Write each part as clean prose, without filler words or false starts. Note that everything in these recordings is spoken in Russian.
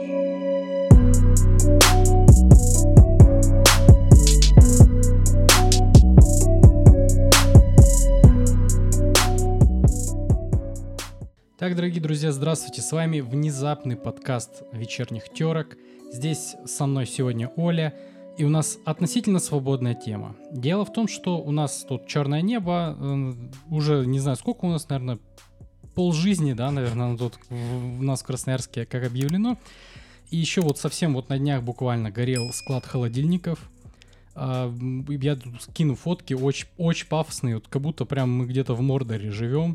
Так, дорогие друзья, здравствуйте, с вами внезапный подкаст вечерних терок. Здесь со мной сегодня Оля, и у нас относительно свободная тема. Дело в том, что у нас тут черное небо, уже не знаю сколько у нас, наверное, полжизни, да, наверное, тут у нас в Красноярске, как объявлено. И еще вот совсем вот на днях буквально горел склад холодильников. Я тут скину фотки, очень пафосные, вот как будто прям мы где-то в Мордоре живем.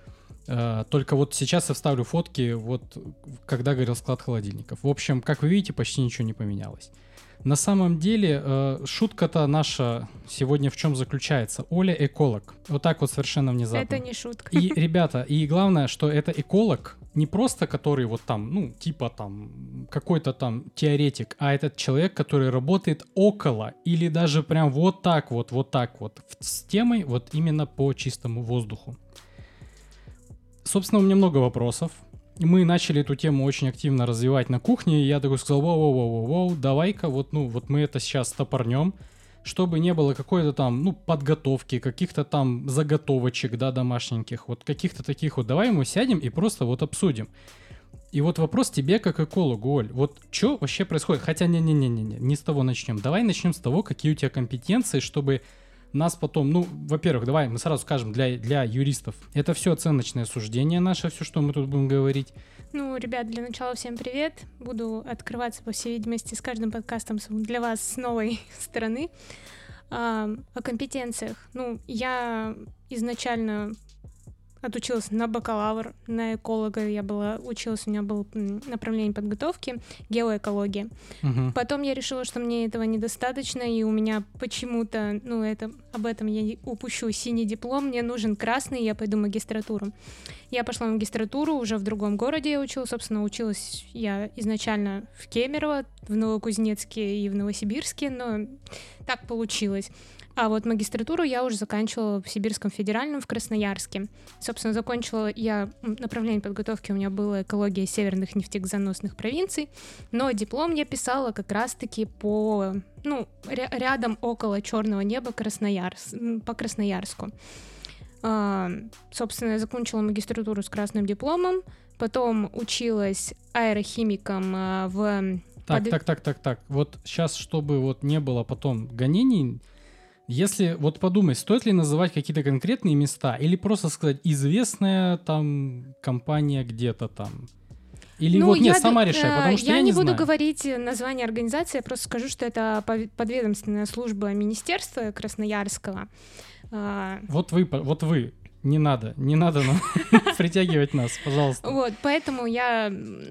Только вот сейчас я вставлю фотки, вот когда горел склад холодильников. В общем, как вы видите, почти ничего не поменялось. На самом деле, шутка-то наша сегодня в чем заключается? Оля эколог. Вот так вот совершенно внезапно. Это не шутка. И, ребята, и главное, что это эколог не просто который вот там, ну, типа там какой-то там теоретик, а этот человек, который работает около или даже прям вот так вот с темой вот именно по чистому воздуху. Собственно, у меня много вопросов. Мы начали эту тему очень активно развивать на кухне, и я такой сказал, воу, давай-ка вот мы это сейчас стопорнем, чтобы не было какой-то там, подготовки, каких-то там заготовочек, да, домашненьких, вот каких-то таких вот. Давай мы сядем и просто вот обсудим. И вот вопрос тебе как экологу, Оль, вот что вообще происходит? Хотя не с того начнем. Давай начнем с того, какие у тебя компетенции, чтобы нас потом, во-первых, давай мы сразу скажем для юристов. Это все оценочное суждение наше, все, что мы тут будем говорить. Ребят, для начала всем привет. Буду открываться, по всей видимости, с каждым подкастом для вас с новой стороны. О компетенциях. Я изначально отучилась на бакалавр, на эколога. Училась, у меня было направление подготовки, геоэкология. Потом я решила, что мне этого недостаточно, и у меня почему-то, об этом я упущу, синий диплом, мне нужен красный, я пойду в магистратуру. Я пошла в магистратуру, уже в другом городе я училась, собственно, училась я изначально в Кемерово, в Новокузнецке и в Новосибирске, но так получилось. А вот магистратуру я уже заканчивала в Сибирском федеральном в Красноярске. Собственно, закончила я направление подготовки, у меня было экология северных нефтегазоносных провинций, но диплом я писала как раз-таки по, рядом около черного неба по Красноярску. Собственно, я закончила магистратуру с красным дипломом, потом училась аэрохимиком в... Так. Вот сейчас, чтобы вот не было потом гонений... Если вот подумай, стоит ли называть какие-то конкретные места или просто сказать известная там компания где-то там? Или сама решай, потому что я не знаю. Я не буду говорить название организации, я просто скажу, что это подведомственная служба Министерства Красноярского. Вот вы. Не надо нам притягивать нас, пожалуйста. Вот, поэтому я,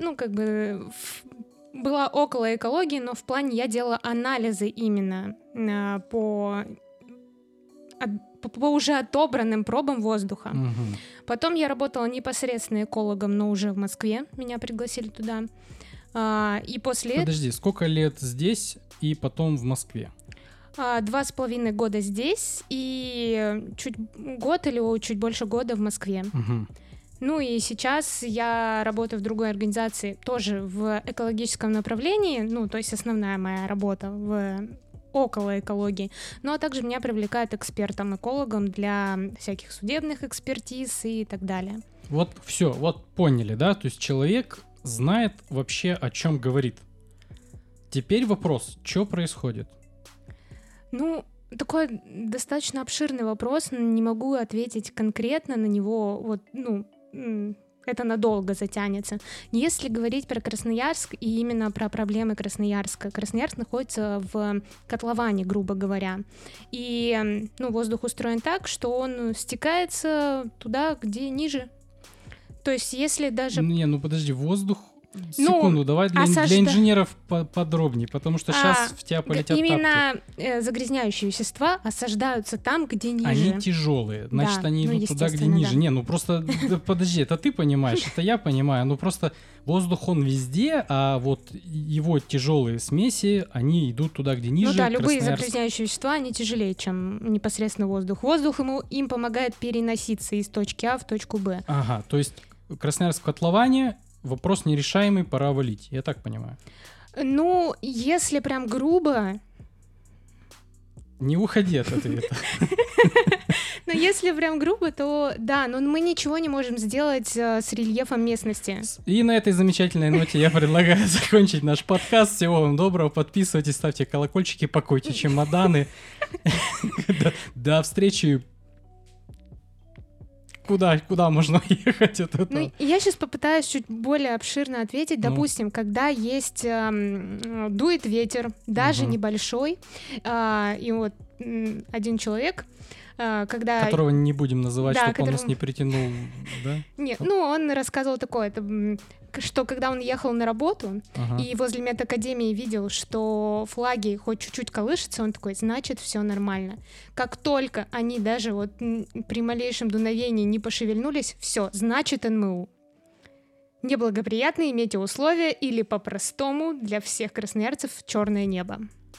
была около экологии, но в плане я делала анализы именно по уже отобранным пробам воздуха. Угу. Потом я работала непосредственно экологом, но уже в Москве. Меня пригласили туда. И после... Подожди, сколько лет здесь и потом в Москве? 2,5 года здесь и год или чуть больше года в Москве. Угу. И сейчас я работаю в другой организации, тоже в экологическом направлении, то есть основная моя работа около экологии, а также меня привлекают экспертом-экологом для всяких судебных экспертиз и так далее. Вот все, вот поняли, да? То есть человек знает вообще, о чем говорит. Теперь вопрос, что происходит? Такой достаточно обширный вопрос, не могу ответить конкретно на него, это надолго затянется. Если говорить про Красноярск и именно про проблемы Красноярска, Красноярск находится в котловане, грубо говоря, и воздух устроен так, что он стекается туда, где ниже. То есть если даже... Подожди, воздух... Секунду, давай для инженеров подробнее, потому что сейчас в тебя полетят именно тапки. Загрязняющие вещества осаждаются там, где ниже. Они тяжелые, значит, они идут туда, где ниже. Да. Просто подожди, это ты понимаешь, это я понимаю, просто воздух он везде, а вот его тяжелые смеси, они идут туда, где ниже. Любые загрязняющие вещества, они тяжелее, чем непосредственно воздух. Воздух им помогает переноситься из точки А в точку Б. Ага, то есть Красноярск в котловане. вопрос нерешаемый, пора валить. Я так понимаю. Ну, если прям грубо... Не уходи от ответа. Но если прям грубо, то да, но мы ничего не можем сделать с рельефом местности. И на этой замечательной ноте я предлагаю закончить наш подкаст. Всего вам доброго. Подписывайтесь, ставьте колокольчики, пакуйте чемоданы. До встречи. Куда можно ехать от этого? Ну, я сейчас попытаюсь чуть более обширно ответить. Допустим, когда есть дует ветер, даже небольшой, и вот один человек, когда... Которого не будем называть, да, чтобы он нас не притянул, да? Нет, ну, он рассказывал такое, что когда он ехал на работу и возле медакадемии видел, что флаги хоть чуть-чуть колышутся, он такой, значит, все нормально. Как только они даже вот при малейшем дуновении не пошевельнулись, все, значит, НМУ. Неблагоприятные метеоусловия или по-простому для всех красноярцев черное небо.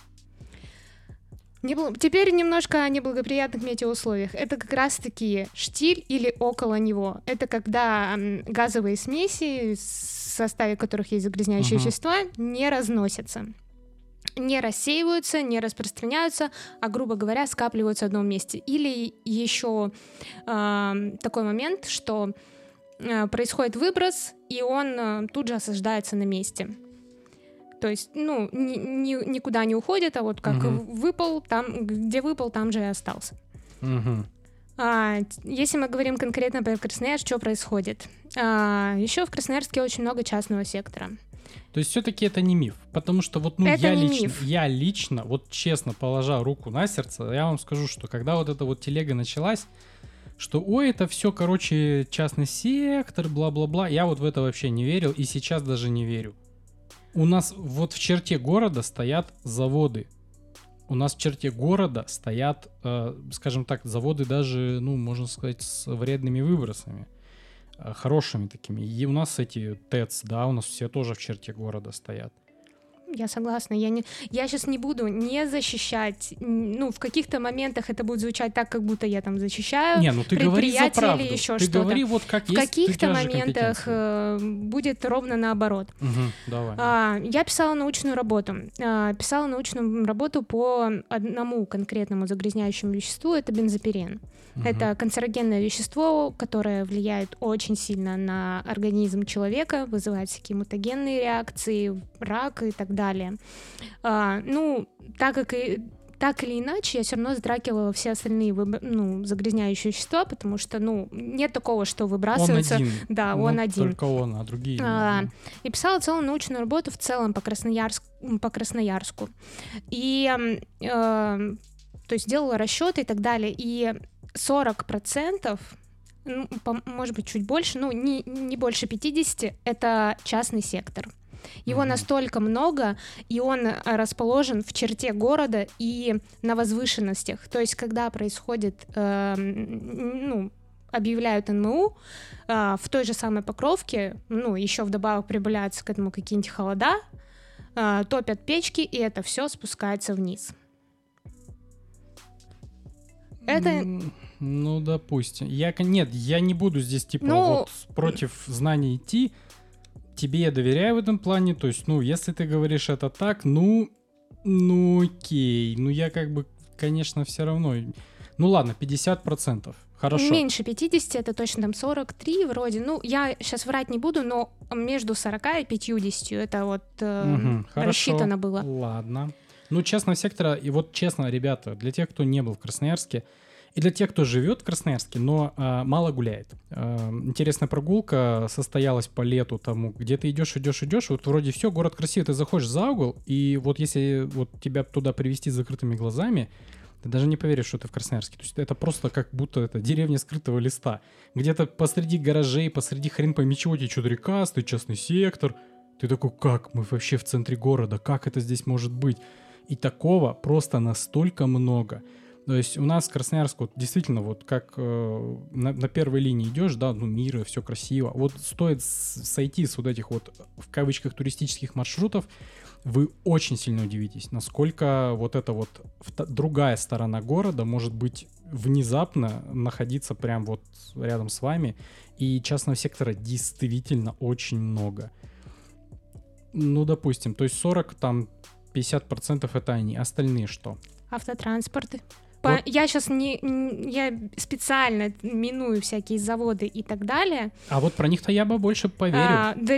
Теперь немножко о неблагоприятных метеоусловиях. Это как раз-таки штиль или около него. Это когда газовые смеси, в составе которых есть загрязняющие вещества, не разносятся. Не рассеиваются, не распространяются, а, грубо говоря, скапливаются в одном месте. Или еще такой момент, что происходит выброс, и он тут же осаждается на месте. То есть, ну, никуда не уходит, а вот как выпал, там, где выпал, там же и остался. Если мы говорим конкретно про Красноярск, что происходит? Еще в Красноярске очень много частного сектора. То есть все-таки это не миф, потому что вот, ну, я лично, вот честно, положа руку на сердце, я вам скажу, что когда вот эта вот телега началась, что, ой, это все, короче, частный сектор, бла-бла-бла, я вот в это вообще не верил и сейчас даже не верю. У нас вот в черте города стоят заводы. У нас в черте города стоят, скажем так, заводы даже, ну, можно сказать, с вредными выбросами. Хорошими такими. И у нас эти ТЭЦ, да, у нас все тоже в черте города стоят. Я согласна. Я сейчас не буду не защищать. Ну, в каких-то моментах это будет звучать так, как будто я там защищаю. Не, ну ты говори за правду. Или еще ты что-то. Говори вот как в есть. В каких-то моментах будет ровно наоборот. Давай. Я писала научную работу. Писала научную работу по одному конкретному загрязняющему веществу. Это бензопирен. Это канцерогенное вещество, которое влияет очень сильно на организм человека, вызывает всякие мутагенные реакции, рак и так далее. Ну, так или иначе, я все равно затрагивала все остальные загрязняющие вещества, потому что, ну, нет такого, что выбрасывается. Он один. Да, он один. Только он, а другие и писала целую научную работу в целом по Красноярску. И, то есть, делала расчеты и так далее. И 40%, ну, может быть, чуть больше, ну, не больше 50%, это частный сектор. Его настолько много, и он расположен в черте города и на возвышенностях. То есть, когда происходит, объявляют НМУ, в той же самой Покровке, ну, еще вдобавок прибавляются к этому какие-нибудь холода, топят печки, и это все спускается вниз. Это... Ну, допустим. Я не буду здесь, вот против знаний идти. Тебе я доверяю в этом плане. То есть, ну, если ты говоришь это так, ну окей. Ну, я как бы, конечно, все равно... Ну, ладно, 50%. Хорошо. Меньше 50, это точно там 43 вроде. Ну, я сейчас врать не буду, но между 40 и 50 это вот рассчитано было. Ладно. Ну, частного сектора, и вот честно, ребята, для тех, кто не был в Красноярске, и для тех, кто живет в Красноярске, но мало гуляет. Интересная прогулка состоялась по лету тому, где ты идешь, вот вроде все, город красивый, ты заходишь за угол, и вот если вот тебя туда привезти с закрытыми глазами, ты даже не поверишь, что ты в Красноярске. То есть это просто как будто это деревня скрытого листа. Где-то посреди гаражей, посреди хрен пойми чего, тебе что-то река, стоит частный сектор. Ты такой, как? Мы вообще в центре города, как это здесь может быть? И такого просто настолько много. То есть у нас Красноярск, вот действительно, вот как на первой линии идешь, да, ну, мира, все красиво. Вот стоит сойти с вот этих вот, в кавычках, туристических маршрутов, вы очень сильно удивитесь, насколько вот эта вот другая сторона города может быть внезапно находиться прям вот рядом с вами. И частного сектора действительно очень много. Ну, допустим, то есть 40, там, 50% это они. Остальные что? Автотранспорт. Вот. Я сейчас я специально миную всякие заводы и так далее. А вот про них-то я бы больше поверил. Да,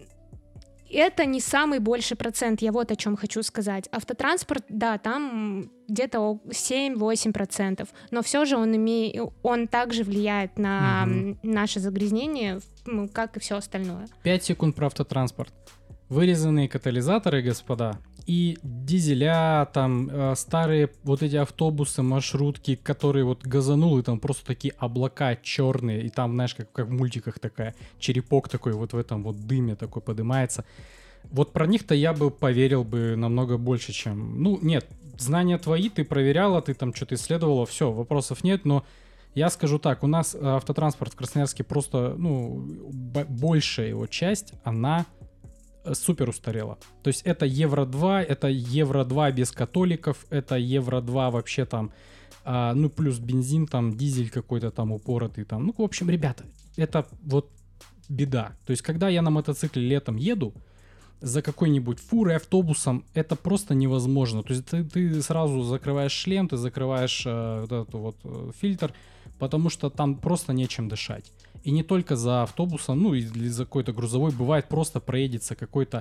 это не самый больший процент, я вот о чем хочу сказать. Автотранспорт, да, там где-то 7-8%, но все же он также влияет на наше загрязнение, как и все остальное. 5 секунд про автотранспорт. Вырезанные катализаторы, господа, и дизеля, там, старые вот эти автобусы, маршрутки, которые вот газанул, и там просто такие облака черные, и там, знаешь, как в мультиках такая, черепок такой вот в этом вот дыме такой поднимается. Вот про них-то я бы поверил бы намного больше, чем... Ну, нет, знания твои, ты проверяла, ты там что-то исследовала, все, вопросов нет, но я скажу так, у нас автотранспорт в Красноярске просто, ну, большая его часть, она супер устарела. То есть это Евро-2, это Евро-2 без католиков, это Евро-2 вообще там, ну, плюс бензин, там, дизель какой-то там упоротый там. Ну, в общем, ребята, это вот беда. То есть когда я на мотоцикле летом еду, за какой-нибудь фурой, автобусом, это просто невозможно. То есть ты сразу закрываешь шлем, ты закрываешь вот этот вот фильтр, потому что там просто нечем дышать. И не только за автобусом, ну или за какой-то грузовой, бывает просто проедется какой-то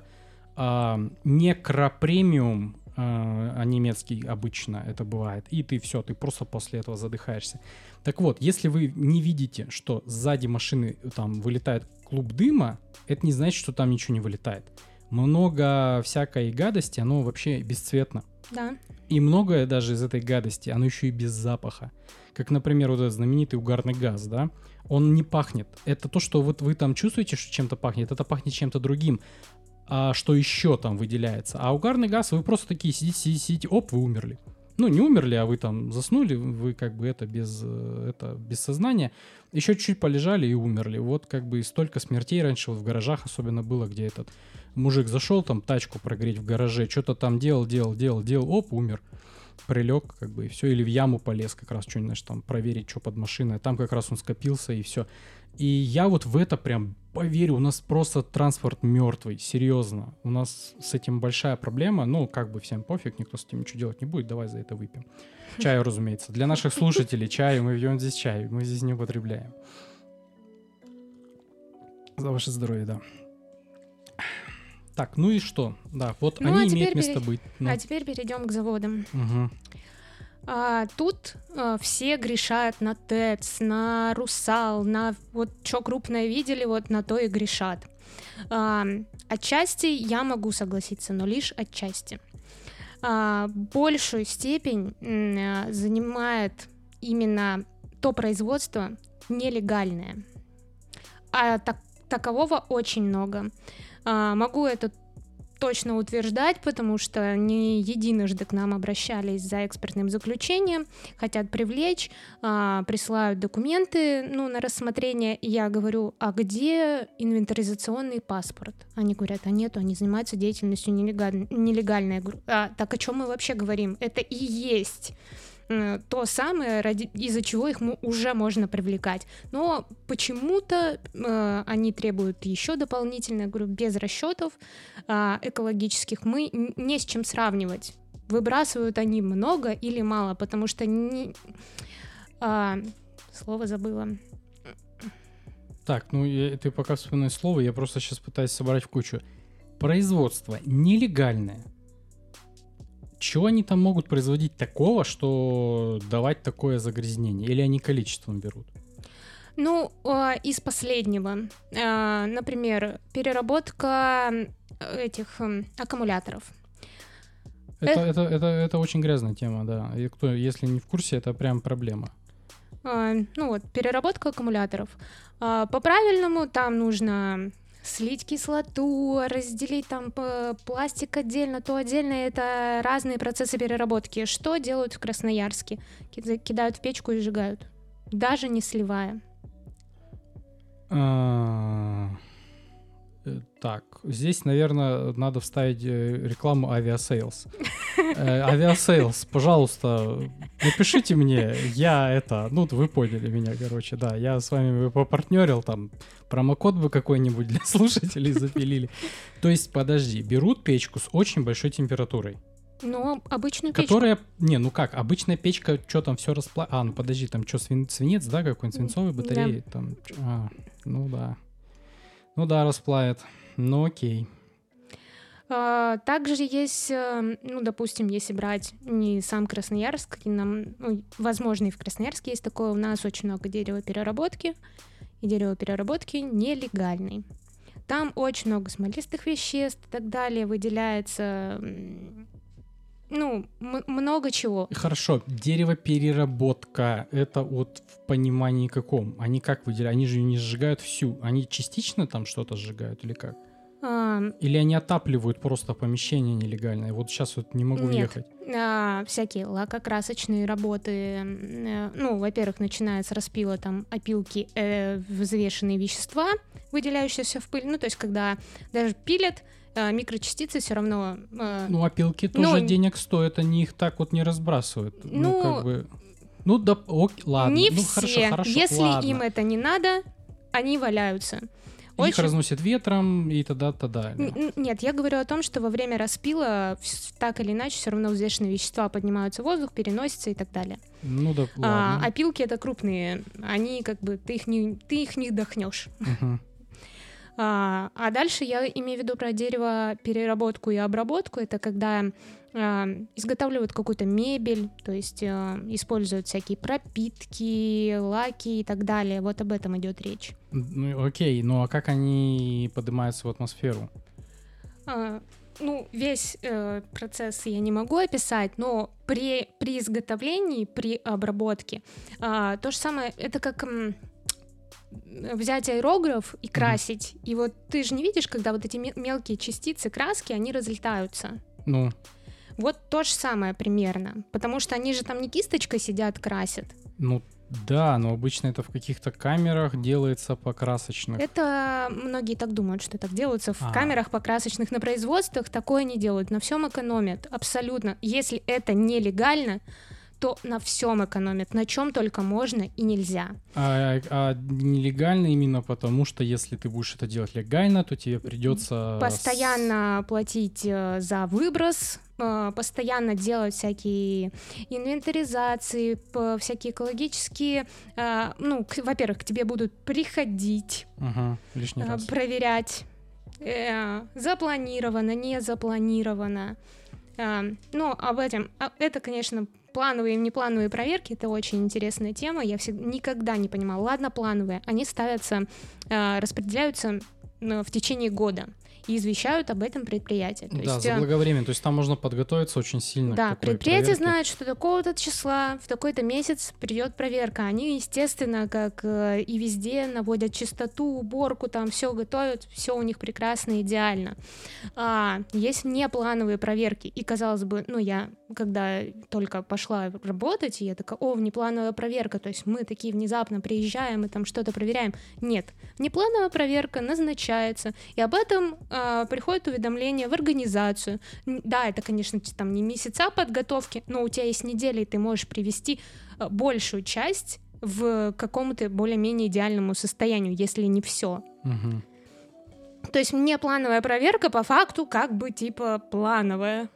некропремиум, а немецкий обычно это бывает, и ты все, ты просто после этого задыхаешься. Так вот, если вы не видите, что сзади машины там вылетает клуб дыма, это не значит, что там ничего не вылетает. Много всякой гадости, оно вообще бесцветно. Да. И многое даже из этой гадости, оно еще и без запаха. Как, например, вот этот знаменитый угарный газ, да? Он не пахнет. Это то, что вот вы там чувствуете, что чем-то пахнет, это пахнет чем-то другим. А что еще там выделяется? А угарный газ, вы просто такие сидите, оп, вы умерли. Ну, не умерли, а вы там заснули, вы как бы это без сознания. Еще чуть-чуть полежали и умерли. Вот как бы столько смертей раньше вот в гаражах особенно было, где этот мужик зашел там тачку прогреть в гараже, что-то там делал, оп, умер. Прилег, как бы, и все. Или в яму полез как раз что-нибудь, знаешь, там проверить, что под машиной. Там как раз он скопился, и все. И я вот в это прям поверю. У нас просто транспорт мертвый, серьезно. У нас с этим большая проблема. Ну, как бы всем пофиг, никто с этим ничего делать не будет. Давай за это выпьем. Чаю, разумеется. Для наших слушателей чай, мы пьем здесь чай. Мы здесь не употребляем. За ваше здоровье, да. Так, ну и что? Да, вот ну, они имеют место быть. Ну. А теперь перейдем к заводам. Угу. Тут все грешат на ТЭЦ, на Русал, на вот что крупное видели, вот на то и грешат. Отчасти я могу согласиться, но лишь отчасти. Большую степень занимает именно то производство нелегальное. А такового очень много. Могу это точно утверждать, потому что не единожды к нам обращались за экспертным заключением, хотят привлечь, присылают документы на рассмотрение, и я говорю, а где инвентаризационный паспорт? Они говорят, а нету, они занимаются деятельностью нелегальной. Так о чем мы вообще говорим? Это и есть то самое, из-за чего их уже можно привлекать. Но почему-то они требуют еще дополнительно, я говорю, без расчетов экологических мы не с чем сравнивать. Выбрасывают они много или мало, потому что слово забыла. Так, ты пока вспоминаешь слово, я просто сейчас пытаюсь собрать в кучу. Производство нелегальное. Чего они там могут производить такого, что давать такое загрязнение? Или они количеством берут? Из последнего. Например, переработка этих аккумуляторов. Это очень грязная тема, да. И если не в курсе, это прям проблема. Переработка аккумуляторов. По-правильному там нужно слить кислоту, разделить там пластик отдельно, то отдельно, это разные процессы переработки. Что делают в Красноярске? Кидают в печку и сжигают, даже не сливая. Так, здесь, наверное, надо вставить рекламу Aviasales. Aviasales, пожалуйста, напишите мне, вы поняли меня, короче, да, я с вами попартнерил, там, промокод бы какой-нибудь для слушателей запилили. То есть, подожди, берут печку с очень большой температурой. Ну, обычную печку. Которая, обычная печка, что там все расплавит. Подожди, там что, свинец, да, какой-нибудь свинцовый батареи? Да. Там, Ну да, расплавит. Ну окей. Также есть, допустим, если брать не сам Красноярск, возможно, и в Красноярске есть такое, у нас очень много деревопереработки, и деревопереработки нелегальной. Там очень много смолистых веществ и так далее, выделяется, много чего. Хорошо, деревопереработка, это вот в понимании каком? Они как выделяют? Они же не сжигают всю, они частично там что-то сжигают или как? Или они отапливают просто помещение нелегальное? Вот сейчас вот не могу въехать. Всякие лакокрасочные работы. Во-первых, начинается распила там опилки, взвешенные вещества, выделяющиеся в пыль. То есть, когда даже пилят, микрочастицы все равно... опилки тоже денег стоят, они их так вот не разбрасывают. Ладно. Не все. Хорошо, если ладно. им это не надо, они валяются. Их разносит ветром и тогда. Нет, я говорю о том, что во время распила так или иначе все равно взвешенные вещества поднимаются в воздух, переносятся и так далее. Ладно. Опилки это крупные, они ты их не вдохнешь. Uh-huh. А дальше я имею в виду про деревопереработку и обработку. Это когда изготавливают какую-то мебель, то есть используют всякие пропитки, лаки и так далее. Вот об этом идет речь. Окей, а как они поднимаются в атмосферу? Весь процесс я не могу описать, но при изготовлении, при обработке то же самое, это как... взять аэрограф и красить. И вот ты же не видишь, когда вот эти мелкие частицы краски, они разлетаются. Вот то же самое примерно. Потому что они же там не кисточкой сидят, красят. Да, но обычно это в каких-то камерах делается покрасочных. Это многие так думают, что так делается в камерах покрасочных. На производствах такое не делают. На всем экономят. Абсолютно. Если это нелегально, то на всем экономят, на чем только можно и нельзя. А нелегально именно потому, что если ты будешь это делать легально, то тебе придется... Постоянно платить за выброс, постоянно делать всякие инвентаризации, всякие экологические... во-первых, к тебе будут приходить, лишний раз. Проверять, запланировано, не запланировано. Об этом... Это, конечно... Плановые и неплановые проверки — это очень интересная тема. Я никогда не понимала. Ладно, плановые. Они ставятся, распределяются в течение года и извещают об этом предприятие. Заблаговременно. То есть там можно подготовиться очень сильно. Да, предприятие знает, что такого-то числа, в такой-то месяц придет проверка. Они, естественно, как и везде, наводят чистоту, уборку, там все готовят, все у них прекрасно, идеально. Есть внеплановые проверки. И, казалось бы, я когда только пошла работать, я такая: внеплановая проверка, то есть мы такие внезапно приезжаем и там что-то проверяем. Нет, внеплановая проверка назначается, и об этом приходит уведомление в организацию. Да, это, конечно, там не месяца подготовки, но у тебя есть неделя, и ты можешь привести большую часть в какому-то более-менее идеальному состоянию, если не все. Угу. То есть внеплановая проверка по факту как бы плановая.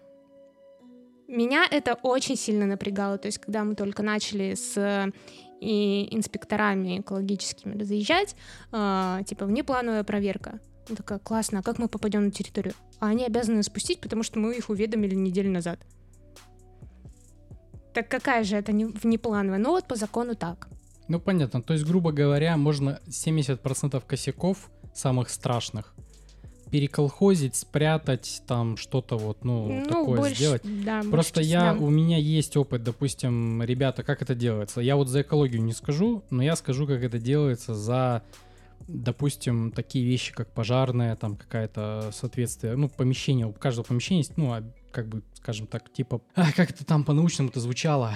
Меня это очень сильно напрягало. То есть когда мы только начали с инспекторами экологическими разъезжать, внеплановая проверка. Я такая: классно, а как мы попадем на территорию? А они обязаны спустить, потому что мы их уведомили неделю назад. Так какая же это внеплановая? Вот по закону так. Понятно. То есть, грубо говоря, можно 70% косяков, самых страшных, переколхозить, спрятать, там что-то такое больше, сделать. Да, просто у меня есть опыт, допустим, ребята, как это делается. Я вот за экологию не скажу, но я скажу, как это делается за допустим, такие вещи, как пожарная, там какая-то соответствие, ну, помещение, у каждого помещения есть, ну, как бы, скажем так, типа, как это там по-научному это звучало,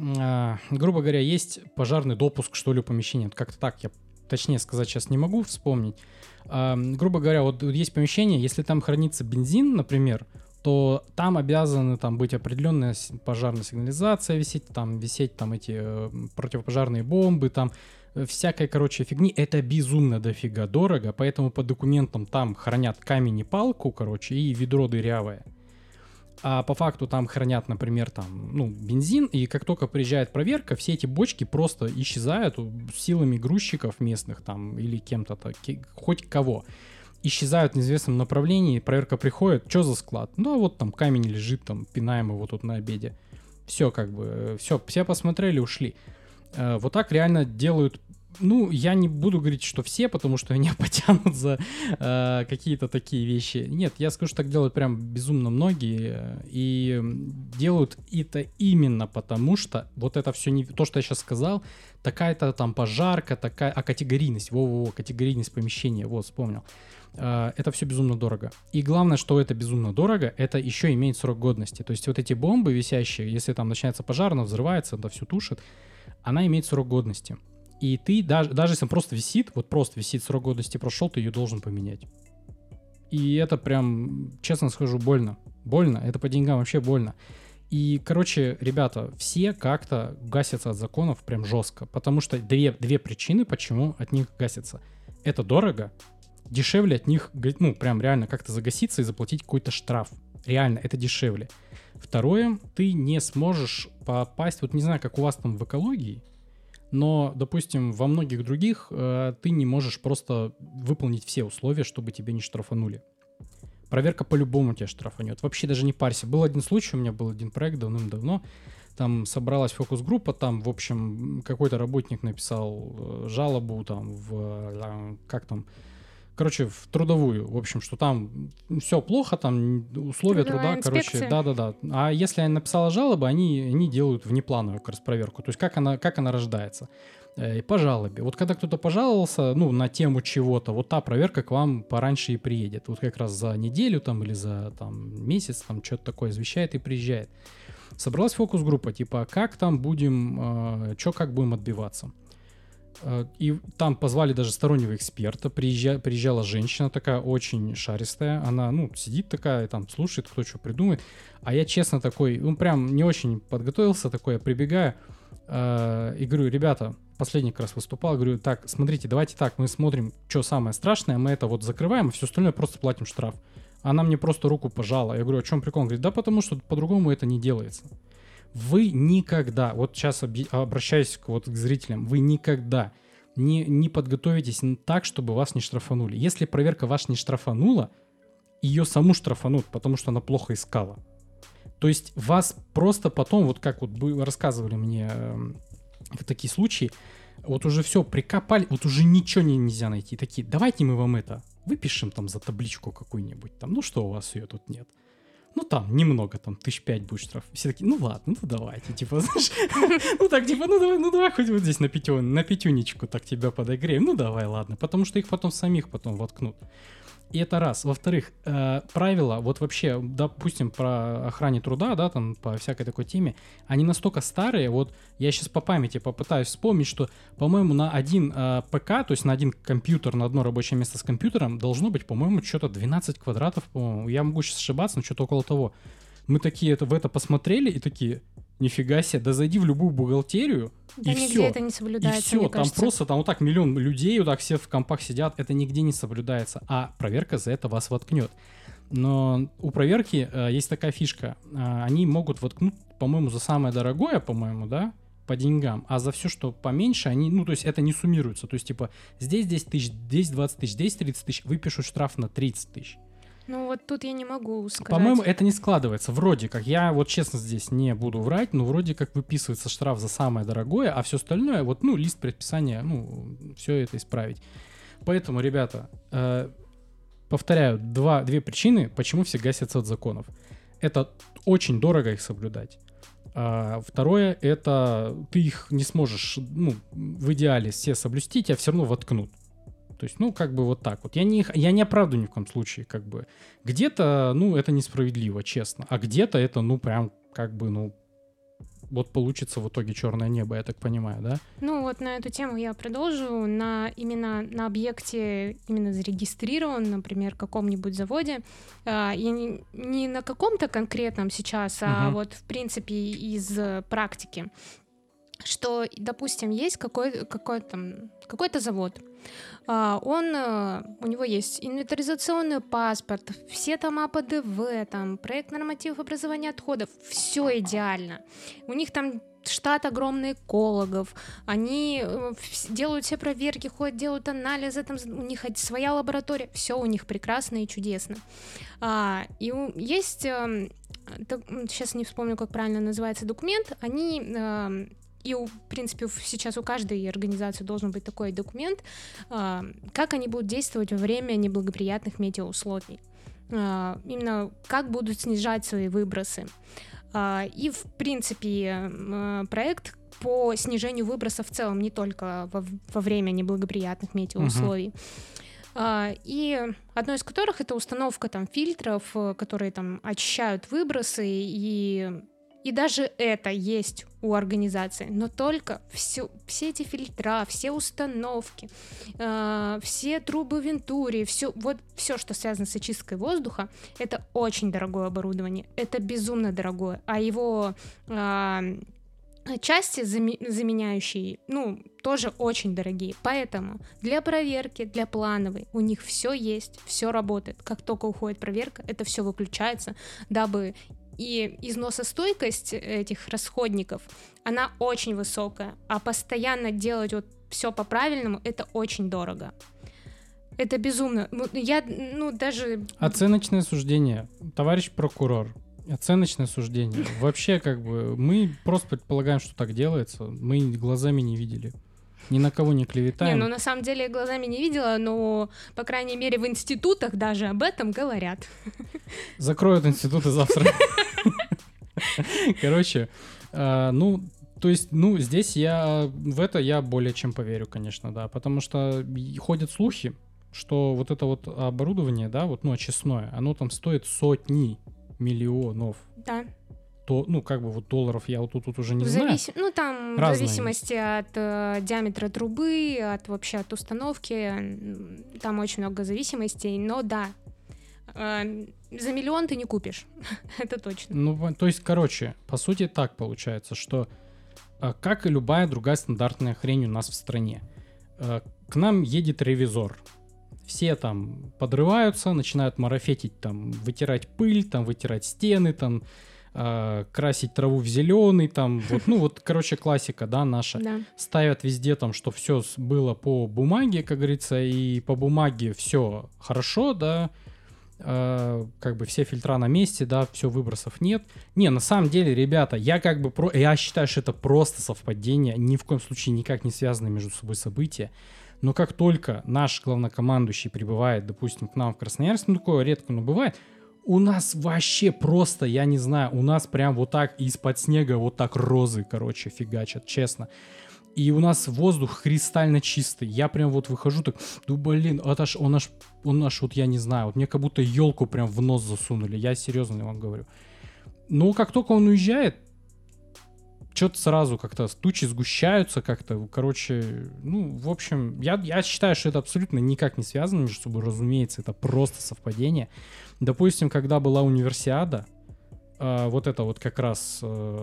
грубо говоря, есть пожарный допуск, что ли, у помещения, вот как-то так, я точнее сказать сейчас не могу вспомнить. Грубо говоря, вот есть помещение, если там хранится бензин, например, то там обязаны там быть определенная пожарная сигнализация висеть там эти противопожарные бомбы, там всякой, короче, фигни. Это безумно дофига дорого, поэтому по документам там хранят камень и палку, короче, и ведро дырявое. А по факту там хранят, например, там, ну, бензин, и как только приезжает проверка, все эти бочки просто исчезают силами грузчиков местных там или кем-то, хоть кого. Исчезают в неизвестном направлении, проверка приходит, что за склад? Ну, а вот там камень лежит, там, пинаем его тут на обеде. Все, как бы, все посмотрели, ушли. Вот так реально делают. Ну, я не буду говорить, что все, потому что меня потянут за какие-то такие вещи. Нет, я скажу, что так делают прям безумно многие. И делают это именно потому, что вот это все не то, что я сейчас сказал, такая-то там пожарка, такая, категорийность, категорийность помещения, вот, вспомнил. Это все безумно дорого. И главное, что это безумно дорого, это еще имеет срок годности. То есть вот эти бомбы висящие, если там начинается пожар, она взрывается, это все тушит, она имеет срок годности. И ты, даже если он просто висит, срок годности прошел, ты ее должен поменять. И это прям, честно скажу, больно. Больно, это по деньгам вообще больно. И, короче, ребята, все как-то гасятся от законов прям жестко. Потому что две причины, почему от них гасятся. Это дорого, дешевле от них, ну, прям реально как-то загаситься и заплатить какой-то штраф. Реально, это дешевле. Второе, ты не сможешь попасть, вот не знаю, как у вас там в экологии, но, допустим, во многих других ты не можешь просто выполнить все условия, чтобы тебе не штрафанули. Проверка по-любому тебя штрафанет. Вообще даже не парься. Был один случай, у меня был один проект давным-давно. Там собралась фокус-группа, там, в общем, какой-то работник написал жалобу там в трудовую, в общем, что там все плохо, там условия труда, инспекция. Короче, да. А если она написала жалобу, они делают внеплановую как раз проверку, то есть как она рождается. По жалобе. Вот когда кто-то пожаловался, ну, на тему чего-то, вот та проверка к вам пораньше и приедет. Вот как раз за неделю там или за там месяц там что-то такое извещает и приезжает. Собралась фокус-группа, типа, как там будем, как будем отбиваться. И там позвали даже стороннего эксперта. Приезжала женщина такая очень шаристая. Она, ну, сидит такая, там, слушает, кто что придумает. А я, честно, такой, ну, прям не очень подготовился такой. Я прибегаю и говорю, ребята, последний раз выступал, говорю, так, смотрите, давайте так, мы смотрим, что самое страшное, мы это вот закрываем, а все остальное просто платим штраф. Она мне просто руку пожала. Я говорю, о чем прикол? Он говорит, да потому что по-другому это не делается. Вы никогда, вот сейчас обращаюсь к зрителям, вы никогда не подготовитесь так, чтобы вас не штрафанули. Если проверка вас не штрафанула, ее саму штрафанут, потому что она плохо искала. То есть вас просто потом, вот как вот вы рассказывали мне в такие случаи, вот уже все прикопали, вот уже ничего нельзя найти. Такие, давайте мы вам это выпишем там за табличку какую-нибудь, там, ну что у вас ее тут нет. Ну, там, немного, там, 5,000 будет штраф. Все такие, ну ладно, ну давайте, типа, знаешь, ну так, типа, ну давай хоть вот здесь на пятюнечку так тебя подогреем, ну давай, ладно, потому что их потом самих потом воткнут. И это раз. Во-вторых, правила, вот вообще, допустим, про охране труда, да, там, по всякой такой теме, они настолько старые, вот я сейчас по памяти попытаюсь вспомнить, что, по-моему, на один ПК, то есть на один компьютер, на одно рабочее место с компьютером должно быть, по-моему, что-то 12 квадратов, по-моему. Я могу сейчас ошибаться, но что-то около того. Мы такие в это посмотрели и такие, нифига себе, да зайди в любую бухгалтерию, да, и нигде все. это не соблюдается, и все, там кажется. просто там вот так миллион людей вот так все в компах сидят, это нигде не соблюдается, а проверка за это вас воткнет. Но у проверки есть такая фишка, они могут воткнуть, по-моему, за самое дорогое, по-моему, да, по деньгам, а за все, что поменьше, они, ну, то есть это не суммируется, то есть типа здесь 10 тысяч, здесь 20 тысяч, здесь 30 тысяч, выпишут штраф на 30 тысяч. Ну вот тут я не могу сказать. По-моему, это не складывается. Вроде как. Я вот честно здесь не буду врать, но вроде как выписывается штраф за самое дорогое, а все остальное, вот, ну, лист предписания, ну, все это исправить. Поэтому, ребята, повторяю, две причины, почему все гасятся от законов. Это очень дорого их соблюдать. Второе, это ты их не сможешь, ну, в идеале все соблюсти, тебя все равно воткнут. То есть, ну, как бы вот так вот. Я не оправдываю ни в коем случае, как бы. Где-то, ну, это несправедливо, честно. А где-то это, ну, прям, как бы, ну, вот получится в итоге черное небо, я так понимаю, да? Ну вот на эту тему я продолжу. Именно на объекте, именно зарегистрирован, например, каком-нибудь заводе, и не на каком-то конкретном сейчас, а вот в принципе из практики, что, допустим, есть какой-то завод, у него есть инвентаризационный паспорт, все там АПДВ, там проект нормативов образования отходов, все идеально. У них там штат огромный экологов, они делают все проверки, ходят, делают анализы, там у них своя лаборатория, все у них прекрасно и чудесно. И есть, сейчас не вспомню, как правильно называется документ, и, в принципе, сейчас у каждой организации должен быть такой документ, как они будут действовать во время неблагоприятных метеоусловий. Именно как будут снижать свои выбросы. И, в принципе, проект по снижению выбросов в целом, не только во время неблагоприятных метеоусловий. И одно из которых — это установка там фильтров, которые там очищают выбросы, и даже это есть у организации, но только все эти фильтра, все установки, все трубы Вентури, все, что связано с очисткой воздуха, это очень дорогое оборудование, это безумно дорогое, а его части, заменяющие, ну, тоже очень дорогие. Поэтому для проверки, для плановой у них все есть, все работает. Как только уходит проверка, это все выключается, дабы и износостойкость этих расходников, она очень высокая, а постоянно делать вот все по-правильному, это очень дорого. Это безумно. Даже... Оценочное суждение. Товарищ прокурор, оценочное суждение. Вообще, как бы, мы просто предполагаем, что так делается. Мы глазами не видели. Ни на кого не клеветаем. На самом деле я глазами не видела, но, по крайней мере, в институтах даже об этом говорят. Закроют институты завтра. Короче, здесь в это я более чем поверю, конечно, да, потому что ходят слухи, что вот это вот оборудование, да, вот, очистное, оно там стоит сотни миллионов. Да. Долларов я вот тут уже не знаю. Там в зависимости от диаметра трубы, от установки, там очень много зависимостей, но да, за миллион ты не купишь, это точно. То есть, по сути так получается, что как и любая другая стандартная хрень у нас в стране, к нам едет ревизор. Все там подрываются, начинают марафетить, там, вытирать пыль, там, вытирать стены, там, красить траву в зеленый, там, классика, да, наша. Да. Ставят везде там, что все было по бумаге, как говорится, и по бумаге все хорошо, да, все фильтра на месте, да, все, выбросов нет. Не, на самом деле, ребята, я считаю, что это просто совпадение, ни в коем случае никак не связаны между собой события. Но как только наш главнокомандующий прибывает, допустим, к нам в Красноярск, такое редко, но бывает, у нас вообще просто, я не знаю, у нас прям вот так из-под снега вот так розы, фигачат, честно. И у нас воздух кристально чистый. Я прям вот выхожу так, он аж, я не знаю, вот мне как будто елку прям в нос засунули. Я серьезно вам говорю. Но как только он уезжает, что-то сразу как-то тучи сгущаются как-то. В общем, я считаю, что это абсолютно никак не связано между собой. Разумеется, это просто совпадение. Допустим, когда была универсиада, вот это вот как раз,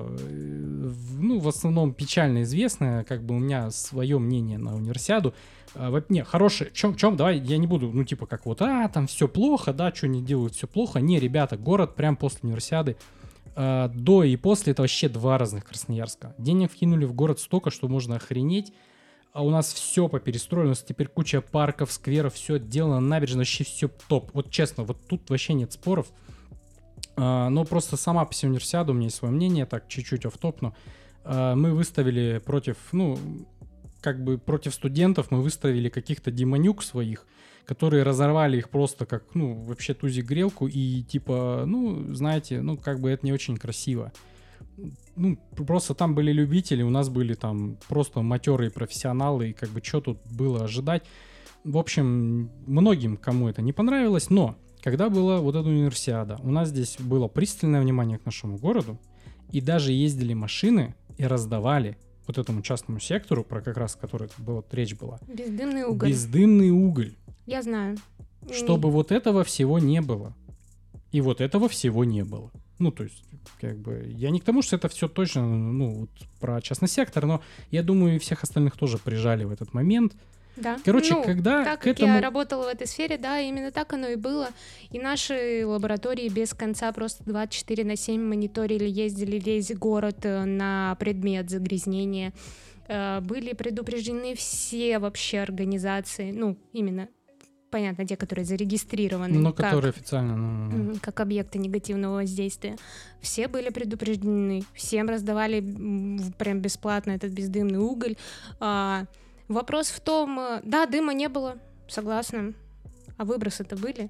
в основном печально известное, у меня свое мнение на универсиаду. Хорошее, давай, я не буду, там все плохо, да, что они делают, все плохо. Не, ребята, город прям после универсиады, до и после, это вообще два разных Красноярска. Денег вкинули в город столько, что можно охренеть. А у нас все поперестроено, у нас теперь куча парков, скверов, все отделано, набережная, вообще все топ. Вот честно, вот тут вообще нет споров. Но просто сама по себе универсиада, у меня есть свое мнение, так чуть-чуть офф-топ, но мы выставили против студентов, мы выставили каких-то демонюк своих, которые разорвали их просто как, вообще тузик-грелку, и знаете, это не очень красиво. Просто там были любители, у нас были там просто матерые профессионалы, и что тут было ожидать. В общем, многим, кому это не понравилось, но когда была вот эта универсиада, у нас здесь было пристальное внимание к нашему городу, и даже ездили машины и раздавали вот этому частному сектору, про как раз который вот речь была. Бездымный уголь. Бездымный уголь. Я знаю. Чтобы вот этого всего не было. И вот этого всего не было. Ну, то есть, как бы, я не к тому, что это все точно, ну, вот про частный сектор, но я думаю, и всех остальных тоже прижали в этот момент. Да. Короче, ну, когда так к как этому... я работала в этой сфере, да, именно так оно и было. И наши лаборатории без конца просто 24/7 мониторили, ездили весь город на предмет загрязнения. Были предупреждены все вообще организации, ну, именно, понятно, те, которые зарегистрированы. Ну, которые официально... Как объекты негативного воздействия. Все были предупреждены, всем раздавали прям бесплатно этот бездымный уголь. Вопрос в том, да, дыма не было, согласна, а выбросы-то были?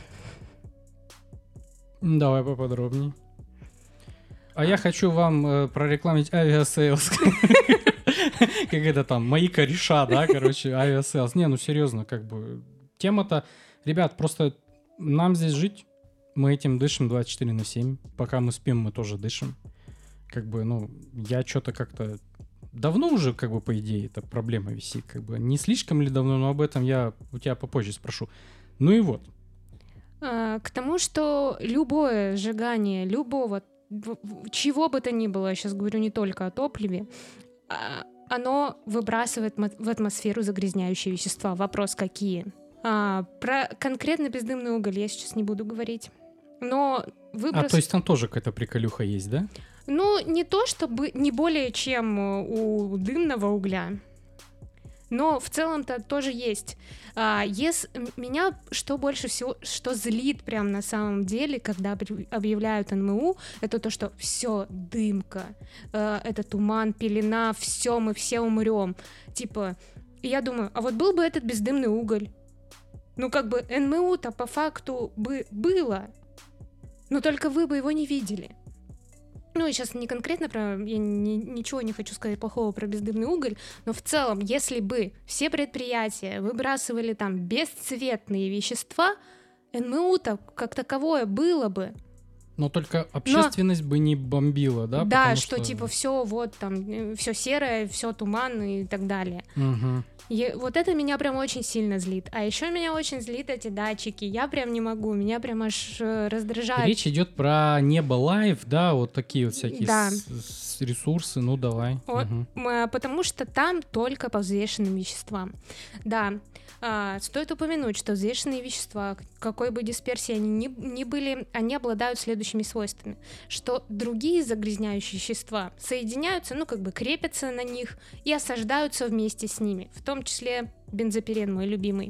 Давай поподробней. Я хочу вам прорекламить авиасейлс. Как это там, мои кореша, да, короче, авиасейлс. Не, ну серьезно, как бы, тема-то... Ребят, просто нам здесь жить, мы этим дышим 24/7. Пока мы спим, мы тоже дышим. Как бы, ну, я что-то как-то... Давно уже, как бы, по идее, эта проблема висит, как бы. Не слишком ли давно, но об этом я у тебя попозже спрошу. Ну и вот. К тому, что любое сжигание, любого, чего бы то ни было, я сейчас говорю не только о топливе, оно выбрасывает в атмосферу загрязняющие вещества. Вопрос какие? Про конкретно бездымный уголь я сейчас не буду говорить. Но выброс... то есть там тоже какая-то приколюха есть, да? Ну, не то чтобы, не более чем у дымного угля, но в целом-то тоже есть. Меня что больше всего, что злит прям на самом деле, когда объявляют НМУ, это то, что все дымка, это туман, пелена, все, мы все умрем. Типа, я думаю, а вот был бы этот бездымный уголь, ну как бы НМУ-то по факту бы было, но только вы бы его не видели. Ну, и сейчас не конкретно я ничего не хочу сказать плохого про бездымный уголь, но в целом, если бы все предприятия выбрасывали там бесцветные вещества, НМУ-то как таковое было бы. Но только общественность бы не бомбила, да? Да, что типа все вот там, все серое, все туман и так далее. Угу. И вот это меня прям очень сильно злит. А еще меня очень злит эти датчики. Я прям не могу, меня прям аж раздражает. Речь идет про Небо Лайв, да, вот такие вот всякие да. ресурсы, ну давай. Потому что там только по взвешенным веществам. Да, стоит упомянуть, что взвешенные вещества, какой бы дисперсии они ни были, они обладают следующими свойствами, что другие загрязняющие вещества соединяются, ну как бы крепятся на них и осаждаются вместе с ними, в том числе бензопирен, мой любимый.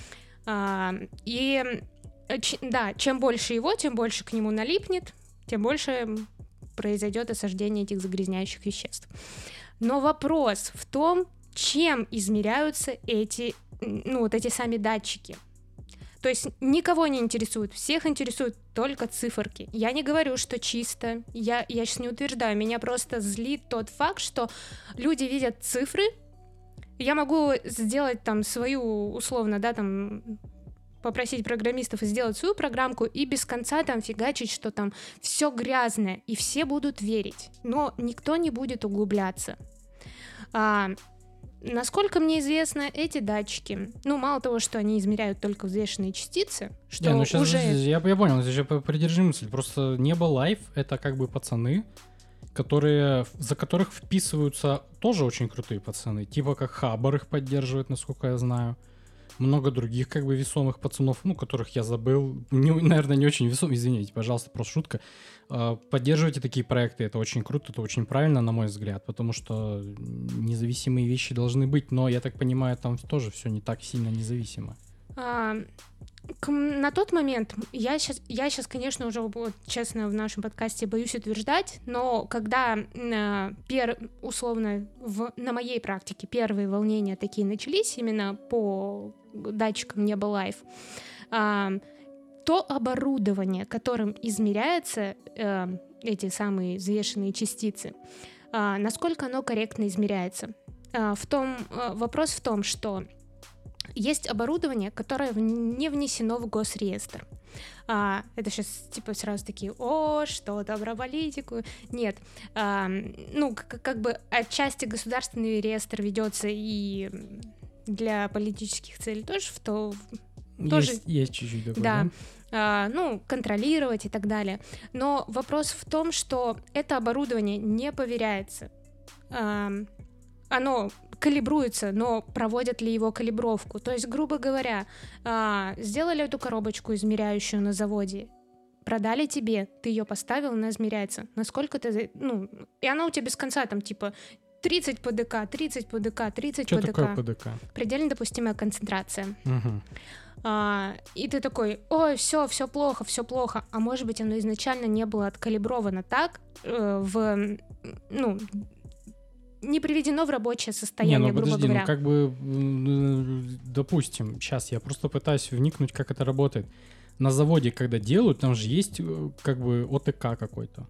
Чем больше его, тем больше к нему налипнет, тем больше произойдет осаждение этих загрязняющих веществ. Но вопрос в том, чем измеряются эти сами датчики. То есть никого не интересует, всех интересуют только циферки. Я не говорю, что чисто, я сейчас не утверждаю, меня просто злит тот факт, что люди видят цифры, я могу сделать там свою, условно, да, там, попросить программистов сделать свою программку и без конца там фигачить, что там все грязное, и все будут верить, но никто не будет углубляться. Насколько мне известно, эти датчики, мало того, что они измеряют только взвешенные частицы, что уже... Я понял, сейчас придержи мысль. Просто Небо Лайв — это как бы пацаны, за которых вписываются тоже очень крутые пацаны. Типа как Хабар их поддерживает, насколько я знаю. Много других как бы весомых пацанов, которых я забыл. Наверное, не очень весомых, извините, пожалуйста, просто шутка. Поддерживайте такие проекты, это очень круто, это очень правильно, на мой взгляд, потому что независимые вещи должны быть, но, я так понимаю, там тоже все не так сильно независимо. На тот момент, я сейчас, конечно, уже, честно, в нашем подкасте боюсь утверждать, но когда условно на моей практике первые волнения такие начались именно по датчикам Небо Лайв, то оборудование, которым измеряются эти самые взвешенные частицы, насколько оно корректно измеряется. Вопрос в том, что есть оборудование, которое не внесено в госреестр. Это сейчас типа сразу такие, что-то про политику. Нет, как бы отчасти государственный реестр ведется и для политических целей тоже, есть чуть-чуть такое, да? Контролировать и так далее. Но вопрос в том, что это оборудование не поверяется. Оно калибруется, но проводят ли его калибровку? То есть, грубо говоря, сделали эту коробочку измеряющую на заводе, продали тебе, ты ее поставил, она измеряется. Насколько ты... и она у тебя без конца там типа 30 ПДК, 30 ПДК, 30 Что ПДК. такое ПДК? Предельно допустимая концентрация. Угу. И ты такой, все плохо. А может быть, оно изначально не было откалибровано так, не приведено в рабочее состояние, грубо говоря. Как бы, допустим, сейчас я просто пытаюсь вникнуть, как это работает. На заводе, когда делают, там же есть как бы ОТК какой-то.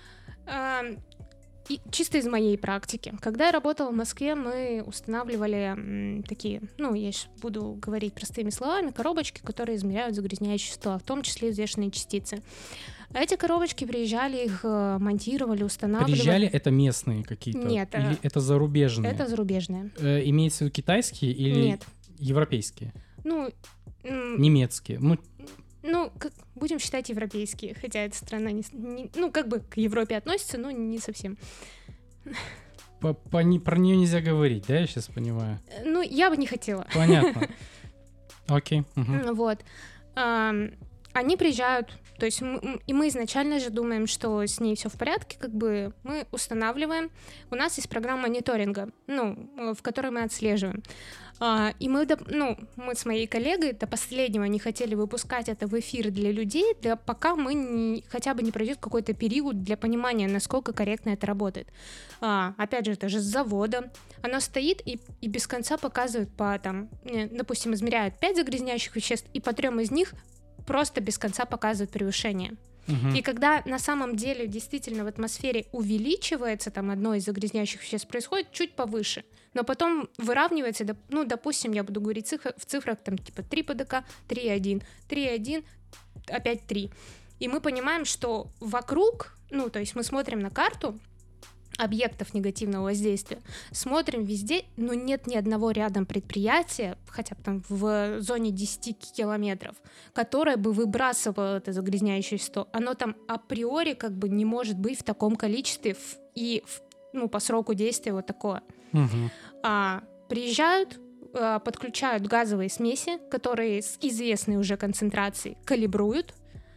И чисто из моей практики. Когда я работала в Москве, мы устанавливали такие, я буду говорить простыми словами, коробочки, которые измеряют загрязняющие вещества, в том числе взвешенные частицы. Эти коробочки приезжали, их монтировали, устанавливали. Приезжали — это местные какие-то? Нет. Или это зарубежные? Это зарубежные. Имеется в виду китайские или Нет. Европейские? Немецкие. Немецкие. Будем считать европейские, хотя эта страна как бы к Европе относится, но не совсем. Про нее нельзя говорить, да, я сейчас понимаю? Я бы не хотела. Понятно. Окей. Вот. Они приезжают, то есть и мы изначально же думаем, что с ней все в порядке, как бы мы устанавливаем. У нас есть программа мониторинга, в которой мы отслеживаем. И мы с моей коллегой до последнего не хотели выпускать это в эфир для людей, пока мы хотя бы не пройдет какой-то период для понимания, насколько корректно это работает. Опять же, это же с завода. Оно стоит и без конца показывает допустим, измеряют 5 загрязняющих веществ, и по 3 из них просто без конца показывают превышение. И когда на самом деле действительно в атмосфере увеличивается, одно из загрязняющих веществ происходит чуть повыше, но потом выравнивается, допустим, я буду говорить в цифрах, типа 3 ПДК, 3,1, 3,1, опять 3. И мы понимаем, что вокруг, то есть мы смотрим на карту объектов негативного воздействия, смотрим везде, но нет ни одного рядом предприятия, хотя бы в зоне 10 километров, которое бы выбрасывало это загрязняющее вещество. Оно там априори как бы не может быть в таком количестве по сроку действия вот такое. Приезжают, подключают газовые смеси, которые с известной уже концентрацией калибруют.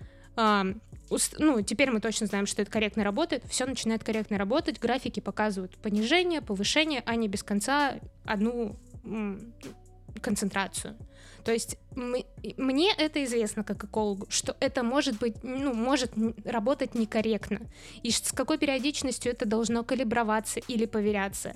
Теперь мы точно знаем, что это корректно работает, все начинает корректно работать, графики показывают понижение, повышение, а не без конца одну концентрацию. То есть мне это известно как экологу, что это может работать некорректно, и с какой периодичностью это должно калиброваться или поверяться.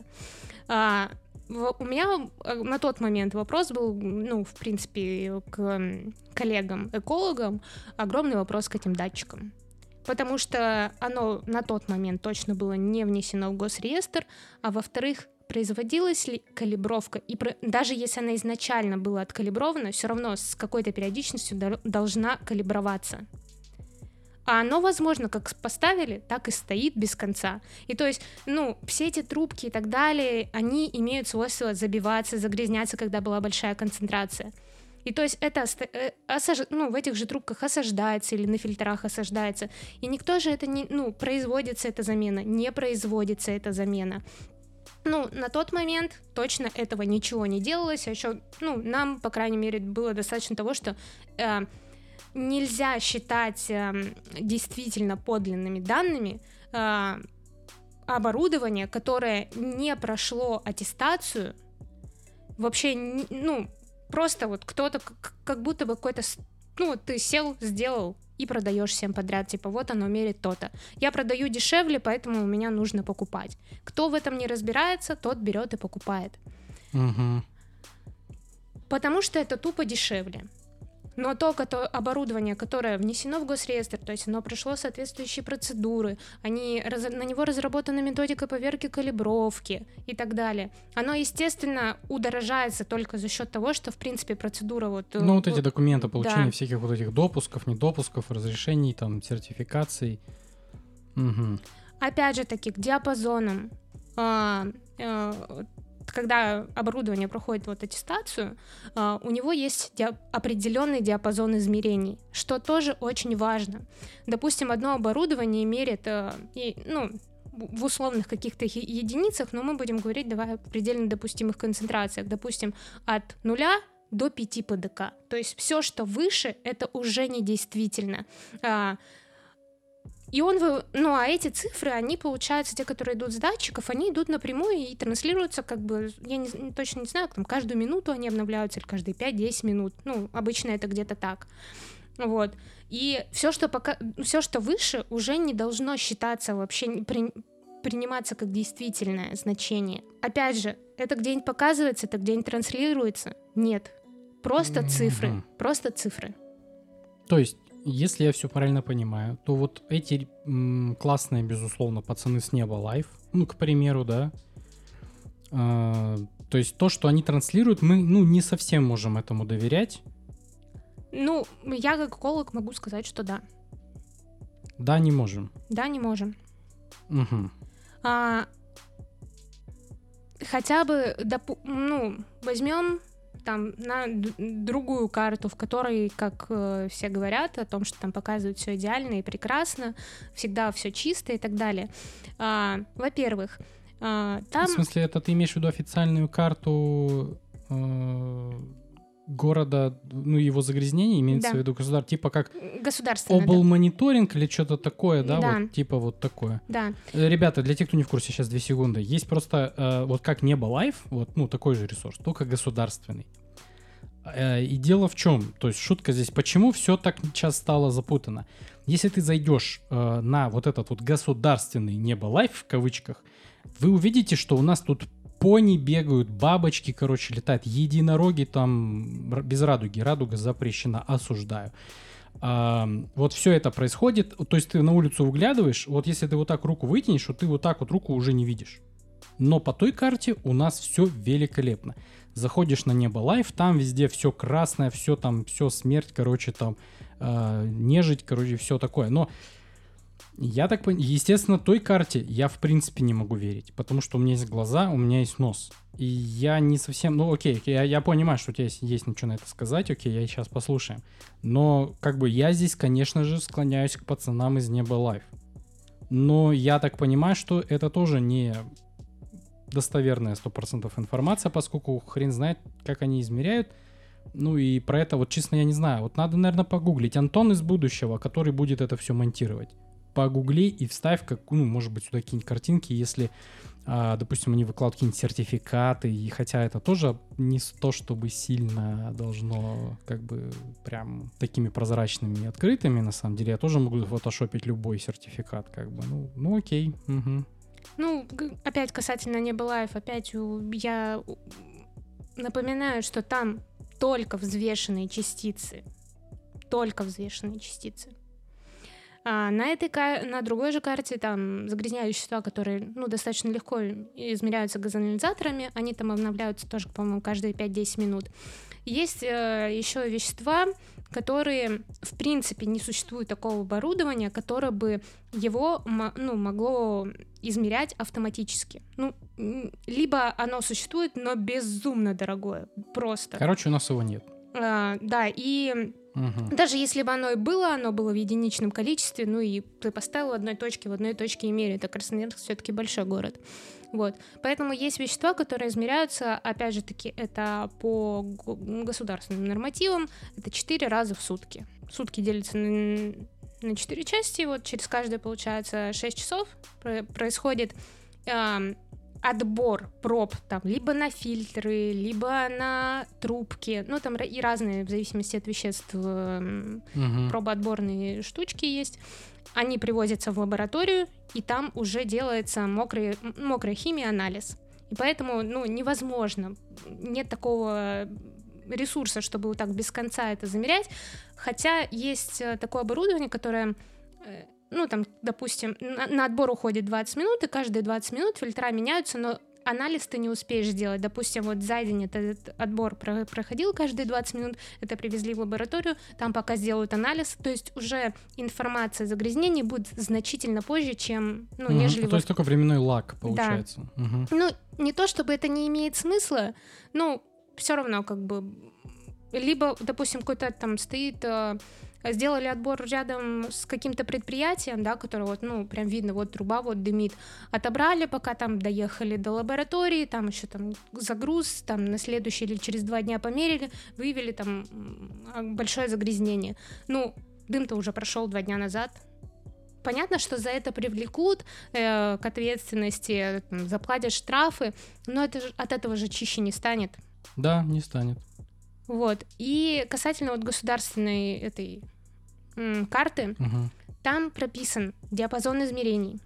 У меня на тот момент вопрос был, в принципе, к коллегам-экологам, огромный вопрос к этим датчикам. Потому что оно на тот момент точно было не внесено в госреестр, а во-вторых, производилась ли калибровка, и даже если она изначально была откалибрована, все равно с какой-то периодичностью должна калиброваться. А оно, возможно, как поставили, так и стоит без конца. И то есть, все эти трубки и так далее, они имеют свойство забиваться, загрязняться, когда была большая концентрация. И то есть это в этих же трубках осаждается или на фильтрах осаждается. И никто же это не... производится эта замена, не производится эта замена. На тот момент точно этого ничего не делалось. А еще, нам, по крайней мере, было достаточно того, что... нельзя считать действительно подлинными данными оборудование, которое не прошло аттестацию, вообще, просто кто-то, как будто бы какой-то, ты сел, сделал и продаешь всем подряд, типа, вот оно мерит то-то. Я продаю дешевле, поэтому у меня нужно покупать. Кто в этом не разбирается, тот берет и покупает. Потому что это тупо дешевле. Но то оборудование, которое внесено в госреестр, то есть оно прошло соответствующие процедуры, на него разработана методика поверки калибровки и так далее, оно, естественно, удорожается только за счет того, что, в принципе, процедура вот... Ну, вот эти документы, получение да. всяких вот этих допусков, недопусков, разрешений, там, сертификаций. Угу. Опять же таки, к диапазонам. Когда оборудование проходит вот аттестацию, у него есть определенный диапазон измерений, что тоже очень важно. Допустим, одно оборудование мерит, в условных каких-то единицах, но мы будем говорить, давай, в предельно допустимых концентрациях, допустим, от 0 до 5 ПДК. То есть все, что выше, это уже недействительно. А эти цифры, они, получаются, те, которые идут с датчиков, они идут напрямую и транслируются, как бы, я точно не знаю, там, каждую минуту они обновляются, или каждые 5-10 минут, обычно это где-то так, вот, и все, что выше, уже не должно считаться вообще, приниматься как действительное значение. Опять же, это где-нибудь показывается, это где-нибудь транслируется? Нет, просто цифры, просто цифры. То есть, если я все правильно понимаю, то вот эти классные, безусловно, пацаны с неба лайв, к примеру, да, то есть то, что они транслируют, мы, не совсем можем этому доверять. Я как эколог могу сказать, что да. Да, не можем. Да, не можем. Угу. Хотя бы, возьмем там на другую карту, в которой, как все говорят о том, что там показывают все идеально и прекрасно, всегда все чисто и так далее. Во-первых, там... В смысле, это ты имеешь в виду официальную карту города, его загрязнение, имеется в виду государство, типа как облмониторинг или что-то такое, да? Вот, типа вот такое. Да. Ребята, для тех, кто не в курсе, сейчас 2 секунды. Есть просто вот как Небо Лайв, вот, такой же ресурс, только государственный. И дело в чем? То есть шутка здесь, почему все так сейчас стало запутано? Если ты зайдешь на вот этот вот государственный Небо Лайв, в кавычках, вы увидите, что у нас тут пони бегают, бабочки, летают, единороги там без радуги. Радуга запрещена, осуждаю. Вот все это происходит. То есть ты на улицу выглядываешь, вот если ты вот так руку вытянешь, вот ты вот так вот руку уже не видишь. Но по той карте у нас все великолепно. Заходишь на Небо Лайв, там везде все красное, все там, все смерть, там нежить, все такое. Но я так понимаю, естественно, той карте я в принципе не могу верить, потому что у меня есть глаза, у меня есть нос. И я не совсем... окей, я понимаю, что у тебя есть ничего на это сказать, окей, я сейчас послушаем. Но я здесь, конечно же, склоняюсь к пацанам из Неба Лайв. Но я так понимаю, что это тоже не достоверная 100% информация, поскольку хрен знает, как они измеряют. И про это вот честно я не знаю. Вот надо, наверное, погуглить. Антон из будущего, который будет это все монтировать. Погугли и вставь, может быть, сюда какие-нибудь картинки, если, допустим, они выкладывают какие-нибудь сертификаты, и хотя это тоже не то, чтобы сильно должно прям такими прозрачными и открытыми, на самом деле, я тоже могу фотошопить любой сертификат, окей. Угу. Опять касательно Неба Лайв, опять я напоминаю, что там только взвешенные частицы. На другой же карте там загрязняющие вещества, которые достаточно легко измеряются газоанализаторами, они там обновляются тоже, по-моему, каждые 5-10 минут. Есть еще вещества, которые, в принципе, не существует такого оборудования, которое бы его могло измерять автоматически. Либо оно существует, но безумно дорогое, просто. Короче, у нас его нет. Да, и даже если бы оно было в единичном количестве, и ты поставил в одной точке и меряет, а Красноярск все-таки большой город. Вот. Поэтому есть вещества, которые измеряются, опять же таки, это по государственным нормативам, это 4 раза в сутки. Сутки делятся на 4 части, вот через каждое получается 6 часов происходит отбор проб там либо на фильтры, либо на трубки, там и разные, в зависимости от веществ, пробоотборные штучки есть. Они привозятся в лабораторию, и там уже делается мокрая химия, анализ. И поэтому, невозможно, нет такого ресурса, чтобы вот так без конца это замерять. Хотя есть такое оборудование, которое, ну, там, допустим, на отбор уходит 20 минут, и каждые 20 минут фильтра меняются, но анализ ты не успеешь сделать. Допустим, вот за день этот отбор проходил каждые 20 минут, это привезли в лабораторию, там пока сделают анализ, то есть уже информация о загрязнении будет значительно позже, чем, ну, нежели... То есть только временной лаг получается. Да. Ну, не то чтобы это не имеет смысла, но все равно как бы... Либо, допустим, какой-то там стоит... Сделали отбор рядом с каким-то предприятием, да, которое вот, ну, прям видно, вот труба вот дымит. Отобрали, пока там доехали до лаборатории, там еще там загруз, там на следующий или через 2 дня померили, выявили там большое загрязнение. Ну, дым-то уже прошел 2 дня назад. Понятно, что за это привлекут к ответственности, заплатят штрафы, но это же, от этого же чище не станет. Да, не станет. Вот. И касательно вот государственной этой карты, там прописан диапазон измерений.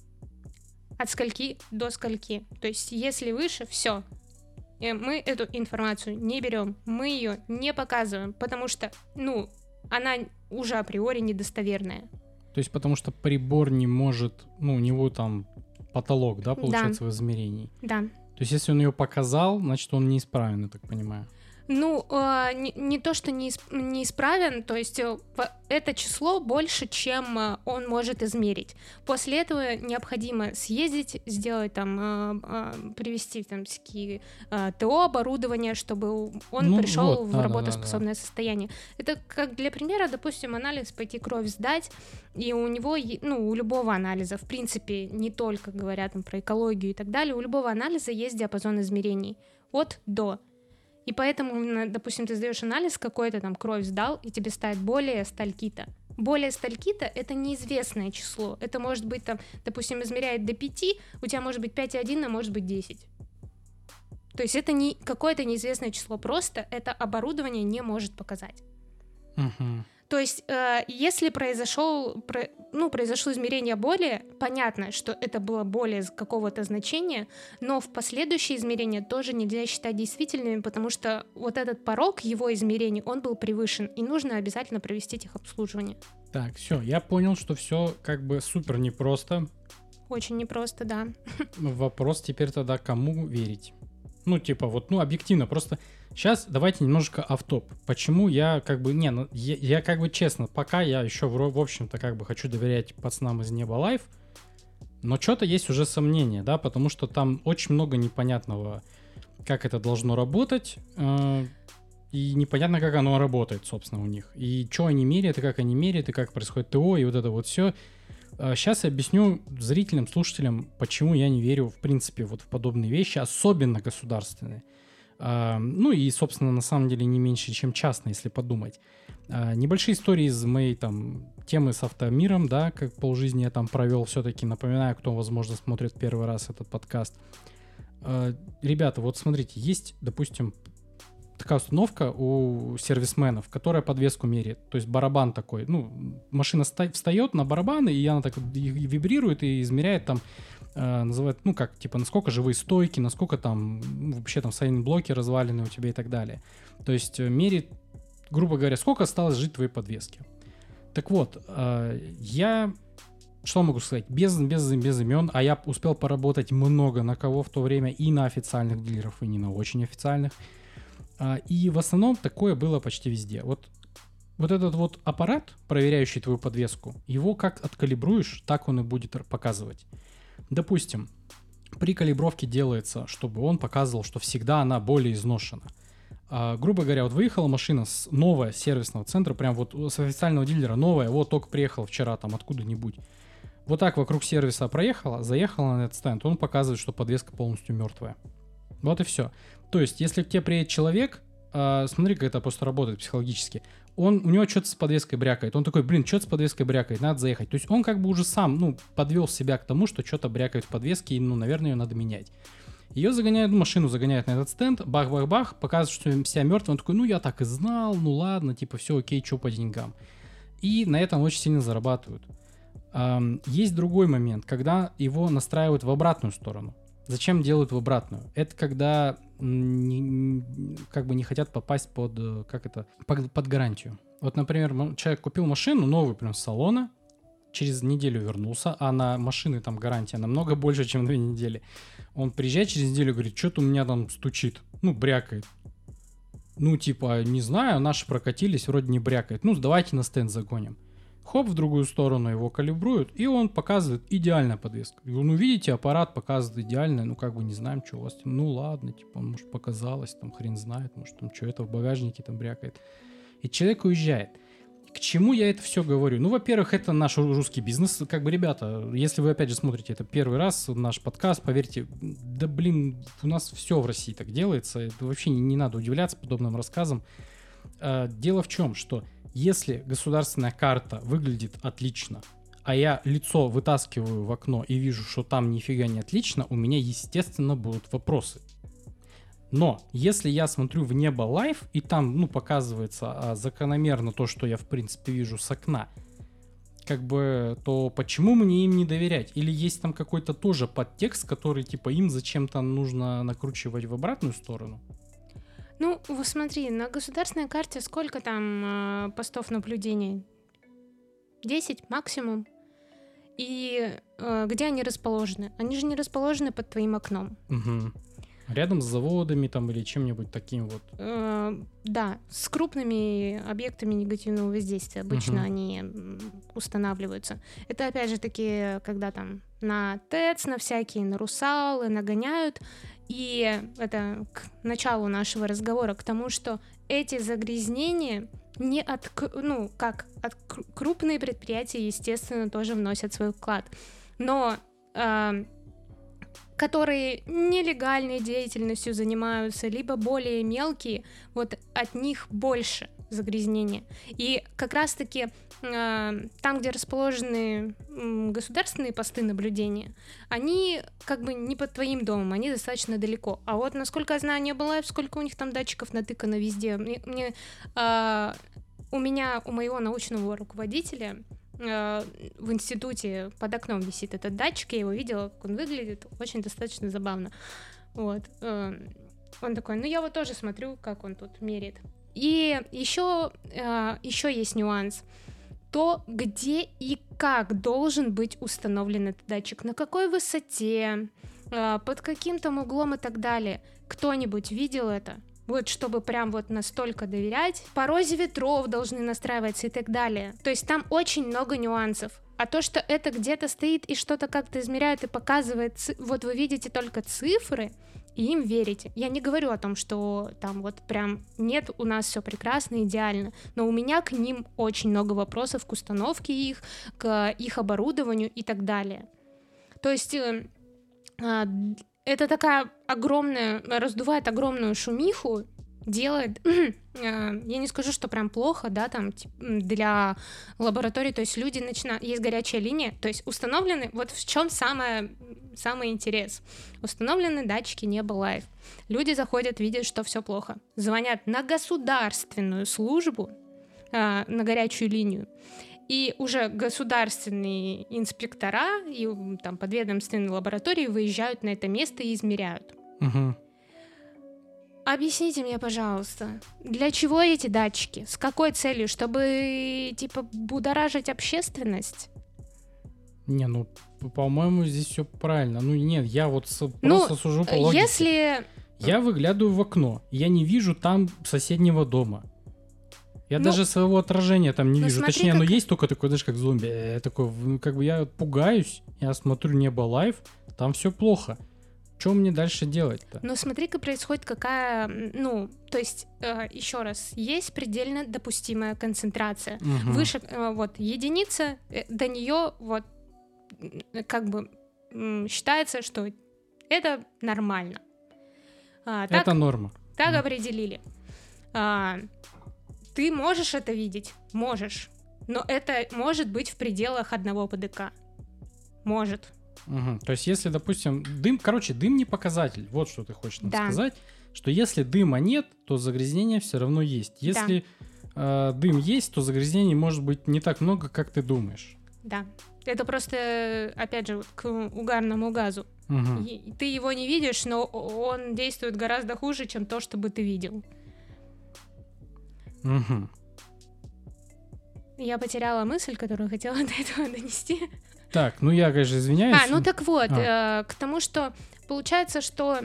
От скольки до скольки. То есть, если выше, все. Мы эту информацию не берем, мы ее не показываем, потому что, ну, она уже априори недостоверная. То есть, потому что прибор не может, ну, у него там потолок, да, получается, в измерении. Да. То есть, если он ее показал, значит, он неисправен, я так понимаю. Ну, не то, что неисправен, то есть это число больше, чем он может измерить. После этого необходимо съездить, сделать там, привести там всякие ТО, оборудование, чтобы он пришел в работоспособное состояние. Это как для примера, допустим, анализ, пойти кровь сдать, и у него, ну, у любого анализа, в принципе, не только говоря там про экологию и так далее, у любого анализа есть диапазон измерений от до. И поэтому, допустим, ты сдаешь анализ какой-то, там, кровь сдал, и тебе ставят более стольки-то. Более стольки-то — это неизвестное число. Это может быть, там, допустим, измеряет до 5, у тебя может быть 5,1, а может быть 10. То есть это не какое-то неизвестное число, просто это оборудование не может показать. То есть, если произошло измерение боли, понятно, что это было более какого-то значения, но в последующие измерения тоже нельзя считать действительными, потому что вот этот порог его измерений, он был превышен, и нужно обязательно провести техобслуживание. Так, все, я понял, что все как бы супер непросто. Очень непросто, да. Вопрос теперь тогда, кому верить? Ну, типа, вот, ну, объективно, просто... Сейчас давайте немножко автоп. Почему я как бы... я как бы честно, пока я еще в общем-то как бы хочу доверять пацанам из Неба Лайф, но что-то есть уже сомнения, да, потому что там очень много непонятного, как это должно работать, и непонятно, как оно работает, собственно, у них. И что они меряют, и как происходит ТО, и вот это вот все. Сейчас я объясню зрителям, слушателям, почему я не верю, в принципе, вот в подобные вещи, особенно государственные. Ну и, собственно, на самом деле не меньше, чем частные, если подумать. Небольшие истории из моей там темы с автомиром, да, как полжизни я там провел, все-таки напоминаю, кто, возможно, смотрит первый раз этот подкаст. Ребята, вот смотрите, есть, допустим, такая установка у сервисменов, которая подвеску меряет. То есть барабан такой, ну, машина встает на барабан, и она так вибрирует и измеряет там, называют, ну как, типа, насколько живые стойки, насколько там вообще там сайнблоки развалены у тебя и так далее. То есть мерит, грубо говоря, сколько осталось жить твоей подвеске. Так вот, я, что могу сказать, без имен, а я успел поработать много на кого в то время, и на официальных дилеров, и не на очень официальных. И в основном такое было почти везде. Вот этот вот аппарат, проверяющий твою подвеску, его как откалибруешь, так он и будет показывать. Допустим, при калибровке делается, чтобы он показывал, что всегда она более изношена. Грубо говоря, вот выехала машина с нового сервисного центра, прям вот с официального дилера новая, вот только приехала вчера там откуда-нибудь. Вот так вокруг сервиса проехала, заехала на этот стенд, он показывает, что подвеска полностью мертвая. Вот и все. То есть, если к тебе приедет человек, смотри, как это просто работает психологически, у него что-то с подвеской брякает. Он такой, что-то с подвеской брякает, надо заехать. То есть он как бы уже сам, подвел себя к тому, что что-то брякает в подвеске, и, наверное, ее надо менять. Ее загоняют, машину загоняют на этот стенд, бах-бах-бах, показывают, что вся мертвая. Он такой, я так и знал, ладно, типа, все окей, что по деньгам. И на этом очень сильно зарабатывают. Есть другой момент, когда его настраивают в обратную сторону. Зачем делают в обратную? Это когда как бы не хотят попасть под гарантию. Вот, например, человек купил машину новую прям с салона, через неделю вернулся, а на машины там гарантия намного больше, чем 2 недели. Он приезжает через неделю и говорит, что-то у меня там стучит, брякает. Не знаю, наши прокатились, вроде не брякает. Давайте на стенд загоним. Хоп, в другую сторону его калибруют, и он показывает идеальная подвеска. И видите, аппарат показывает идеально, не знаем, что у вас. Ладно, может, показалось, хрен знает, может, что это в багажнике там брякает. И человек уезжает. К чему я это все говорю? Во-первых, это наш русский бизнес. Ребята, если вы, опять же, смотрите это первый раз, наш подкаст, поверьте, у нас все в России так делается. Это вообще не надо удивляться подобным рассказам. Дело в чем, что если государственная карта выглядит отлично, а я лицо вытаскиваю в окно и вижу, что там нифига не отлично, у меня, естественно, будут вопросы. Но если я смотрю в небо лайв, и там, показывается закономерно то, что я, в принципе, вижу с окна, то почему мне им не доверять? Или есть там какой-то тоже подтекст, который, им зачем-то нужно накручивать в обратную сторону? Смотри, на государственной карте сколько там постов наблюдения? 10 максимум. И где они расположены? Они же не расположены под твоим окном. Угу. Рядом с заводами или чем-нибудь таким вот. Да, с крупными объектами негативного воздействия обычно они устанавливаются. Это опять же таки, когда там на ТЭЦ, на всякие, на русалы нагоняют. И это к началу нашего разговора, к тому, что эти загрязнения не от крупные предприятия, естественно, тоже вносят свой вклад. Но которые нелегальной деятельностью занимаются, либо более мелкие, вот от них больше загрязнения. И как раз-таки там, где расположены государственные посты наблюдения, они не под твоим домом, они достаточно далеко. А вот, насколько я знаю, не было, сколько у них там датчиков натыкано везде. У моего научного руководителя в институте под окном висит этот датчик, я его видела, как он выглядит, очень достаточно забавно. Вот. Он такой, я вот тоже смотрю, как он тут меряет. И еще есть нюанс. То, где и как должен быть установлен этот датчик, на какой высоте, под каким там углом и так далее. Кто-нибудь видел это? Вот, чтобы прям вот настолько доверять. По розе ветров должны настраиваться и так далее. То есть там очень много нюансов. А то, что это где-то стоит и что-то как-то измеряет и показывает, вот вы видите только цифры, и им верите. Я не говорю о том, что там вот прям нет, у нас все прекрасно, идеально, но у меня к ним очень много вопросов к установке их, к их оборудованию и так далее. То есть это такая огромная, раздувает огромную шумиху, делает, я не скажу, что прям плохо, да, там для лабораторий, то есть люди начинают, есть горячая линия, то есть установлены, вот в чем самый интерес, установлены датчики неба лайв, люди заходят, видят, что все плохо, звонят на государственную службу, на горячую линию, и уже государственные инспектора и там подведомственные лаборатории выезжают на это место и измеряют. Угу. Объясните мне, пожалуйста, для чего эти датчики? С какой целью? Чтобы, будоражить общественность? Не, по-моему, здесь все правильно. Нет, я вот просто сужу по логике. Если... Я выглядываю в окно, я не вижу там соседнего дома. Я даже своего отражения там не вижу. Смотри, точнее, есть только такой, знаешь, как зомби. Я такой, я пугаюсь, я смотрю небо лайв, там все плохо. Что мне дальше делать-то? Смотри-ка, происходит какая... то есть, еще раз, есть предельно допустимая концентрация. Угу. Выше, единица, до нее, считается, что это нормально. Это норма. Так определили. Ты можешь это видеть? Можешь. Но это может быть в пределах одного ПДК. Может. Угу. То есть, если, допустим, дым не показатель. Вот что ты хочешь нам сказать. Что если дыма нет, то загрязнение все равно есть. Если дым есть, то загрязнений может быть не так много, как ты думаешь. Да. Это просто, опять же, к угарному газу. Мгм. И ты его не видишь, но он действует гораздо хуже, чем то, что бы ты видел. Мгм. Я потеряла мысль, которую хотела до этого донести. Так, ну я, конечно, извиняюсь. Ну так вот, А. к тому, что получается, что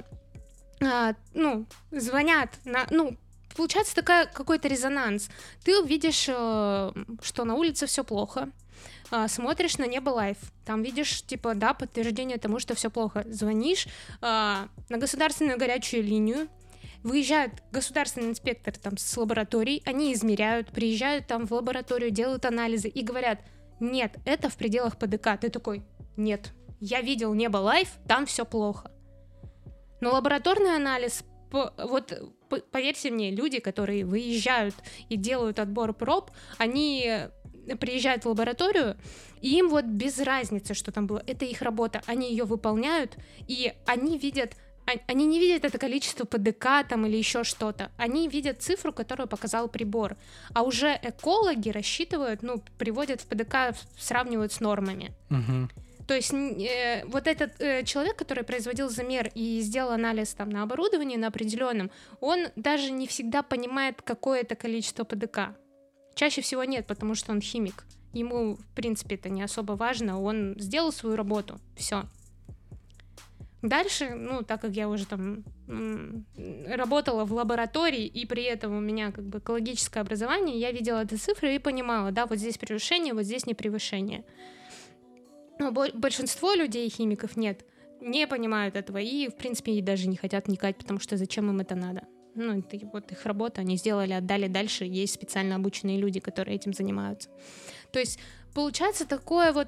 звонят получается какой-то резонанс. Ты увидишь, что на улице все плохо, смотришь на небо лайв, там видишь, типа, да, подтверждение тому, что все плохо. Звонишь на государственную горячую линию, выезжает государственный инспектор там с лабораторий, они измеряют, приезжают там в лабораторию, делают анализы и говорят: нет, это в пределах ПДК. Ты такой: нет, я видел небо лайв, там все плохо. Но лабораторный анализ, поверьте мне, люди, которые выезжают и делают отбор проб, они приезжают в лабораторию, и им вот без разницы, что там было, это их работа, они ее выполняют, и они не видят это количество ПДК там или еще что-то, они видят цифру, которую показал прибор, а уже экологи рассчитывают, приводят в ПДК, сравнивают с нормами. Угу. То есть вот этот человек, который производил замер и сделал анализ там на оборудовании, на определенном, он даже не всегда понимает, какое это количество ПДК. Чаще всего нет, потому что он химик. Ему, в принципе, это не особо важно. Он сделал свою работу. Все. Дальше, так как я уже там работала в лаборатории, и при этом у меня как бы экологическое образование, я видела эти цифры и понимала, да, вот здесь превышение, вот здесь не превышение. Но большинство людей, химиков, не понимают этого и, в принципе, и даже не хотят вникать, потому что зачем им это надо? Это вот их работа, они сделали, отдали дальше, есть специально обученные люди, которые этим занимаются. То есть получается такое вот,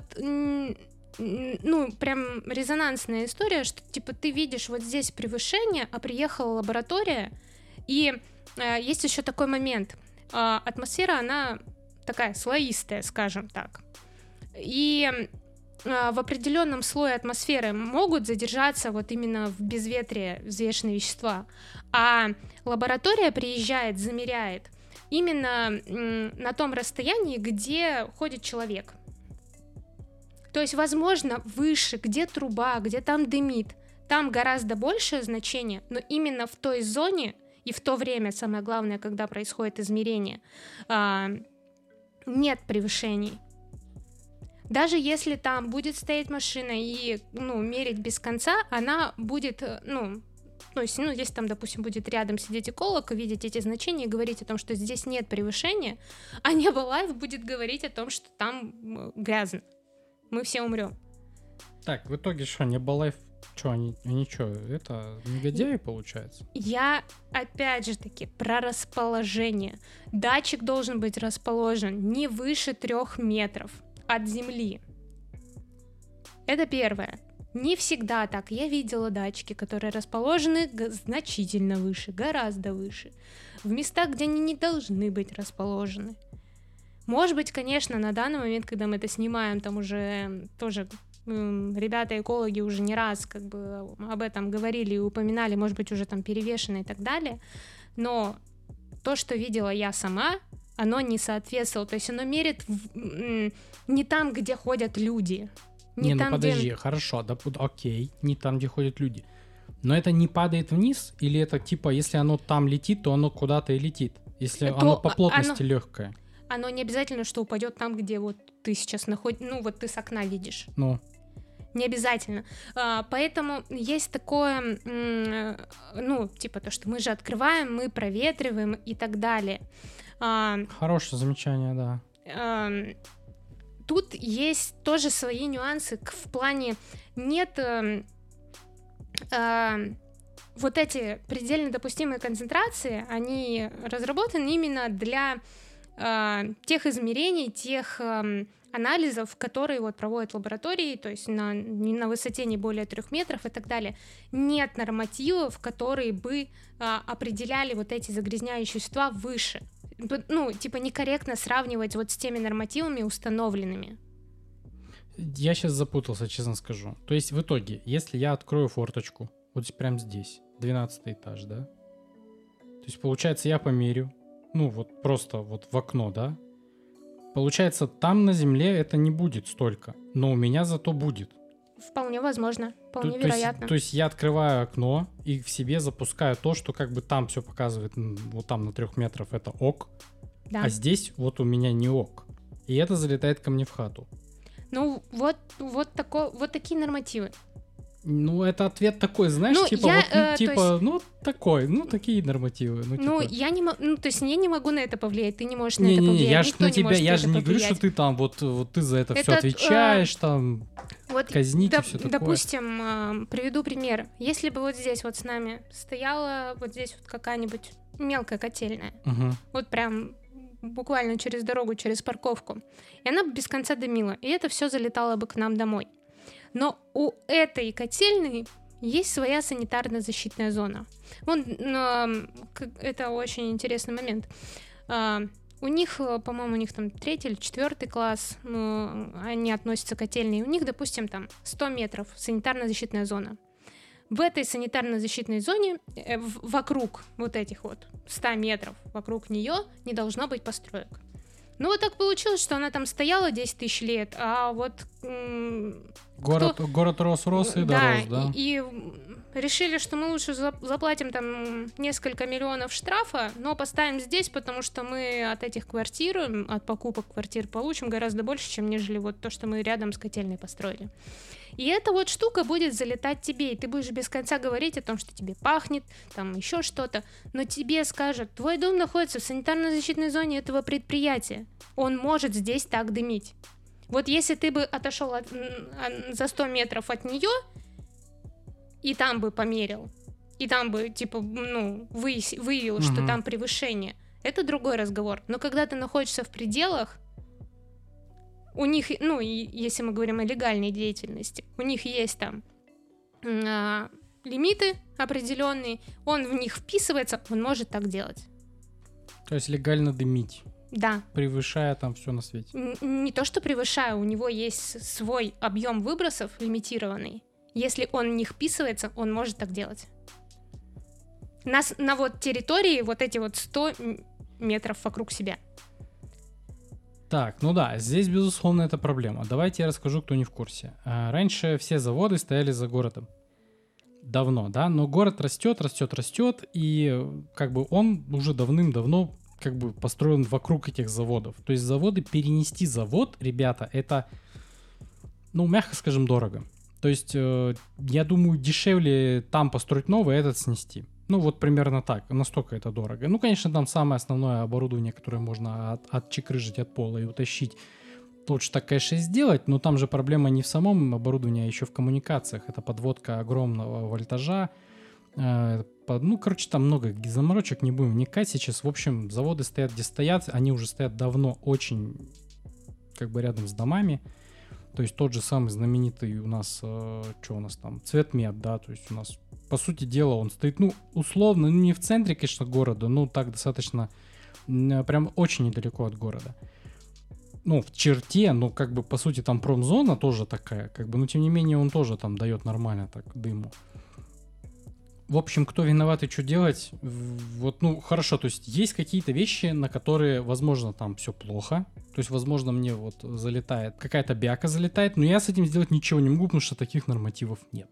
прям резонансная история, что типа ты видишь вот здесь превышение, а приехала лаборатория, и есть еще такой момент. Атмосфера, она такая слоистая, скажем так. И в определенном слое атмосферы могут задержаться вот именно в безветрие взвешенные вещества, а лаборатория приезжает, замеряет именно на том расстоянии, где ходит человек. То есть, возможно, выше, где труба, где там дымит, там гораздо большее значение, но именно в той зоне и в то время, самое главное, когда происходит измерение, нет превышений. Даже если там будет стоять машина и, мерить без конца, она будет, если там, допустим, будет рядом сидеть эколог, видеть эти значения и говорить о том, что здесь нет превышения, а небо лайв будет говорить о том, что там грязно. Мы все умрем. Так, в итоге что, небо лайв, что, они что, это негодяи, получается? Я, опять же таки, про расположение. Датчик должен быть расположен не выше 3 метров от земли. Это первое. Не всегда так. Я видела датчики, которые расположены значительно выше, гораздо выше, в местах, где они не должны быть расположены. Может быть, конечно, на данный момент, когда мы это снимаем, там уже тоже ребята-экологи уже не раз как бы об этом говорили и упоминали, может быть, уже там перевешено и так далее, но то, что видела я сама, оно не соответствовало, то есть оно мерит не там, где ходят люди. Подожди, хорошо, да, окей, не там, где ходят люди. Но это не падает вниз, или это типа, если оно там летит, то оно куда-то и летит? Если оно по плотности легкое. Оно не обязательно, что упадет там, где вот ты сейчас находишься, вот ты с окна видишь. Не обязательно. Поэтому есть такое, типа то, что мы же открываем, мы проветриваем и так далее. Хорошее замечание, да. Тут есть тоже свои нюансы в плане нет вот эти предельно допустимые концентрации, они разработаны именно для тех измерений, тех анализов, которые вот проводят лаборатории, то есть на высоте не более 3 метров и так далее. Нет нормативов, которые бы определяли вот эти загрязняющие вещества выше. Некорректно сравнивать вот с теми нормативами установленными. Я сейчас запутался, честно скажу. То есть в итоге, если я открою форточку, вот прям здесь, 12 этаж, да? То есть получается, я померю, просто вот в окно, да? Получается, там на земле это не будет столько, но у меня зато будет. Вполне возможно, вполне вероятно. То есть я открываю окно и в себе запускаю то, что как бы там все показывает, вот там на 3 метров это ок, Да. а здесь вот у меня не ок. И это залетает ко мне в хату. Ну, вот такие нормативы. Ну, это ответ такой, знаешь, Ну, типа, я, вот, ну, типа, то есть- ну, такой, ну, такие нормативы. Ну, Ну, типа... я не могу, ну, то есть я не могу на это повлиять, ты не можешь на это Не-не-не, повлиять, я же никто на не тебя, может на я это же не говорю, что повлиять. ты там, вот ты за это все Это, отвечаешь, там, Вот, казнить и все такое. допустим, приведу пример. Если бы вот здесь вот с нами стояла вот здесь вот какая-нибудь мелкая котельная, Мгм. вот прям буквально через дорогу, через парковку, и она бы без конца дымила, и это все залетало бы к нам домой. Но у этой котельной есть своя санитарно-защитная зона. Это очень интересный момент. У них, по-моему, у них там 3-й или 4-й класс, они относятся к котельной. У них, допустим, там 100 метров санитарно-защитная зона. В этой санитарно-защитной зоне вокруг вот этих вот 100 метров вокруг нее не должно быть построек. Ну, вот так получилось, что она там стояла 10 тысяч лет, а вот... Город рос и дорос, да? И решили, что мы лучше заплатим там несколько миллионов штрафа, но поставим здесь, потому что мы от этих квартир, от покупок квартир получим гораздо больше, чем нежели вот то, что мы рядом с котельной построили. И эта вот штука будет залетать тебе, и ты будешь без конца говорить о том, что тебе пахнет, там еще что-то, но тебе скажут, твой дом находится в санитарно-защитной зоне этого предприятия, он может здесь так дымить. Вот если ты бы отошел за 100 метров от нее, и там бы померил, и там бы, типа, выявил, что там превышение, это другой разговор. Но когда ты находишься в пределах, у них, если мы говорим о легальной деятельности, у них есть там лимиты определенные, он в них вписывается, он может так делать. То есть легально дымить. Да. Превышая там все на свете. Не то, что превышая, у него есть свой объем выбросов лимитированный. Если он не вписывается, он может так делать. На вот территории вот эти вот 100 метров вокруг себя. Так, ну да, здесь, безусловно, это проблема. Давайте я расскажу, кто не в курсе. Раньше все заводы стояли за городом. Давно, да? Но город растет, и как бы он уже давным-давно как бы построен вокруг этих заводов. То есть перенести завод, ребята, это, мягко скажем, дорого. То есть, я думаю, дешевле там построить новый, этот снести. Вот примерно так, настолько это дорого. Конечно, там самое основное оборудование, которое можно отчекрыжить от пола и утащить, лучше так, конечно, сделать, но там же проблема не в самом оборудовании, а еще в коммуникациях. Это подводка огромного вольтажа. Там много заморочек, не будем вникать сейчас. В общем, заводы стоят, где стоят, они уже стоят давно очень как бы рядом с домами. То есть тот же самый знаменитый у нас, что у нас там, Цветмет, да, то есть у нас, по сути дела, он стоит, условно, не в центре, конечно, города, но так достаточно, прям очень недалеко от города. В черте, как бы, по сути, там промзона тоже такая, как бы, но тем не менее он тоже там дает нормально так дыму. В общем, кто виноват и что делать, хорошо, то есть есть какие-то вещи, на которые, возможно, там все плохо, то есть, возможно, мне залетает, какая-то бяка залетает, но я с этим сделать ничего не могу, потому что таких нормативов нет.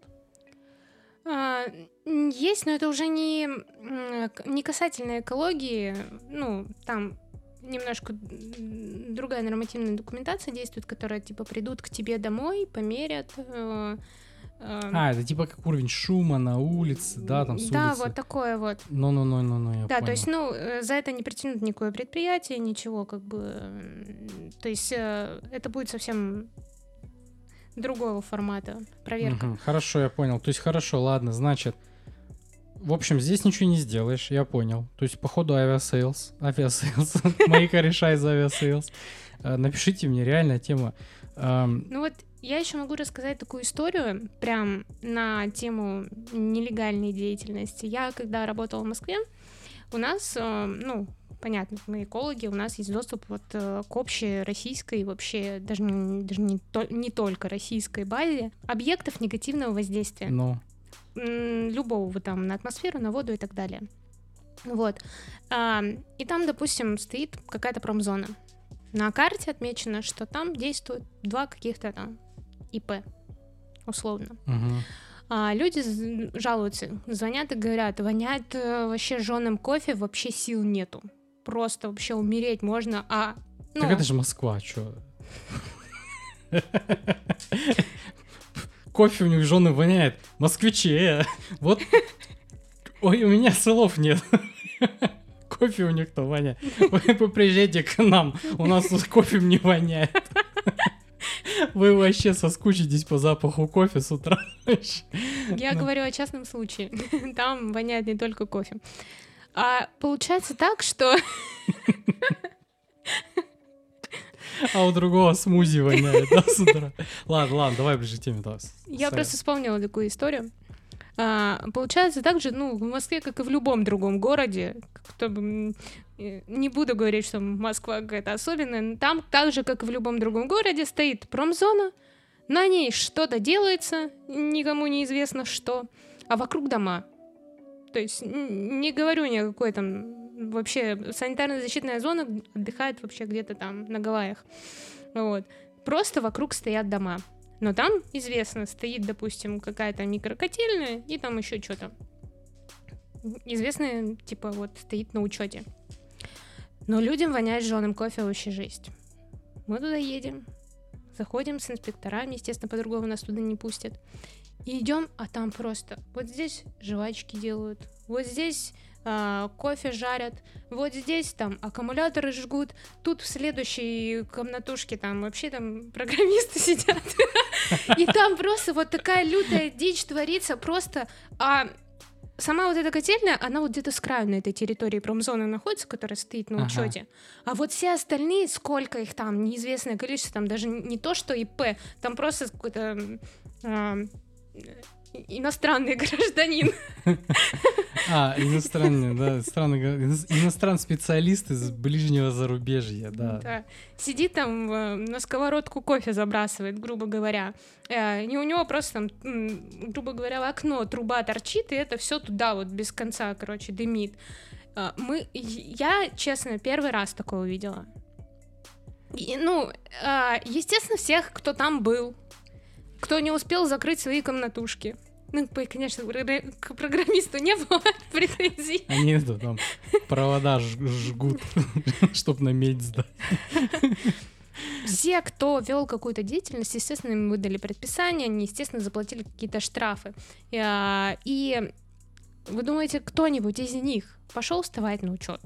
Есть, но это уже не касательно экологии, там немножко другая нормативная документация действует, которая, типа, придут к тебе домой, померят. Это типа как уровень шума на улице, да, там с улицы. Да, вот такое вот. Я понял. То есть, за это не притянут никакое предприятие, ничего, как бы, то есть, это будет совсем другого формата проверка. Хорошо, я понял. То есть, хорошо, ладно, значит, в общем, здесь ничего не сделаешь, я понял. То есть, походу, авиасейлс, мои кореша из авиасейлс. Напишите мне, реальная тема. Я еще могу рассказать такую историю прям на тему нелегальной деятельности. Я, когда работала в Москве, у нас, понятно, мы экологи, у нас есть доступ к общей российской, вообще даже не только российской базе объектов негативного воздействия. Любого там на атмосферу, на воду и так далее. И там, допустим, стоит какая-то промзона. На карте отмечено, что там действуют 2 каких-то там ИП. условно. Мгм. А люди жалуются, звонят и говорят, воняет вообще жженым кофе, вообще сил нету. Просто вообще умереть можно, Так это же Москва, чё? Кофе у них жженый воняет. Москвичи, вот. Ой, у меня слов нет. Кофе у них-то воняет. Вы приезжайте к нам, у нас тут кофе не воняет. Вы вообще соскучитесь по запаху кофе с утра. Я говорю о частном случае. Там воняет не только кофе. А получается так, что... А у другого смузи воняет, да, с утра? Ладно, давай ближе к теме. Я просто вспомнила такую историю. Получается так же, в Москве, как и в любом другом городе, не буду говорить, что Москва какая-то особенная, но там так же, как и в любом другом городе, стоит промзона, на ней что-то делается, никому неизвестно что, а вокруг дома. То есть не говорю ни о какой там вообще санитарно-защитная зона отдыхает вообще где-то там на Гавайях. Вот. Просто вокруг стоят дома. Но там, известно, стоит, допустим, какая-то микрокотельная и там еще что-то. Известно, типа, стоит на учете. Но людям воняет жженым кофе вообще жесть. Мы туда едем, заходим с инспекторами, естественно, по-другому нас туда не пустят. И идем, а там просто вот здесь жвачки делают, вот здесь кофе жарят, вот здесь там аккумуляторы жгут, тут в следующей комнатушке там вообще там программисты сидят. И там просто вот такая лютая дичь творится, просто... Сама вот эта котельная, она вот где-то с краю на этой территории промзоны находится, которая стоит на учете. А вот все остальные, сколько их там, неизвестное количество, там даже не то, что ИП, там просто какой-то иностранный гражданин. Иностранный, да, иностранный специалист из ближнего зарубежья, да. Да. Сидит там, на сковородку кофе забрасывает, грубо говоря. И у него просто там, грубо говоря, в окно труба торчит, и это все туда вот без конца, короче, дымит. Я, честно, первый раз такое увидела. Естественно, всех, кто там был, кто не успел закрыть свои комнатушки. Конечно, к программисту не было претензий. Они там провода жгут, чтобы на медь сдать. Все, кто вел какую-то деятельность, естественно, им выдали предписание, они, естественно, заплатили какие-то штрафы. И вы думаете, кто-нибудь из них пошел вставать на учет?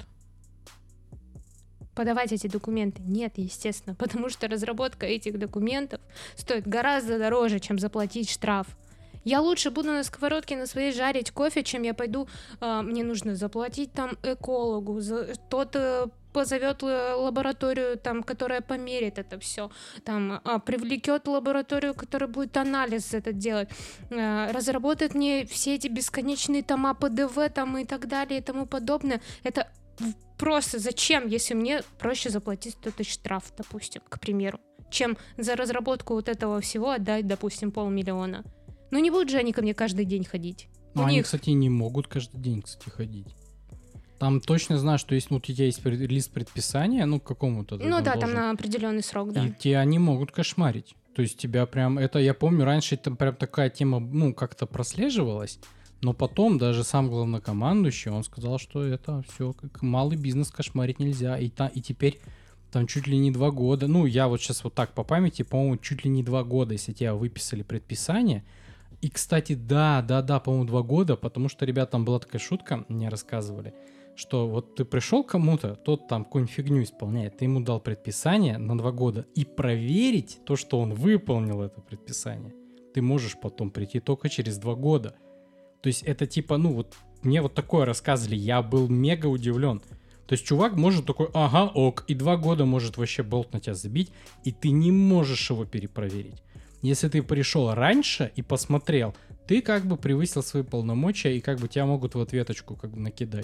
Подавать эти документы? Нет, естественно, потому что разработка этих документов стоит гораздо дороже, чем заплатить штраф. Я лучше буду на сковородке на своей жарить кофе, чем я пойду, мне нужно заплатить там экологу, тот позовет лабораторию, там, которая померит это все, там, привлекет лабораторию, которая будет анализ этот делать, разработает мне все эти бесконечные тома ПДВ там, и так далее и тому подобное. Это просто зачем, если мне проще заплатить 100 тысяч штраф, допустим, к примеру, чем за разработку вот этого всего отдать, допустим, 500 000. Ну не будут же они ко мне каждый день ходить. Они, кстати, не могут каждый день, ходить. Там точно знаю, что есть, у тебя есть лист предписания, к какому-то. Там на определенный срок, да. И тебя они могут кошмарить. То есть тебя прям, это я помню, раньше там прям такая тема, как-то прослеживалась, но потом даже сам главнокомандующий, он сказал, что это все как малый бизнес кошмарить нельзя. И теперь там чуть ли не 2 года, я вот сейчас вот так по памяти, по-моему, чуть ли не 2 года, если тебя выписали предписание. И, кстати, да, по-моему, 2 года, потому что, ребят, там была такая шутка, мне рассказывали, что вот ты пришел к кому-то, тот там какую-нибудь фигню исполняет, ты ему дал предписание на 2 года, и проверить то, что он выполнил это предписание, ты можешь потом прийти только через 2 года. То есть это типа, мне вот такое рассказывали, я был мега удивлен. То есть чувак может такой, и 2 года может вообще болт на тебя забить, и ты не можешь его перепроверить. Если ты пришел раньше и посмотрел, ты как бы превысил свои полномочия, и как бы тебя могут в ответочку как бы накидать.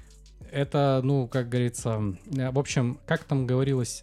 Это, как говорится, в общем, как там говорилось,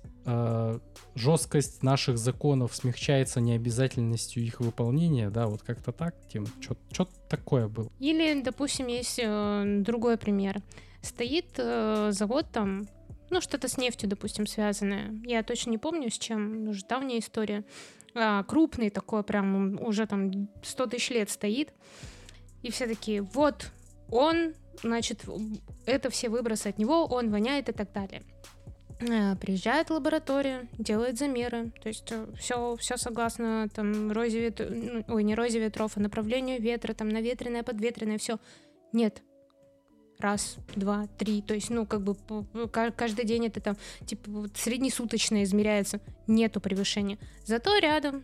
жесткость наших законов смягчается необязательностью их выполнения, да, вот как-то так, что-то такое было. Или, допустим, есть другой пример. Стоит завод там, ну, что-то с нефтью, допустим, связанное. Я точно не помню, с чем, уже давняя история. Крупный такой, прям уже там 100 тысяч лет стоит. И все такие, вот он, значит, это все выбросы от него, он воняет и так далее. Приезжает в лабораторию, делает замеры, то есть все согласно там не розе ветров, а направлению ветра, там наветренное, подветренное, все. Нет. Раз, два, три, то есть, ну, как бы каждый день это там, типа, вот среднесуточно измеряется, нету превышения. Зато рядом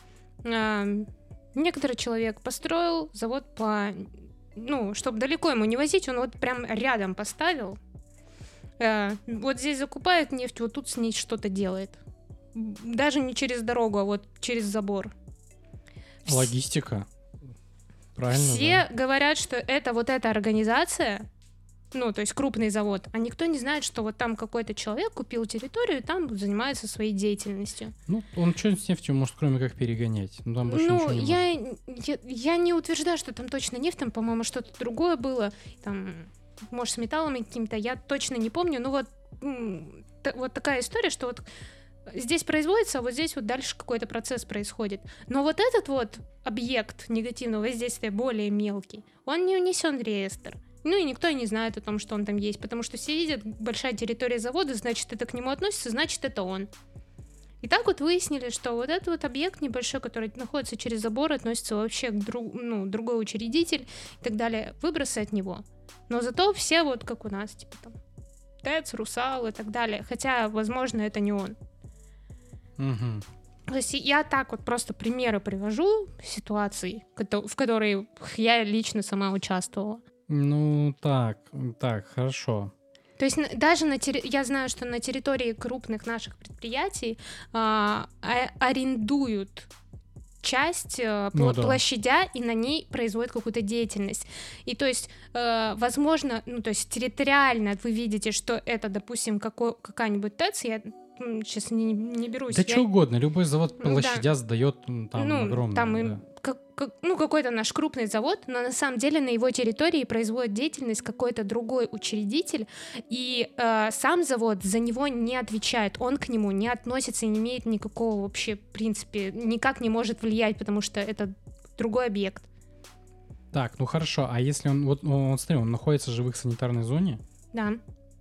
некоторый человек построил завод чтобы далеко ему не возить, он вот прям рядом поставил. Вот здесь закупает нефть, вот тут с ней что-то делает. Даже не через дорогу, а вот через забор. Логистика. Правильно, все говорят, что это вот эта организация, ну, то есть крупный завод, а никто не знает, что вот там какой-то человек купил территорию и там занимается своей деятельностью. Ну, он что-нибудь с нефтью может, кроме как перегонять. Ну, там больше ничего не я не утверждаю, что там точно нефть, там, по-моему, что-то другое было, там, может, с металлами какими-то, я точно не помню, но вот такая история, что вот здесь производится, а вот здесь вот дальше какой-то процесс происходит. Но вот этот вот объект негативного воздействия более мелкий, он не унесен в реестр. Ну и никто и не знает о том, что он там есть, потому что все видят, большая территория завода, значит, это к нему относится, значит, это он. И так вот выяснили, что вот этот вот объект небольшой, который находится через забор, относится вообще к другой учредитель и так далее, выбросы от него. Но зато все вот как у нас, типа там, ТЭЦ, Русал и так далее, хотя, возможно, это не он. Угу. То есть я так вот просто примеры привожу ситуаций, в которых я лично сама участвовала. Ну, так, хорошо. То есть даже я знаю, что на территории крупных наших предприятий арендуют часть площадя, и на ней производят какую-то деятельность. И то есть, возможно, ну, то есть территориально вы видите, что это, допустим, какая-нибудь ТЭЦ, я сейчас не берусь. Да что угодно, любой завод площадя сдает там огромное. Там какой-то наш крупный завод, но на самом деле на его территории производит деятельность какой-то другой учредитель, и сам завод за него не отвечает, он к нему не относится и не имеет никакого вообще, в принципе, никак не может влиять, потому что это другой объект. Так, ну хорошо, а если он смотри, он находится же в их санитарной зоне? Да.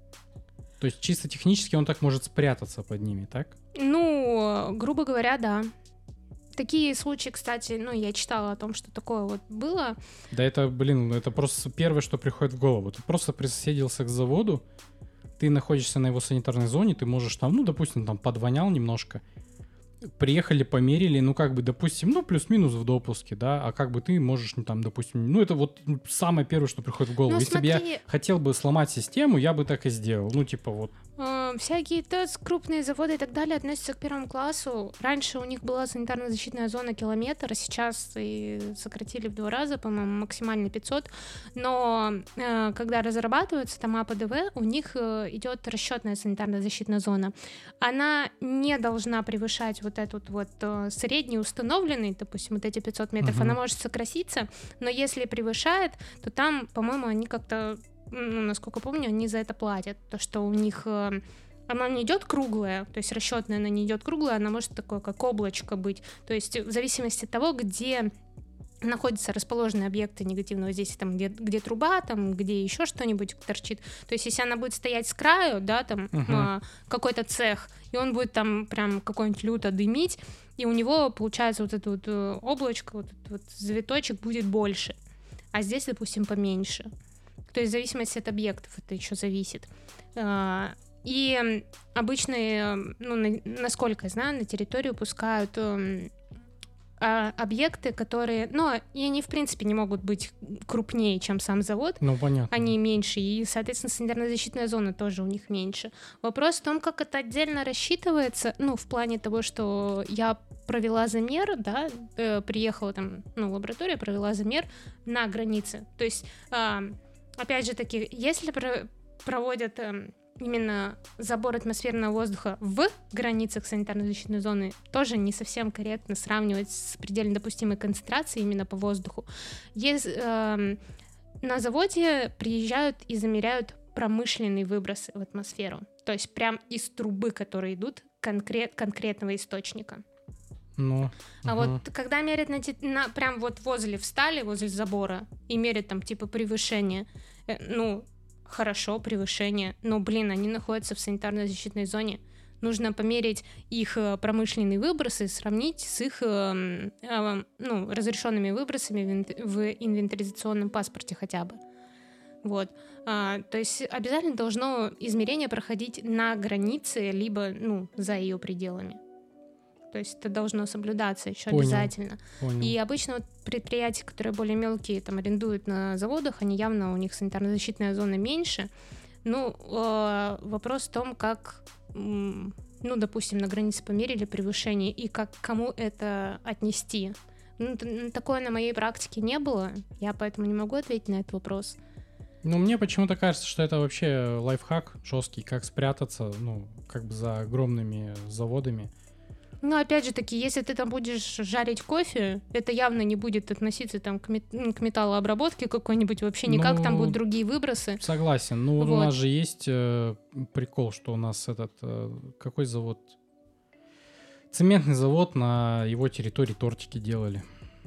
То есть чисто технически он так может спрятаться под ними, так? Ну, грубо говоря, да. Такие случаи, кстати, я читала о том, что такое вот было. Да это просто первое, что приходит в голову. Ты просто присоединился к заводу, ты находишься на его санитарной зоне, ты можешь там, допустим, там подвонял немножко, приехали, померили, допустим, плюс-минус в допуске, да, а ты можешь, допустим, это вот самое первое, что приходит в голову. Если бы я хотел бы сломать систему, я бы так и сделал, Всякие ТЭЦ, крупные заводы и так далее относятся к первому классу. Раньше у них была санитарно-защитная зона километр, а сейчас и сократили в 2 раза, по-моему, максимально 500. Но когда разрабатываются там АПДВ, у них идет расчетная санитарно-защитная зона. Она не должна превышать вот этот вот средний установленный, допустим, вот эти 500 метров. Она может сократиться, но если превышает, то там, по-моему, они как-то, насколько помню, они за это платят. То, что у них она не идет круглая, то есть расчетная она не идет круглая, она может такое, как облачко быть. То есть в зависимости от того, где находятся расположены объекты негативного воздействия, там, где труба, там, где еще что-нибудь торчит. То есть если она будет стоять с краю, да, там, какой-то цех, и он будет там прям какой-нибудь люто дымить, и у него, получается, вот это вот облачко, вот этот вот завиточек будет больше, а здесь, допустим, поменьше. То есть в зависимости от объектов это еще зависит. И обычно, насколько я знаю, на территорию пускают объекты, которые, и они, в принципе, не могут быть крупнее, чем сам завод. Понятно. Они меньше, и, соответственно, санитарно-защитная зона тоже у них меньше. Вопрос в том, как это отдельно рассчитывается, в плане того, что я провела замер, да, приехала там, в лабораторию, провела замер на границе. То есть, опять же таки, если проводят именно забор атмосферного воздуха в границах санитарно-защитной зоны, тоже не совсем корректно сравнивать с предельно допустимой концентрацией именно по воздуху. На заводе приезжают и замеряют промышленные выбросы в атмосферу. То есть прям из трубы, которые идут конкретного источника. Ну, А вот когда мерят прям вот возле забора, и мерят там типа превышение, хорошо, превышение, но, они находятся в санитарно-защитной зоне. Нужно померить их промышленные выбросы, сравнить с их разрешенными выбросами в инвентаризационном паспорте хотя бы. Вот. То есть обязательно должно измерение проходить на границе, либо за ее пределами. То есть это должно соблюдаться еще обязательно. Понял. И обычно предприятия, которые более мелкие, там арендуют на заводах, они явно, у них санитарно-защитная зона меньше. Вопрос в том, как, допустим, на границе померили превышение, и кому это отнести. Такое на моей практике не было, я поэтому не могу ответить на этот вопрос. Мне почему-то кажется, что это вообще лайфхак жесткий, как спрятаться, за огромными заводами. Опять же таки, если ты там будешь жарить кофе, это явно не будет относиться там к металлообработке какой-нибудь вообще никак, там будут другие выбросы. Согласен, у нас же есть прикол, что у нас какой завод? Цементный завод, на его территории тортики делали.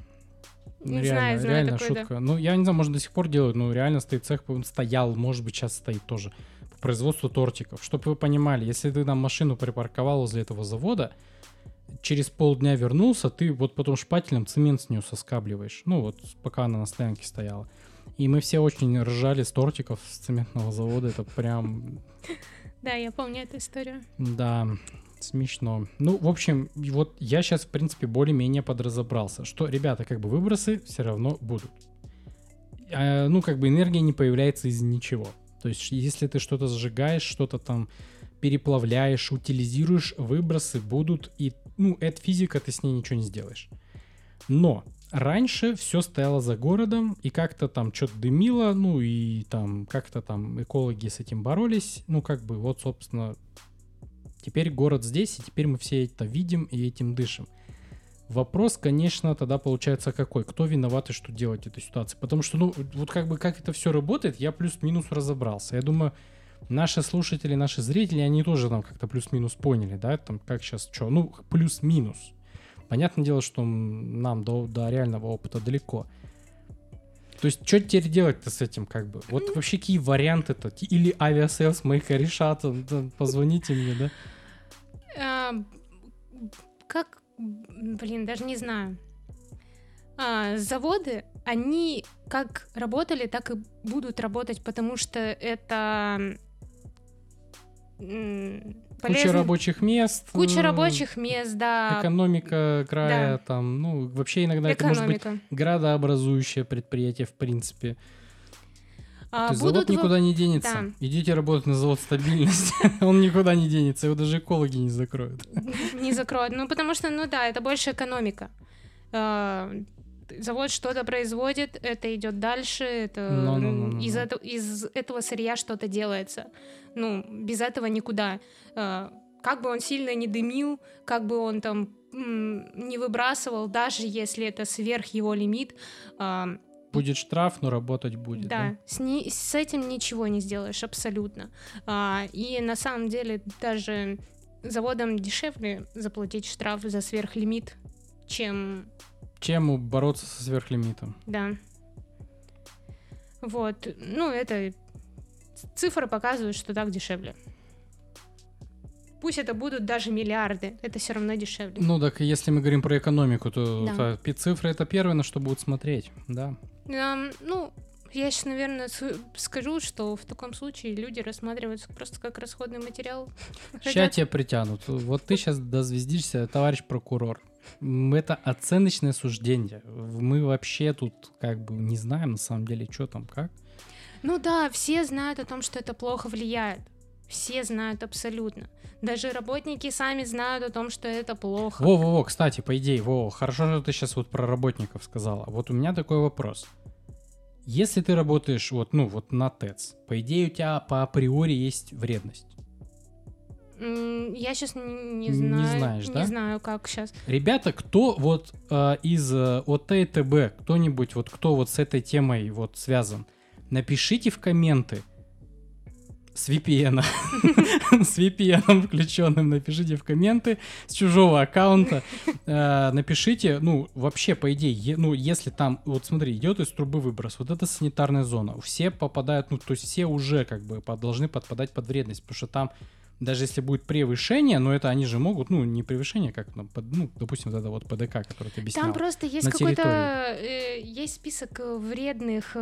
Реально такой, шутка. Да. Я не знаю, может, до сих пор делают, но реально стоит цех, стоял, может быть, сейчас стоит тоже, по производству тортиков. Чтобы вы понимали, если ты там машину припарковал возле этого завода, через полдня вернулся, ты вот потом шпателем цемент с нее соскабливаешь. Пока она на стоянке стояла. И мы все очень ржали с тортиков с цементного завода. Это прям... Да, я помню эту историю. Да, смешно. В общем, вот я сейчас, в принципе, более-менее подразобрался, что, ребята, выбросы все равно будут. Энергия не появляется из ничего. То есть, если ты что-то сжигаешь, что-то там переплавляешь, утилизируешь, выбросы будут, и, это физика, ты с ней ничего не сделаешь. Но раньше все стояло за городом, и как-то там что-то дымило, и там как-то там экологи с этим боролись, собственно, теперь город здесь, и теперь мы все это видим и этим дышим. Вопрос, конечно, тогда получается какой? Кто виноват и что делать в этой ситуации? Потому что, как это все работает, я плюс-минус разобрался. Я думаю, наши слушатели, наши зрители, они тоже там как-то плюс-минус поняли, да, там как сейчас что, плюс-минус. Понятное дело, что нам до реального опыта далеко. То есть, что теперь делать-то с этим, Вот вообще какие варианты-то? Или авиасейлс моих решат, позвоните мне, да? Даже не знаю. Заводы, они как работали, так и будут работать, потому что это полезно. Куча рабочих мест. Да. Экономика края, да. Там, вообще иногда это может быть градообразующее предприятие, в принципе. То есть завод никуда не денется. Да. Идите работать на завод стабильности. Он никуда не денется, его даже экологи не закроют. Не закроют, потому что, это больше экономика. Завод что-то производит, это идет дальше, из этого сырья что-то делается. Без этого никуда. Как бы он сильно не дымил, как бы он там не выбрасывал, даже если это сверх его лимит. Будет штраф, но работать будет. Да, с этим ничего не сделаешь абсолютно. И на самом деле даже заводам дешевле заплатить штраф за сверхлимит, чем бороться со сверхлимитом. Да. Вот. Это цифры показывают, что так дешевле. Пусть это будут даже миллиарды, это все равно дешевле. Так если мы говорим про экономику, то цифры — это первое, на что будут смотреть, да? Я сейчас, наверное, скажу, что в таком случае люди рассматриваются просто как расходный материал. Сейчас тебя притянут. Вот ты сейчас дозвездишься, товарищ прокурор. Это оценочное суждение. Мы вообще тут не знаем на самом деле, что там, как. Все знают о том, что это плохо влияет. Все знают абсолютно. Даже работники сами знают о том, что это плохо. Во, кстати, по идее, хорошо, что ты сейчас про работников сказала. Вот у меня такой вопрос. Если ты работаешь на ТЭЦ, по идее у тебя по априори есть вредность. Я сейчас не знаю. Не знаешь, да? Не знаю, как сейчас. Ребята, кто из ОТ&ТБ, кто-нибудь, кто с этой темой связан, напишите в комменты, с VPN. С VPN включенным напишите в комменты с чужого аккаунта. Напишите, ну, вообще, по идее, ну, если там, вот смотри, идет из трубы выброс, вот это санитарная зона, все попадают, ну, то есть все уже как бы должны подпадать под вредность, потому что там даже если будет превышение, но это они же могут, ну, не превышение, как, ну, допустим, вот это вот ПДК, который ты объяснял. Там просто есть какой-то, есть список вредных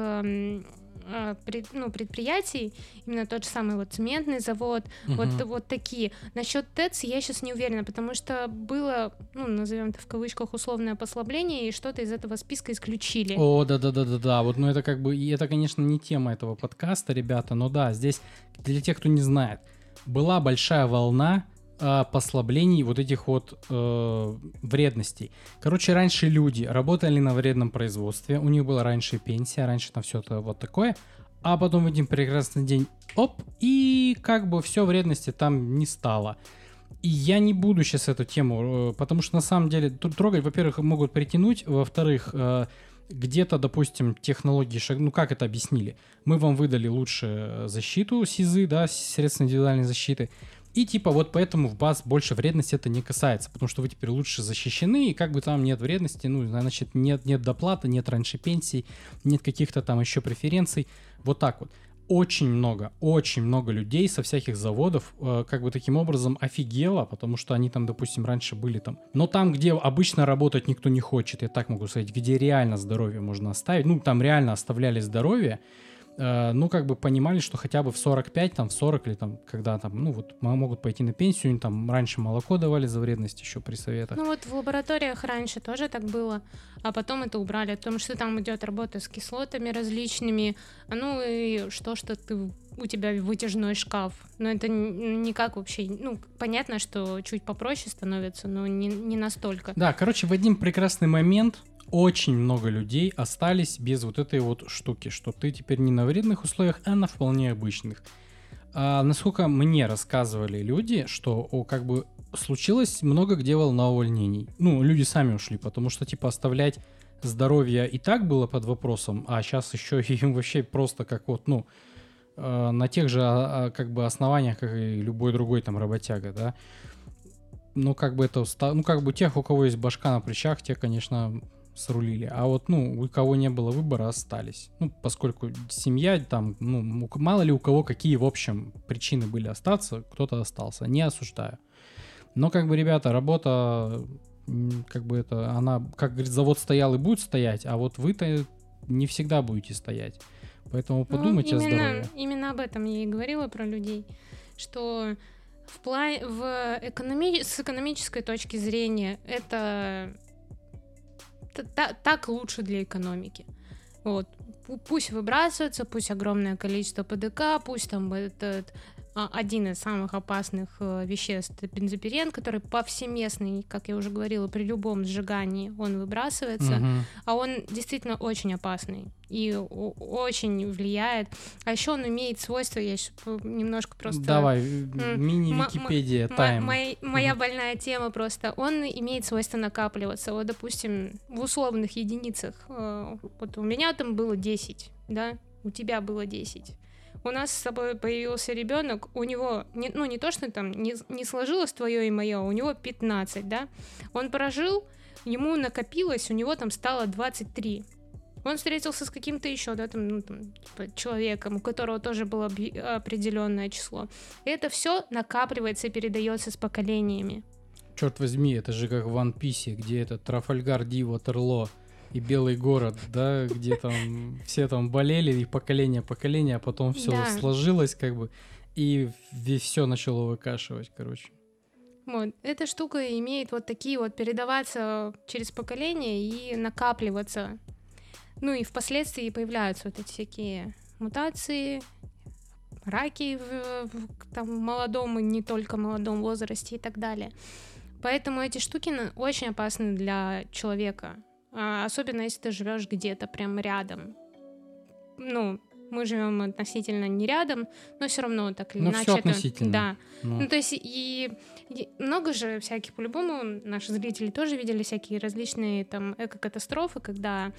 предприятий, именно тот же самый вот цементный завод, вот такие. Насчет ТЭЦ я сейчас не уверена, потому что было, ну, назовем это в кавычках, условное послабление, и что-то из этого списка исключили. О, да, вот, ну, это как бы, и это, конечно, не тема этого подкаста, ребята, но да, здесь, для тех, кто не знает, была большая волна послаблений вот этих вот вредностей. Короче, раньше люди работали на вредном производстве, у них была раньше пенсия, раньше там все это вот такое, а потом в один прекрасный день, оп, и как бы все вредности там не стало. И я не буду сейчас эту тему, потому что на самом деле трогать, во-первых, могут притянуть, во-вторых, где-то, допустим, технологии, ну как это объяснили? Мы вам выдали лучше защиту СИЗы, да, средства индивидуальной защиты, и типа вот поэтому в вас больше вредности это не касается, потому что вы теперь лучше защищены, и как бы там нет вредности, ну, значит, нет доплаты, нет раньше пенсий, нет каких-то там еще преференций, вот так вот. Очень много людей со всяких заводов как бы таким образом офигело, потому что они там, допустим, раньше были там. Но там, где обычно работать никто не хочет, я так могу сказать, где реально здоровье можно оставить, ну, там реально оставляли здоровье, ну, как бы понимали, что хотя бы в 45, там, в 40 или там, когда там, ну, вот могут пойти на пенсию, там, раньше молоко давали за вредность еще при советах. Ну, вот в лабораториях раньше тоже так было, а потом это убрали, потому что там идет работа с кислотами различными, ну, и что у тебя вытяжной шкаф, но это никак вообще, ну, понятно, что чуть попроще становится, но не настолько. Да, короче, в один прекрасный момент очень много людей остались без вот этой вот штуки, что ты теперь не на вредных условиях, а на вполне обычных. Насколько мне рассказывали люди, что как бы случилось много где волна увольнений. Ну, люди сами ушли, потому что типа оставлять здоровье и так было под вопросом, а сейчас еще им вообще просто как вот, ну, на тех же как бы основаниях, как и любой другой там работяга, да. Ну, как бы это, ну, как бы тех, у кого есть башка на плечах, те, конечно, срулили. А вот, ну, у кого не было выбора, остались. Ну, поскольку семья там, ну, мало ли у кого какие, в общем, причины были остаться, кто-то остался. Не осуждаю. Но, как бы, ребята, работа, как бы это, она, как говорит, завод стоял и будет стоять, а вот вы-то не всегда будете стоять. Поэтому подумайте о здоровье. Именно об этом я и говорила про людей, что с экономической точки зрения это так лучше для экономики. Вот. Пусть выбрасывается, пусть огромное количество ПДК, пусть там этот один из самых опасных веществ — это бензопирен, который повсеместный, как я уже говорила, при любом сжигании он выбрасывается, а он действительно очень опасный и очень влияет. А еще он имеет свойства, я еще немножко просто... Давай, мини-википедия, тайм. Моя больная тема просто. Он имеет свойство накапливаться. Вот, допустим, в условных единицах. Вот у меня там было 10, да? У тебя было 10. У нас с тобой появился ребенок, у него, не то, что там не сложилось твое и мое, у него 15, да? Он прожил, ему накопилось, у него там стало 23. Он встретился с каким-то еще, да, там, типа, человеком, у которого тоже было определенное число. И это все накапливается и передается с поколениями. Черт возьми, это же как в One Piece, где это Трафальгар, Ди, Ватерлоо и Белый город, да, где там все там болели, и поколение, а потом все сложилось, как бы, и все начало выкашивать, короче. Вот, эта штука имеет вот такие вот передаваться через поколение и накапливаться. Ну и впоследствии появляются вот эти всякие мутации, раки в молодом и не только молодом возрасте и так далее. Поэтому эти штуки очень опасны для человека. Особенно если ты живешь где-то прям рядом. Ну, мы живем относительно не рядом, но все равно так или иначе. Все относительно. Да. Ну, то есть и много же всяких, по-любому, наши зрители тоже видели всякие различные там эко-катастрофы, когда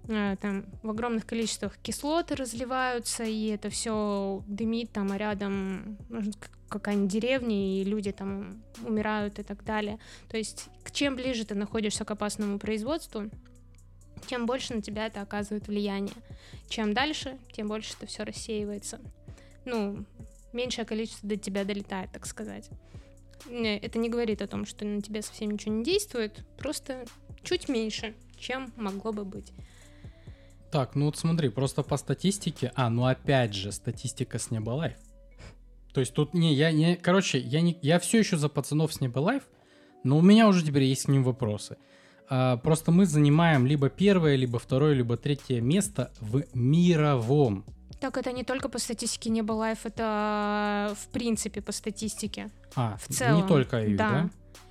там в огромных количествах кислоты разливаются, и это все дымит там, а рядом какая-нибудь деревня, и люди там умирают и так далее. То есть чем ближе ты находишься к опасному производству, тем больше на тебя это оказывает влияние. Чем дальше, тем больше это все рассеивается. Меньшее количество до тебя долетает, так сказать. Это не говорит о том, что на тебя совсем ничего не действует, просто чуть меньше, чем могло бы быть. Так, вот смотри, просто по статистике... опять же, статистика с Неба Лайф. То есть тут я все еще за пацанов с Неба Лайф, но у меня уже теперь есть к ним вопросы. Просто мы занимаем либо первое, либо второе, либо третье место в мировом. Так, это не только по статистике Неба Лайф, это в принципе по статистике. В целом. Не только ее, да?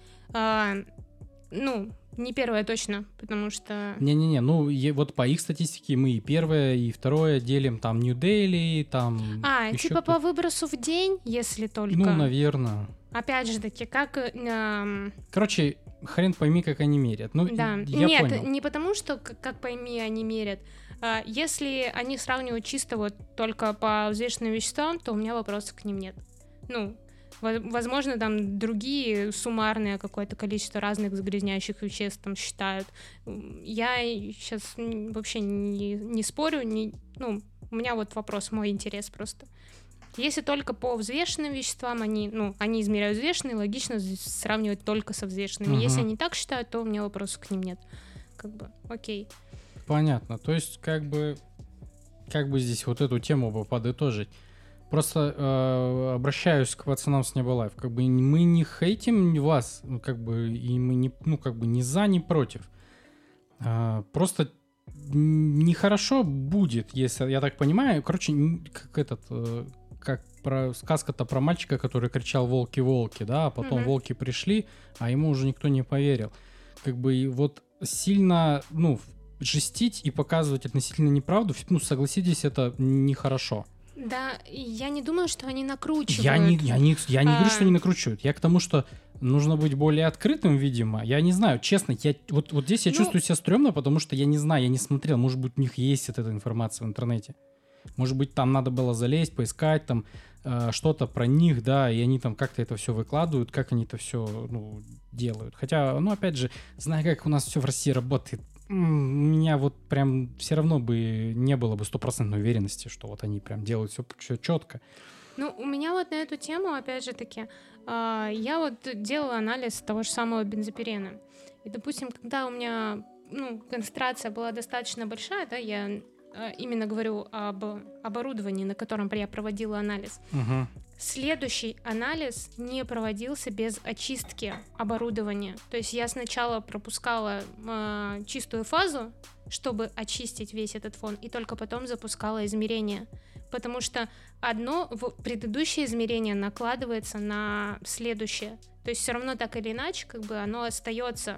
Не первое точно, потому что... Вот по их статистике мы и первое, и второе делим, там, Нью-Дели, там... типа по выбросу в день, если только... Наверное. Опять же таки, как... Короче, хрен пойми, как они мерят. Да. Я понял. Не потому, что как пойми они мерят. Если они сравнивают чисто вот только по взвешенным веществам, то у меня вопросов к ним нет. Возможно, там другие суммарное какое-то количество разных загрязняющих веществ там считают. Я сейчас вообще не спорю, у меня вот вопрос, мой интерес просто. Если только по взвешенным веществам, они измеряют взвешенные, логично сравнивать только со взвешенными. Если они так считают, то у меня вопросов к ним нет. Окей. Понятно. То есть, как бы здесь вот эту тему бы подытожить. Просто обращаюсь к пацанам с Неба Лайф. Мы не хейтим вас, и мы не за, не против. Просто нехорошо будет, если, я так понимаю, сказка-то про мальчика, который кричал «волки, волки», да, а потом волки пришли, а ему уже никто не поверил. Сильно, жестить и показывать относительно неправду, согласитесь, это нехорошо. Да, я не думаю, что они накручивают. Я не говорю, что они накручивают. Я к тому, что нужно быть более открытым, видимо. Я не знаю, честно, вот здесь я чувствую себя стрёмно, потому что я не знаю, я не смотрел. Может быть, у них есть эта информация в интернете. Может быть, там надо было залезть, поискать там что-то про них, да, и они там как-то это все выкладывают, как они это все делают. Хотя, опять же, зная, как у нас все в России работает, у меня вот прям все равно бы не было бы стопроцентной уверенности, что вот они прям делают все четко. У меня вот на эту тему, опять же таки, я вот делала анализ того же самого бензопирена. И, допустим, когда у меня концентрация была достаточно большая, да, я именно говорю об оборудовании, на котором я проводила анализ. Следующий анализ не проводился без очистки оборудования. То есть я сначала пропускала чистую фазу, чтобы очистить весь этот фон, и только потом запускала измерения. Потому что одно предыдущее измерение накладывается на следующее. То есть все равно так или иначе, оно остается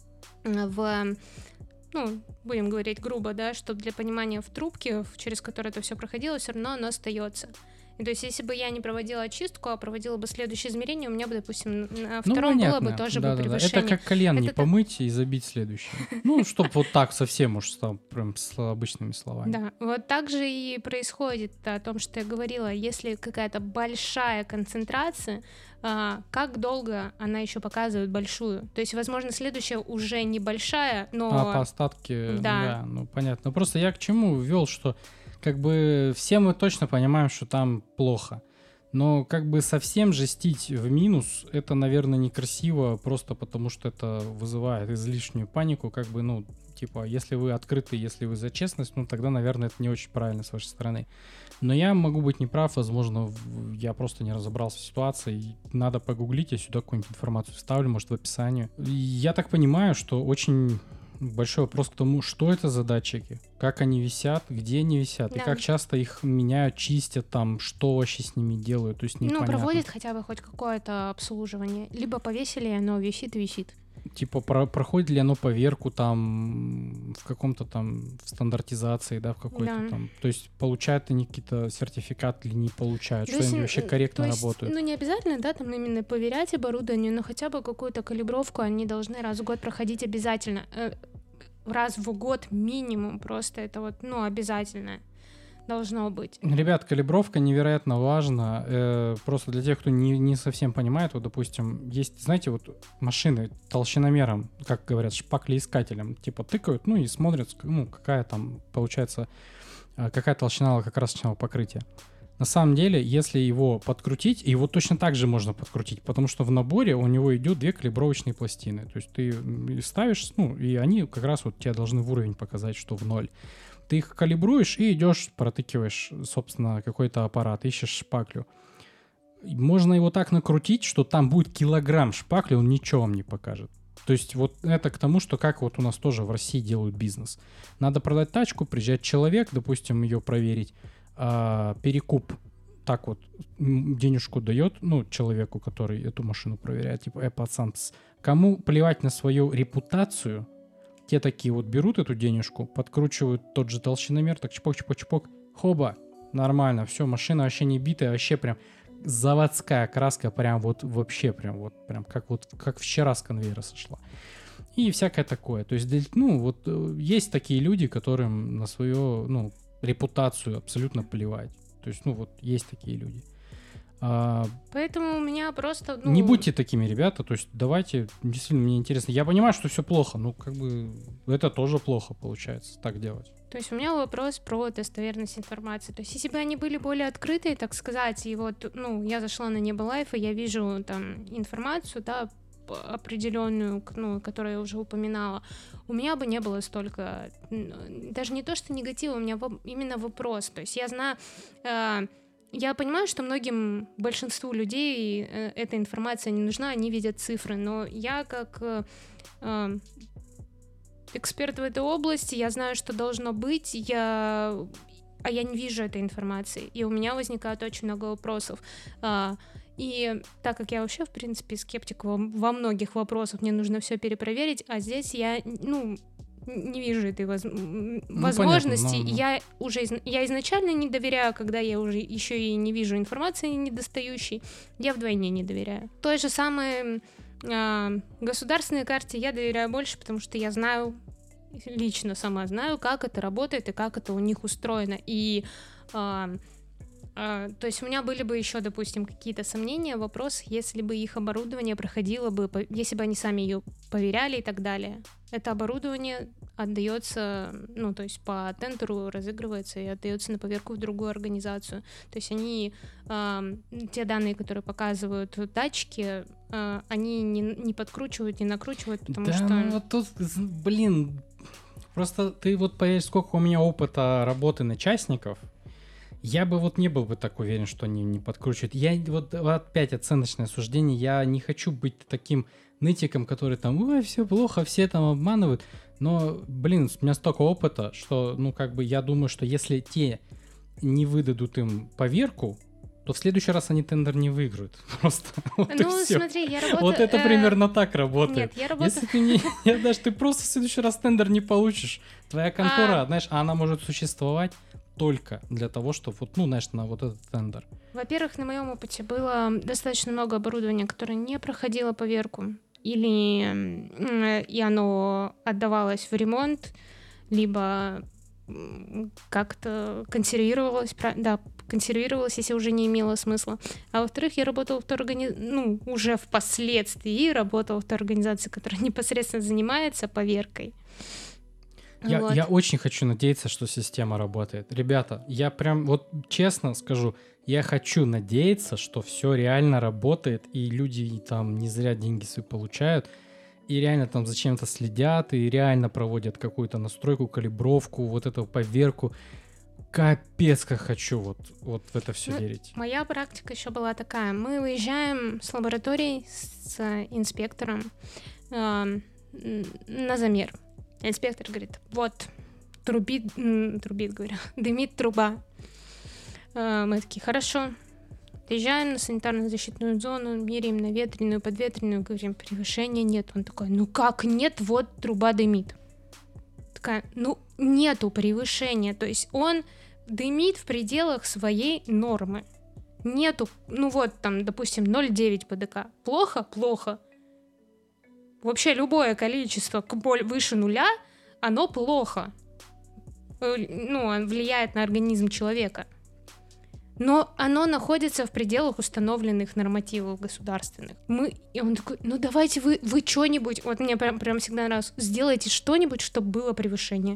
будем говорить грубо, да, что для понимания в трубке, через которую это все проходило, все равно оно остается. И то есть, если бы я не проводила очистку, а проводила бы следующее измерение, у меня бы, допустим, на втором было бы тоже бы превышение. Это как колен не помыть и забить следующее. Чтоб вот так совсем уж стал прям с обычными словами. Да, вот так же и происходит о том, что я говорила. Если какая-то большая концентрация, как долго она еще показывает большую? То есть, возможно, следующая уже небольшая, но... по остатке, да, понятно. Просто я к чему ввел, что все мы точно понимаем, что там плохо. Но совсем жестить в минус, это, наверное, некрасиво, просто потому что это вызывает излишнюю панику. Если вы открыты, если вы за честность, тогда, наверное, это не очень правильно с вашей стороны. Но я могу быть неправ, возможно, я просто не разобрался в ситуации. Надо погуглить, я сюда какую-нибудь информацию вставлю, может, в описании. Я так понимаю, что очень большой вопрос к тому, что это за датчики, как они висят, где они висят, и как часто их меняют, чистят, там, что вообще с ними делают, то есть непонятно. Проводят хотя бы хоть какое-то обслуживание, либо повесили, и оно висит и висит. Проходит ли оно поверку там в каком-то там в стандартизации, да, в какой-то там, то есть получают они какие-то сертификаты или не получают, что они вообще корректно работают? Не обязательно, да, там именно проверять оборудование, но хотя бы какую-то калибровку они должны раз в год проходить обязательно. раз в год минимум, просто это вот, обязательно должно быть. Ребят, калибровка невероятно важна. Просто для тех, кто не совсем понимает, вот, допустим, есть, знаете, вот машины толщиномером, как говорят, шпаклеискателем, типа тыкают, и смотрят, какая там получается, какая толщина лакокрасочного покрытия. На самом деле, если его подкрутить, его точно так же можно подкрутить, потому что в наборе у него идет 2 калибровочные пластины. То есть ты ставишь, и они как раз вот тебе должны в уровень показать, что в 0. Ты их калибруешь и идешь, протыкиваешь, собственно, какой-то аппарат, ищешь шпаклю. Можно его так накрутить, что там будет килограмм шпакли, он ничего вам не покажет. То есть вот это к тому, что как вот у нас тоже в России делают бизнес. Надо продать тачку, приезжает человек, допустим, ее проверить, перекуп так вот денежку дает, человеку, который эту машину проверяет, типа, пацан, кому плевать на свою репутацию, те такие вот берут эту денежку, подкручивают тот же толщиномер, так чпок-чпок-чпок, хоба, нормально, все, машина вообще не битая, вообще прям заводская краска, прям вот вообще прям как вчера с конвейера сошла. И всякое такое. То есть, есть такие люди, которым на свою, репутацию абсолютно плевать. То есть, есть такие люди. Поэтому у меня просто... Не будьте такими, ребята, то есть давайте, действительно, мне интересно. Я понимаю, что все плохо, это тоже плохо получается, так делать. То есть у меня вопрос про достоверность информации. То есть если бы они были более открытые, так сказать, и вот, я зашла на Неболайф, и я вижу там информацию, да, определенную, которую я уже упоминала, у меня бы не было столько, даже не то, что негатива, у меня именно вопрос. То есть я знаю... Я понимаю, что большинству людей эта информация не нужна, они видят цифры, но я как эксперт в этой области, я знаю, что должно быть, я не вижу этой информации, и у меня возникает очень много вопросов. И так как я вообще, в принципе, скептик во многих вопросах, мне нужно все перепроверить, а здесь я, не вижу этой возможности. Понятно, я изначально не доверяю, когда я уже еще и не вижу информации недостающей, я вдвойне не доверяю. Той же самой государственной карте я доверяю больше, потому что я знаю, лично сама знаю, как это работает и как это у них устроено. И то есть у меня были бы еще, допустим, какие-то сомнения, вопросы, если бы их оборудование проходило бы, если бы они сами ее проверяли и так далее. Это оборудование отдается, то есть по тендеру разыгрывается и отдается на поверку в другую организацию. То есть они, те данные, которые показывают датчики, они не подкручивают, не накручивают, потому что... вот тут, просто ты вот поверь, сколько у меня опыта работы на частников, я бы не был бы так уверен, что они не подкручивают. Я опять оценочное суждение, я не хочу быть таким нытиком, который там, ой, все плохо, все там обманывают. Но, у меня столько опыта, что, я думаю, что если те не выдадут им поверку, то в следующий раз они тендер не выиграют. Просто. Смотри, я работаю... Вот это примерно так работает. Нет, я работаю... Если ты просто в следующий раз тендер не получишь, твоя контора, она может существовать только для того, чтобы на вот этот тендер. Во-первых, на моем опыте было достаточно много оборудования, которое не проходило поверку, и оно отдавалось в ремонт, либо как-то консервировалось, если уже не имело смысла. А во-вторых, я работала уже впоследствии работала в той организации, которая непосредственно занимается поверкой. Я очень хочу надеяться, что система работает. Ребята, я прям честно скажу, я хочу надеяться, что все реально работает, и люди там не зря деньги свои получают, и реально там зачем-то следят, и реально проводят какую-то настройку, калибровку, эту поверку. Капец, как хочу в это все верить. Моя практика еще была такая. Мы выезжаем с лабораторией с инспектором на замер. Инспектор говорит, дымит труба. Мы такие, хорошо. Приезжаем на санитарно-защитную зону, меряем на ветреную, подветренную, говорим, превышения нет. Он такой, как нет, труба дымит. Такая, нету превышения. То есть он дымит в пределах своей нормы. Нету, допустим, 0,9 ПДК. Плохо? Плохо. Вообще любое количество выше нуля оно плохо. Ну, влияет на организм человека. Но оно находится в пределах установленных нормативов государственных. И он такой, ну давайте вы что-нибудь, вот мне прям всегда нравилось, сделайте что-нибудь, чтобы было превышение.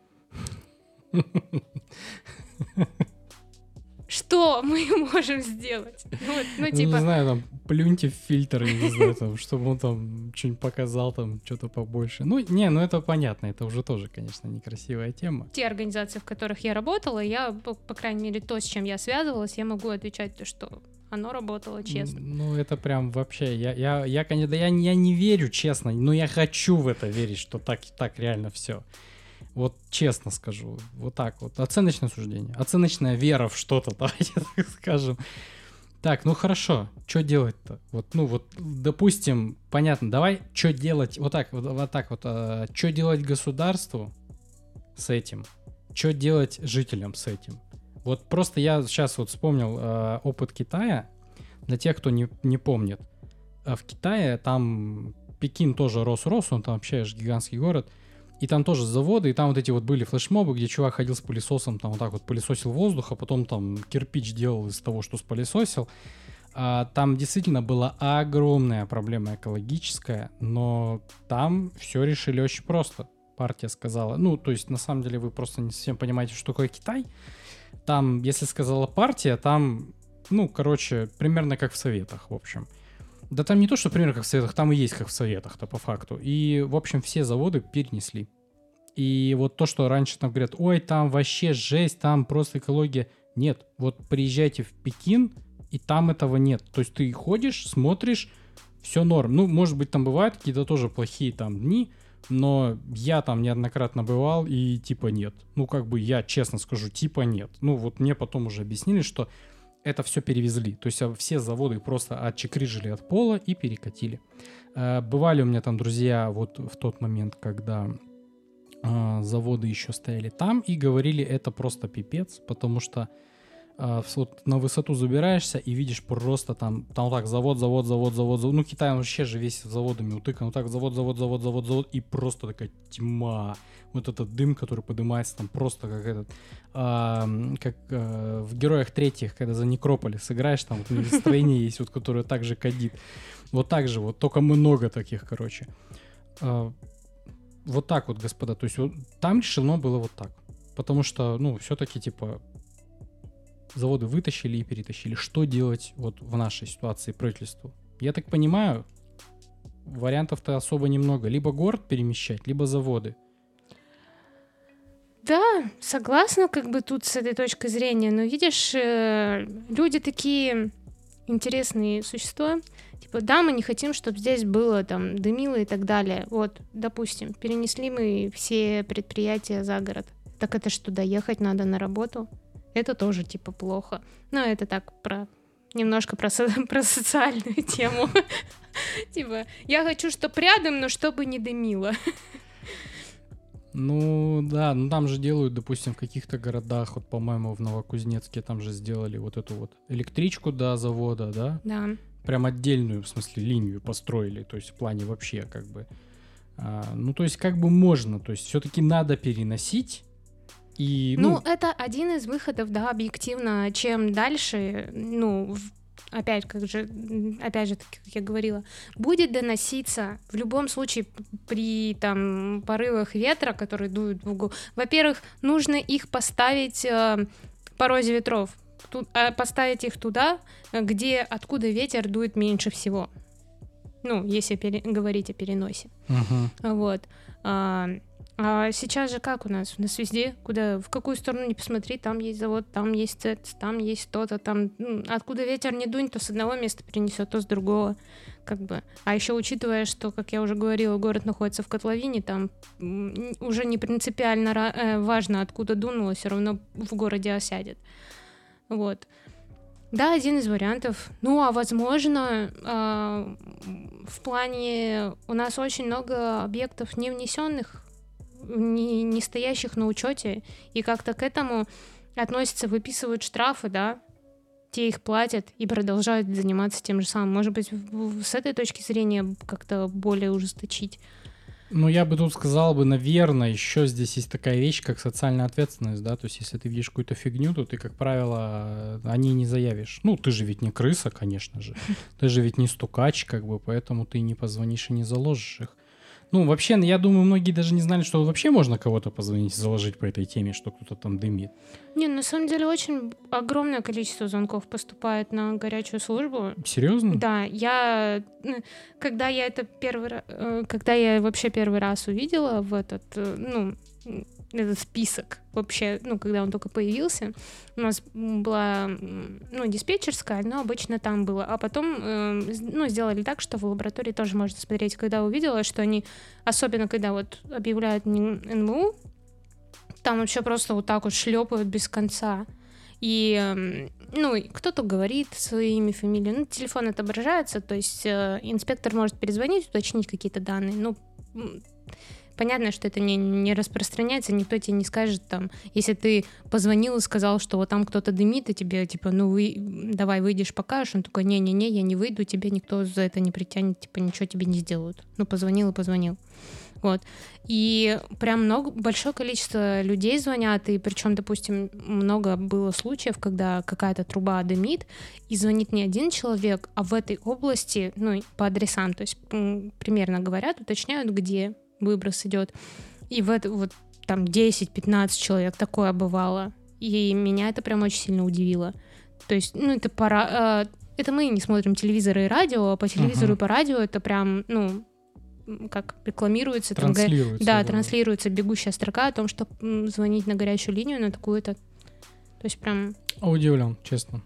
Что мы можем сделать? Ну, типа... Не знаю, там, плюньте в фильтр, не знаю, там, чтобы он там что-нибудь показал, там, что-то побольше. Ну, это понятно, это уже тоже, конечно, некрасивая тема. Те организации, в которых я работала, я, по крайней мере, то, с чем я связывалась, я могу отвечать, что оно работало честно. Ну, это прям вообще, я конечно, я не верю, честно, но я хочу в это верить, что так реально все. Вот честно скажу, вот так вот. Оценочное суждение, оценочная вера в что-то, давайте так скажем. Так, ну хорошо, что делать-то? Вот, допустим, понятно, давай, что делать, вот так вот, что делать государству с этим, что делать жителям с этим. Вот просто я сейчас вот вспомнил опыт Китая, для тех, кто не помнит. В Китае там Пекин тоже рос, он там вообще гигантский город. И там тоже заводы, и там вот эти вот были флешмобы, где чувак ходил с пылесосом, там вот так вот пылесосил воздух, а потом там кирпич делал из того, что спылесосил. Там действительно была огромная проблема экологическая, но там все решили очень просто. Партия сказала, то есть на самом деле вы просто не совсем понимаете, что такое Китай. Там, если сказала партия, там, примерно как в Советах, в общем. Да там не то, что примерно как в Советах, там и есть как в Советах-то по факту. И, в общем, все заводы перенесли. И вот то, что раньше там говорят, ой, там вообще жесть, там просто экология. Нет, вот приезжайте в Пекин, и там этого нет. То есть ты ходишь, смотришь, все норм. Может быть, там бывают какие-то тоже плохие там дни, но я там неоднократно бывал, и типа нет. Я честно скажу, типа нет. Вот мне потом уже объяснили, что это все перевезли. То есть все заводы просто отчекрыжили от пола и перекатили. Бывали у меня там друзья вот в тот момент, когда заводы еще стояли там, и говорили, это просто пипец, потому что вот на высоту забираешься и видишь просто там вот так завод. Китай вообще же весь заводами утыкан. Вот так завод, и просто такая тьма. Вот этот дым, который поднимается там просто как в «Героях третьих», когда за Некрополис играешь, там вот настроение есть, вот, которое также кадит. Вот так же, вот только много таких, короче. Вот так вот, господа. То есть вот там решено было вот так. Потому что, все-таки, типа, заводы вытащили и перетащили. Что делать вот в нашей ситуации правительству? Я так понимаю, вариантов-то особо немного. Либо город перемещать, либо заводы. Да, согласна тут с этой точки зрения, но видишь, люди такие интересные существа. Типа, да, мы не хотим, чтобы здесь было там дымило и так далее. Вот, допустим, перенесли мы все предприятия за город. Так это что, доехать надо на работу? Это тоже, типа, плохо. Но это так, немножко про социальную тему. Типа, я хочу, чтобы рядом, но чтобы не дымило. Да, там же делают, допустим, в каких-то городах, вот, по-моему, в Новокузнецке там же сделали вот эту вот электричку до завода, да? Да. Прям отдельную, в смысле, линию построили, то есть в плане вообще то есть можно, то есть все-таки надо переносить. И, это один из выходов, да, объективно. Чем дальше, опять же, как я говорила, будет доноситься в любом случае при там порывах ветра, которые дуют в угол. Во-первых, нужно их поставить по розе ветров, поставить их туда, откуда ветер дует меньше всего. Если говорить о переносе. Вот. А сейчас же как у нас? У нас везде, в какую сторону ни посмотри, там есть завод, там есть ЦЭЦ, там есть что-то, там откуда ветер не дунь, то с одного места перенесет, то с другого. А еще учитывая, что, как я уже говорила, город находится в котловине, там уже не принципиально важно, откуда дунуло, все равно в городе осядет. Вот. Да, один из вариантов. Возможно, в плане у нас очень много объектов не внесенных, не стоящих на учете, и как-то к этому относятся, выписывают штрафы, да, те их платят и продолжают заниматься тем же самым. Может быть, с этой точки зрения как-то более ужесточить. Ну, я бы тут сказал бы, наверное, еще здесь есть такая вещь, как социальная ответственность, да, то есть если ты видишь какую-то фигню, то ты, как правило, о ней не заявишь. Ну, ты же ведь не крыса, конечно же, ты же ведь не стукач, как бы, поэтому ты не позвонишь и не заложишь их. Ну, вообще, я думаю, многие даже не знали, что вообще можно кого-то позвонить и заложить по этой теме, что кто-то там дымит. Не, на самом деле очень огромное количество звонков поступает на горячую службу. Серьезно? Да, когда я когда я вообще первый раз увидела в этот список вообще, когда он только появился, у нас была, диспетчерская, но обычно там было, а потом, сделали так, что в лаборатории тоже можно смотреть, когда увидела, что они, особенно когда вот объявляют НМУ, там вообще просто вот так вот шлепают без конца. И, кто-то говорит свои имя, фамилию, телефон отображается, то есть инспектор может перезвонить, уточнить какие-то данные, понятно, что это не распространяется, никто тебе не скажет, там, если ты позвонил и сказал, что вот там кто-то дымит, и тебе, типа, давай выйдешь, покажешь, он такой, не-не-не, я не выйду, тебя никто за это не притянет, типа, ничего тебе не сделают. Позвонил и позвонил. Вот. И прям большое количество людей звонят, и причем, допустим, много было случаев, когда какая-то труба дымит, и звонит не один человек, а в этой области, по адресам, то есть примерно говорят, уточняют, где выброс идет. И в это вот там 10-15 человек такое бывало. И меня это прям очень сильно удивило. То есть, это мы не смотрим телевизор и радио, а по телевизору и по радио это прям, как рекламируется. Транслируется. Транслируется бегущая строка о том, что звонить на горячую линию на такую-то. То есть прям... Удивлен, честно.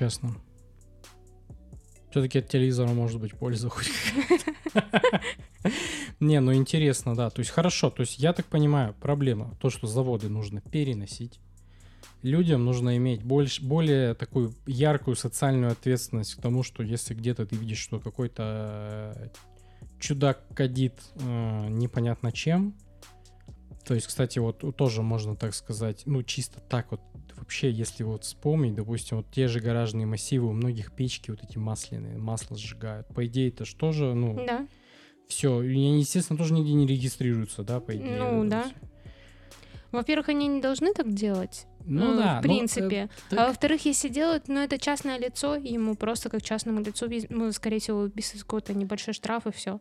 Все-таки от телевизора может быть польза хоть какая-то. Не, интересно, да. То есть хорошо, то есть я так понимаю, проблема, то, что заводы нужно переносить. Людям нужно иметь более такую яркую социальную ответственность к тому, что если где-то ты видишь, что какой-то чудак кадит непонятно чем. То есть, кстати, вот тоже можно так сказать, чисто так вот, вообще, если вот вспомнить, допустим, вот те же гаражные массивы, у многих печки вот эти масляные, масло сжигают. По идее, это же тоже, Да. все, и они, естественно, тоже нигде не регистрируются, да, по идее. Да. Во-первых, они не должны так делать. Да. В принципе. А во-вторых, если делают, это частное лицо, ему просто как частному лицу, скорее всего, без какого-то небольшой штраф и все.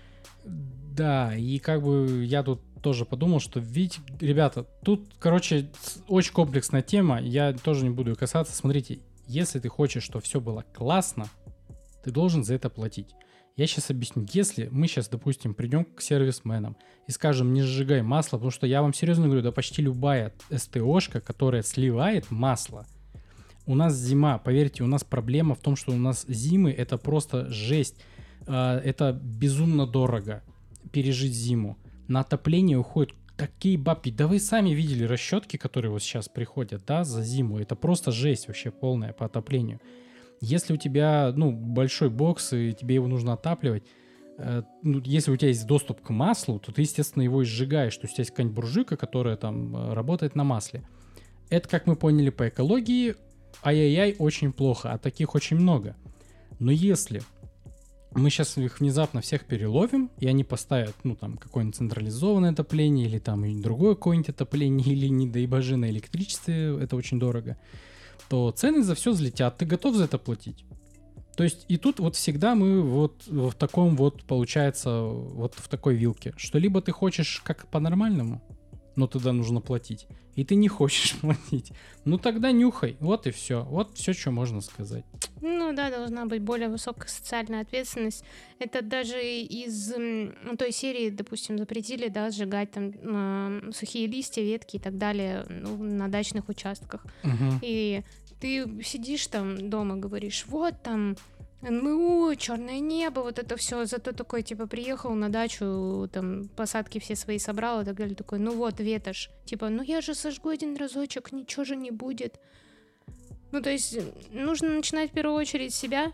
Да, и как бы я тут тоже подумал, что, видите, ребята, тут, короче, очень комплексная тема, я тоже не буду ее касаться. Смотрите, если ты хочешь, чтобы все было классно, ты должен за это платить. Я сейчас объясню. Если мы сейчас, допустим, придем к сервисменам и скажем, не сжигай масло, потому что я вам серьезно говорю, да почти любая СТОшка, которая сливает масло, у нас зима, поверьте, у нас проблема в том, что у нас зимы это просто жесть. Это безумно дорого пережить зиму. На отопление уходят такие бабки. Да вы сами видели расчетки, которые вот сейчас приходят, да, за зиму. Это просто жесть вообще полная по отоплению. Если у тебя, большой бокс, и тебе его нужно отапливать, если у тебя есть доступ к маслу, то ты, естественно, его и сжигаешь. То есть у тебя есть какая-нибудь буржуйка, которая там работает на масле. Это, как мы поняли по экологии, ай-яй-яй, очень плохо, а таких очень много. Но если мы сейчас их внезапно всех переловим, и они поставят, какое-нибудь централизованное отопление, или там и другое какое-нибудь отопление, или, не дай боже, на электричестве, это очень дорого, то цены за все взлетят, ты готов за это платить? То есть и тут вот всегда мы вот в таком вот, получается, вот в такой вилке, что либо ты хочешь как по-нормальному, но тогда нужно платить, и ты не хочешь платить, тогда нюхай, вот и все, вот все, что можно сказать. Да, должна быть более высокая социальная ответственность. Это даже из той серии, допустим, запретили, да, сжигать там сухие листья, ветки и так далее на дачных участках. Угу. И ты сидишь там дома, говоришь, вот там НМУ, черное небо, вот это все. Зато такой, типа, приехал на дачу, там, посадки все свои собрал и так далее. Такой, ветошь. Типа, я же сожгу один разочек, ничего же не будет. То есть нужно начинать в первую очередь с себя.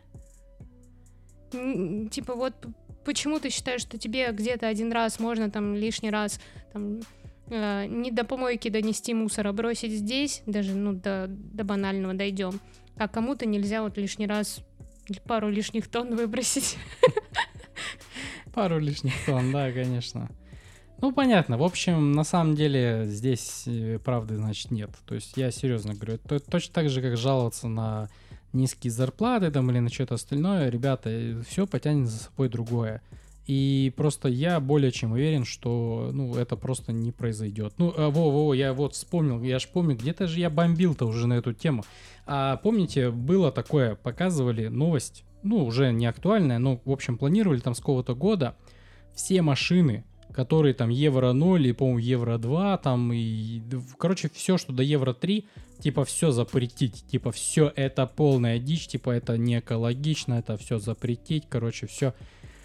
Типа, вот почему ты считаешь, что тебе где-то один раз можно там лишний раз там не до помойки донести мусор, а бросить здесь, даже до банального дойдем, а кому-то нельзя вот лишний раз пару лишних тонн выбросить. Пару лишних тонн, да, конечно. Ну, понятно. В общем, на самом деле здесь правды, значит, нет. То есть я серьезно говорю, это точно так же, как жаловаться на низкие зарплаты там или на что-то остальное. Ребята, все потянет за собой другое. И просто я более чем уверен, что, ну, это просто не произойдет. Ну, я вот вспомнил, я ж помню, где-то же я бомбил-то уже на эту тему. А помните, было такое, показывали новость, ну, уже не актуальная, но, в общем, планировали там с какого-то года все машины, которые там Евро 0 и, по-моему, Евро 2, там, и, короче, все, что до Евро 3, типа, все запретить, типа, все это полная дичь, типа, это не экологично, это все запретить, короче, все.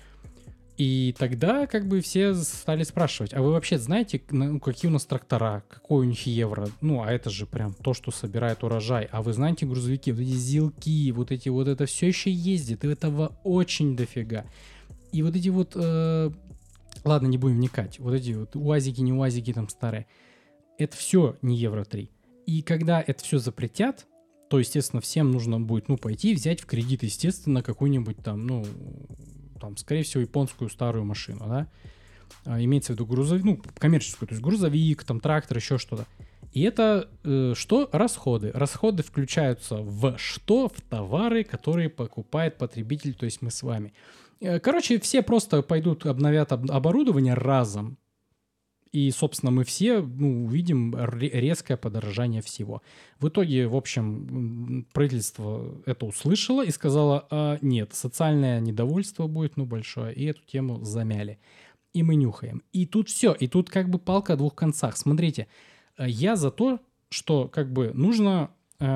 И тогда как бы все стали спрашивать, а вы вообще знаете, ну, какие у нас трактора, какой у них евро? Ну, а это же прям то, что собирает урожай. А вы знаете грузовики, вот эти зилки, вот эти вот, это все еще ездит, и этого очень дофига. И вот эти вот, ладно, не будем вникать, вот эти вот УАЗики, не УАЗики там старые, это все не Евро 3. И когда это все запретят, то, естественно, всем нужно будет, ну, пойти взять в кредит, естественно, какую-нибудь там, ну, там, скорее всего, японскую старую машину, да, имеется в виду грузовик, ну, коммерческую, то есть грузовик, там, трактор, еще что-то. И это что? Расходы. Расходы включаются в что? В товары, которые покупает потребитель, то есть мы с вами. Короче, все просто пойдут, обновят оборудование разом. И, собственно, мы все, ну, увидим резкое подорожание всего. В итоге, в общем, правительство это услышало и сказало, нет, социальное недовольство будет, ну, большое, и эту тему замяли. И мы нюхаем. И тут все, и тут как бы палка о двух концах. Смотрите, я за то, что как бы нужно,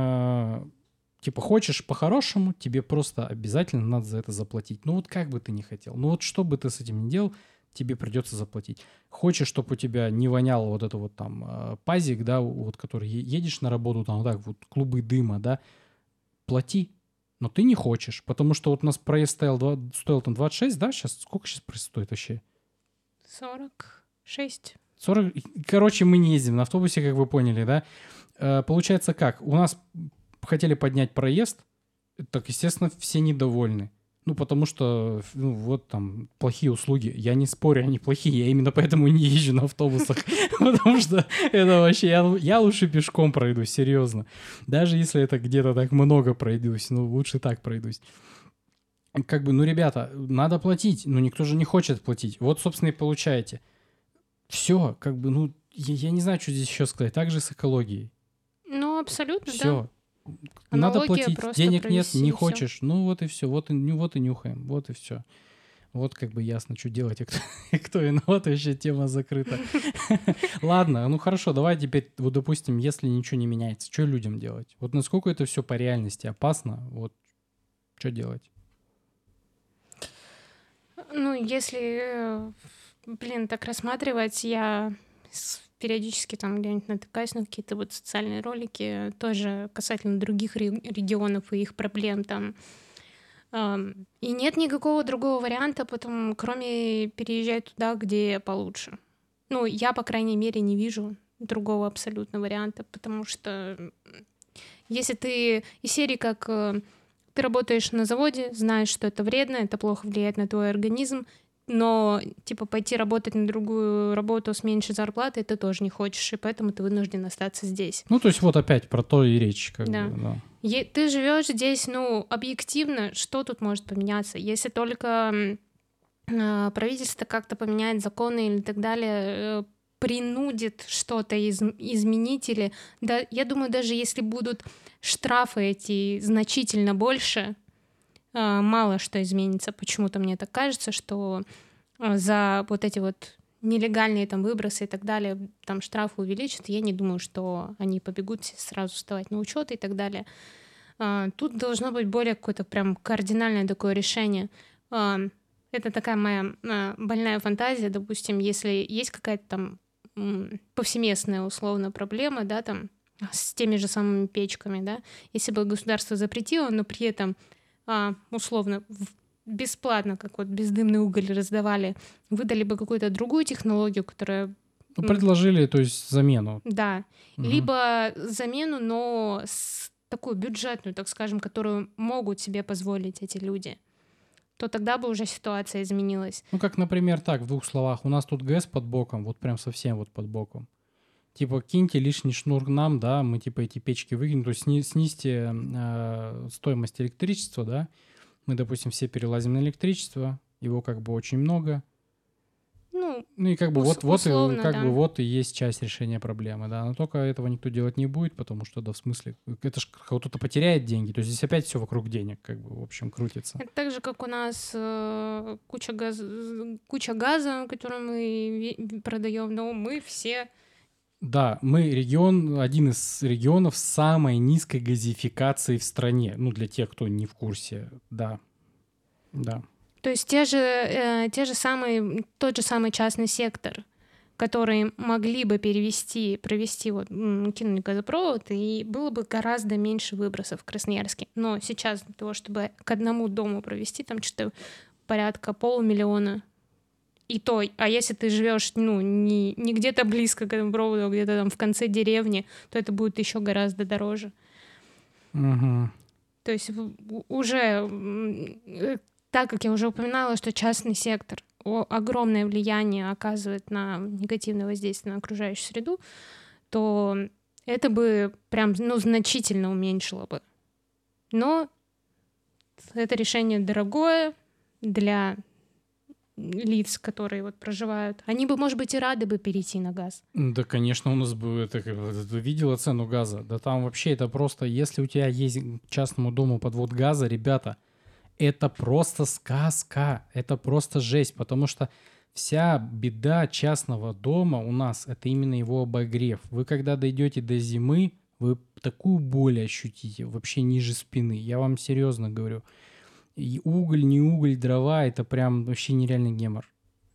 типа, хочешь по-хорошему, тебе просто обязательно надо за это заплатить. Ну вот как бы ты ни хотел, ну вот что бы ты с этим ни делал, тебе придется заплатить. Хочешь, чтобы у тебя не воняло вот это вот там пазик, да, вот который едешь на работу, там вот так вот клубы дыма, да, плати. Но ты не хочешь, потому что вот у нас проезд стоил там 26, да, сейчас сколько сейчас проезд стоит вообще? 46. 40, короче, мы не ездим на автобусе, как вы поняли, да. Получается как, у нас хотели поднять проезд, так, естественно, все недовольны. Ну, потому что, ну, вот там плохие услуги. Я не спорю, они плохие, я именно поэтому не езжу на автобусах. Потому что это вообще... Я лучше пешком пройдусь, серьезно. Даже если это где-то так много пройдусь, ну, лучше так пройдусь. Как бы, ну, ребята, надо платить, но никто же не хочет платить. Вот, собственно, и получаете. Все, как бы, ну, я не знаю, что здесь еще сказать. Так же с экологией. Ну, абсолютно, Все. да. Надо Аналогия платить, просто денег нет, провести, не и всё. хочешь, ну вот и все, вот и нюхаем, вот и все. Вот как бы ясно, что делать, и кто виноват, вообще тема закрыта. Ладно, ну хорошо, давай теперь, вот допустим, если ничего не меняется, что людям делать? Вот насколько это все по реальности опасно, вот что делать? Ну, если, так рассматривать, я периодически там где-нибудь натыкаюсь на какие-то вот социальные ролики, тоже касательно других регионов и их проблем там. И нет никакого другого варианта, потом, кроме переезжать туда, где получше. Ну, я, по крайней мере, не вижу другого абсолютно варианта, потому что если ты из серии как ты работаешь на заводе, знаешь, что это вредно, это плохо влияет на твой организм, но, типа, пойти работать на другую работу с меньшей зарплатой ты тоже не хочешь, и поэтому ты вынужден остаться здесь. Ну, то есть вот опять про то и речь, как Да. бы, да. Ты живешь здесь, ну, объективно, что тут может поменяться? Если только правительство как-то поменяет законы или так далее, принудит что-то изменить, или, да, я думаю, даже если будут штрафы эти значительно больше, мало что изменится. Почему-то мне так кажется, что за вот эти вот нелегальные там выбросы и так далее, там штрафы увеличат. Я не думаю, что они побегут сразу вставать на учет и так далее. Тут должно быть более какое-то прям кардинальное такое решение. Это такая моя больная фантазия. Допустим, если есть какая-то там повсеместная условно проблема, да, там с теми же самыми печками, да, если бы государство запретило, но при этом условно бесплатно, как вот бездымный уголь раздавали, выдали бы какую-то другую технологию, которая... Ну, предложили, то есть, замену. Да. Мгм. Либо замену, но такую бюджетную, так скажем, которую могут себе позволить эти люди. то тогда бы уже ситуация изменилась. Ну, как, например, так, в 2 словах. У нас тут ГЭС под боком, вот прям совсем вот под боком. Типа, киньте лишний шнур нам, да, мы типа эти печки выкинем, то есть снизьте стоимость электричества, да. Мы, допустим, все перелазим на электричество, его как бы очень много. Ну и как бы условно, да. вот и есть часть решения проблемы, да. Но только этого никто делать не будет, потому что, да, в смысле, это ж кто-то потеряет деньги, то есть здесь опять все вокруг денег, как бы, в общем, крутится. Это так же, как у нас куча газа, который мы продаем, но мы все... Да, мы один из регионов с самой низкой газификацией в стране. Ну, для тех, кто не в курсе, да. Да. То есть тот же самый частный сектор, который могли бы провести вот, кинуть газопровод, и было бы гораздо меньше выбросов в Красноярске. Но сейчас для того, чтобы к одному дому провести, там что-то порядка 500 000. И то, а если ты живешь, не где-то близко к этому проводу, а где-то там в конце деревни, то это будет еще гораздо дороже. Угу. То есть уже, так как я уже упоминала, что частный сектор огромное влияние оказывает на негативное воздействие на окружающую среду, то это бы прям, значительно уменьшило бы. Но это решение дорогое для лиц, которые вот проживают. Они бы, может быть, и рады бы перейти на газ. Да, конечно, у нас бы... Ты видела цену газа? Да там вообще это просто... Если у тебя есть к частному дому подвод газа, ребята, это просто сказка. Это просто жесть, потому что вся беда частного дома у нас — это именно его обогрев. Вы когда дойдете до зимы, вы такую боль ощутите вообще ниже спины. Я вам серьезно говорю. И уголь, не уголь, дрова — это прям вообще нереальный гемор.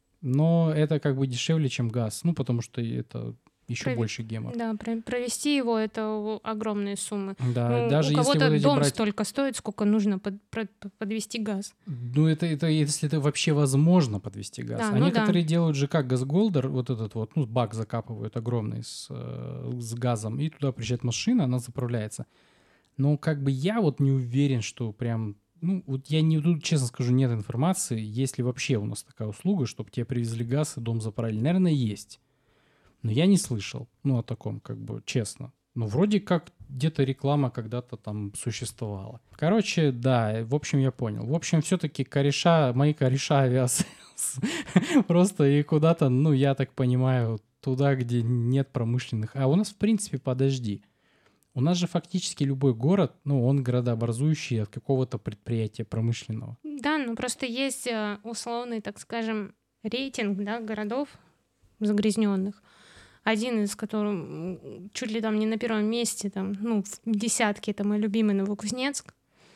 Но это как бы дешевле, чем газ. Ну, потому что это еще больше гемор. Да, провести его — это огромные суммы. Да, даже у кого-то если дом столько стоит, сколько нужно подвести газ. Ну, это если это вообще возможно подвести газ. Да, некоторые делают же как Газголдер, вот этот вот, бак закапывают огромный с газом, и туда приезжает машина, она заправляется. Но как бы я вот не уверен, что прям... вот я тут, честно скажу, нет информации, есть ли вообще у нас такая услуга, чтобы тебе привезли газ и дом заправили. Наверное, есть. Но я не слышал, о таком, как бы, честно. Но вроде как где-то реклама когда-то там существовала. Короче, да, в общем, я понял. В общем, все-таки мои кореша авиасейлс просто и куда-то, я так понимаю, туда, где нет промышленных. А у нас, в принципе, подожди. У нас же фактически любой город, он городообразующий от какого-то предприятия промышленного. Да, просто есть условный, так скажем, рейтинг, да, городов загрязненных. Один из которых чуть ли там не на первом месте, там, в десятке, это мой любимый Новокузнецк.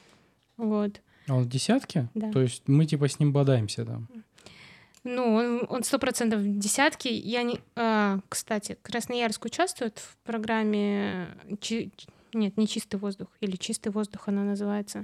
Вот. А он в десятке? Да. То есть мы типа с ним бодаемся там? Он 100% в десятке. Кстати, Красноярск участвует в программе нет, не «Чистый воздух», или «Чистый воздух» она называется.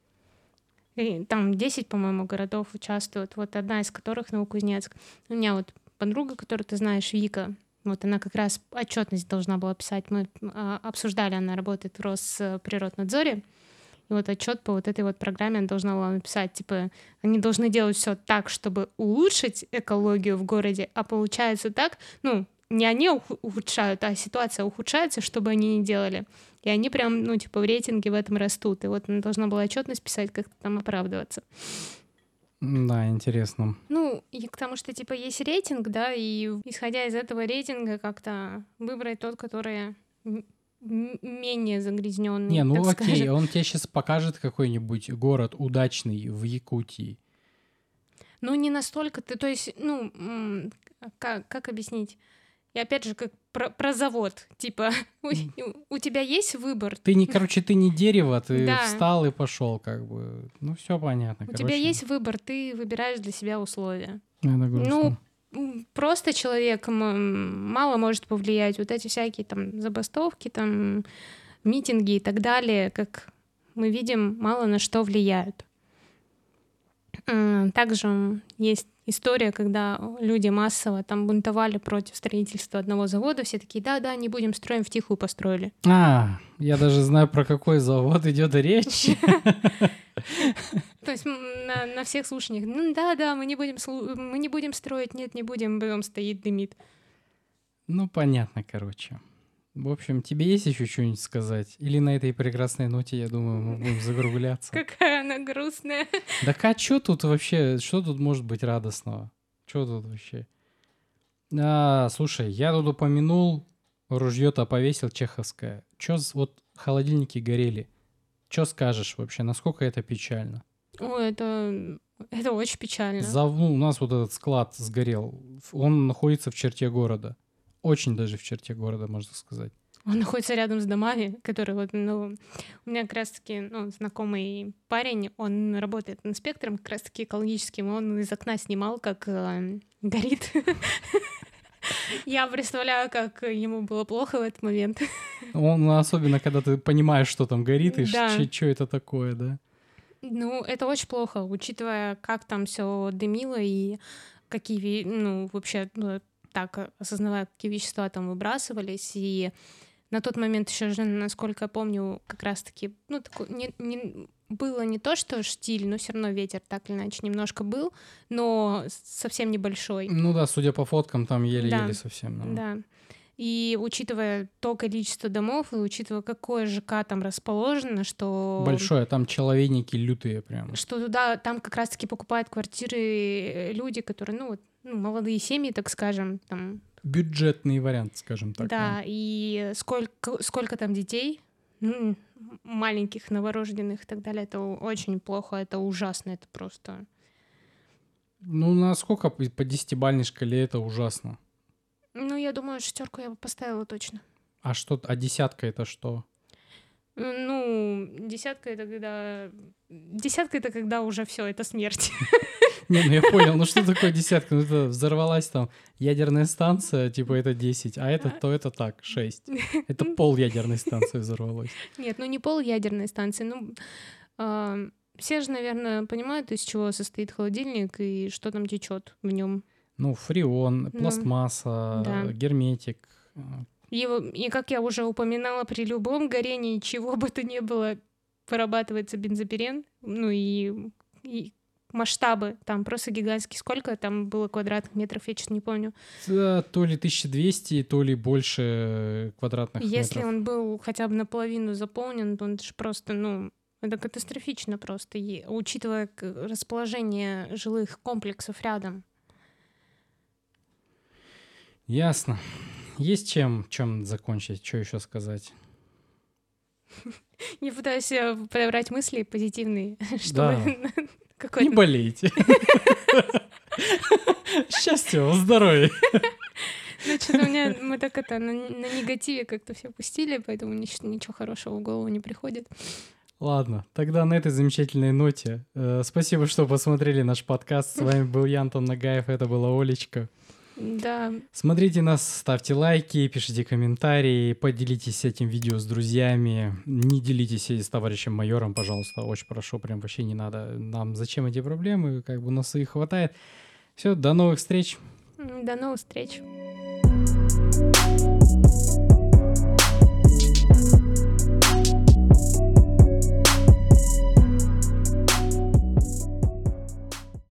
И там 10, по-моему, городов участвуют, вот одна из которых Новокузнецк. У меня вот подруга, которую ты знаешь, Вика, вот она как раз отчетность должна была писать. Мы обсуждали, она работает в Росприроднадзоре. И вот отчет по вот этой вот программе она должна была написать, типа, они должны делать все так, чтобы улучшить экологию в городе, а получается так, не они ухудшают, а ситуация ухудшается, чтобы они не делали. И они прям, в рейтинге в этом растут. И вот она должна была отчетность писать, как-то там оправдываться. Да, интересно. И к тому, что, есть рейтинг, да, и исходя из этого рейтинга как-то выбрать тот, который менее загрязненный. Окей, скажем. Он тебе сейчас покажет какой-нибудь город удачный в Якутии. Не настолько то есть, как объяснить? И опять же, как про завод, типа, у тебя есть выбор. Ты не дерево, ты встал и пошел, как бы. Все понятно. У тебя есть выбор, ты выбираешь для себя условия. Это грустно. Просто человек мало может повлиять. Вот эти всякие там забастовки, там митинги и так далее, как мы видим, мало на что влияют. Также есть история, когда люди массово там бунтовали против строительства одного завода. Все такие, да, не будем строим, втихую построили. Я даже знаю, про какой завод идет речь. То есть на всех слушаниях, ну да, мы не будем строить, нет, не будем, потом стоит, дымит. Ну, понятно, короче. В общем, тебе есть еще что-нибудь сказать? Или на этой прекрасной ноте, я думаю, мы будем закругляться? Какая она грустная. Да а что тут вообще, что тут может быть радостного? Что тут вообще? Слушай, я тут упомянул, ружье-то повесил чеховское. Чё вот холодильники горели? Что скажешь вообще? Насколько это печально? Ой, это очень печально. У нас вот этот склад сгорел. Он находится в черте города. Очень даже в черте города, можно сказать. Он находится рядом с домами, которые вот, у меня как раз-таки, знакомый парень, он работает инспектором как раз-таки экологическим, он из окна снимал, как горит. Я представляю, как ему было плохо в этот момент. Особенно, когда ты понимаешь, что там горит, и Да. что это такое, да? Ну, это очень плохо, учитывая, как там все дымило и какие, вообще, так, осознавая, какие вещества там выбрасывались. И на тот момент еще же, насколько я помню, как раз-таки, было не то, что штиль, но все равно ветер так или иначе немножко был, но совсем небольшой. Ну да, судя по фоткам, там еле-еле совсем. Да. И учитывая то количество домов, и учитывая, какое ЖК там расположено, что... Большое, там человейники лютые прям. Что туда, там как раз-таки покупают квартиры люди, которые, молодые семьи, так скажем, там... Бюджетный вариант, скажем так. Да, и сколько там детей, маленьких, новорожденных и так далее, это очень плохо, это ужасно, это просто... Насколько по 10-бальной шкале это ужасно? Я думаю, 6 я бы поставила точно. А 10 это что? 10 это когда уже все, это смерть. Я понял, что такое 10? Это взорвалась там ядерная станция, типа это 10, а это так, 6. Это пол ядерной станции взорвалось. Нет, не пол ядерной станции, все же, наверное, понимают, из чего состоит холодильник и что там течет в нем. Фреон, пластмасса, да. герметик. И как я уже упоминала, при любом горении, чего бы то ни было, вырабатывается бензопирен, и масштабы там просто гигантские. Сколько там было квадратных метров, я честно не помню. Да, то ли 1200, то ли больше квадратных метров. Если он был хотя бы наполовину заполнен, то он же просто, это катастрофично просто, учитывая расположение жилых комплексов рядом. Ясно. Есть чем закончить? Что еще сказать? Я пытаюсь подобрать мысли позитивные, чтобы... Не болейте. Счастья вам, здоровья. Что-то мы так на негативе как-то все пустили, поэтому ничего хорошего в голову не приходит. Ладно, тогда на этой замечательной ноте спасибо, что посмотрели наш подкаст. С вами был я, Антон Нагаев, это была Олечка. Да. Смотрите нас, ставьте лайки, пишите комментарии, поделитесь этим видео с друзьями. Не делитесь с товарищем майором, пожалуйста, очень прошу, прям вообще не надо. Нам зачем эти проблемы, нас их хватает. Все, до новых встреч. До новых встреч.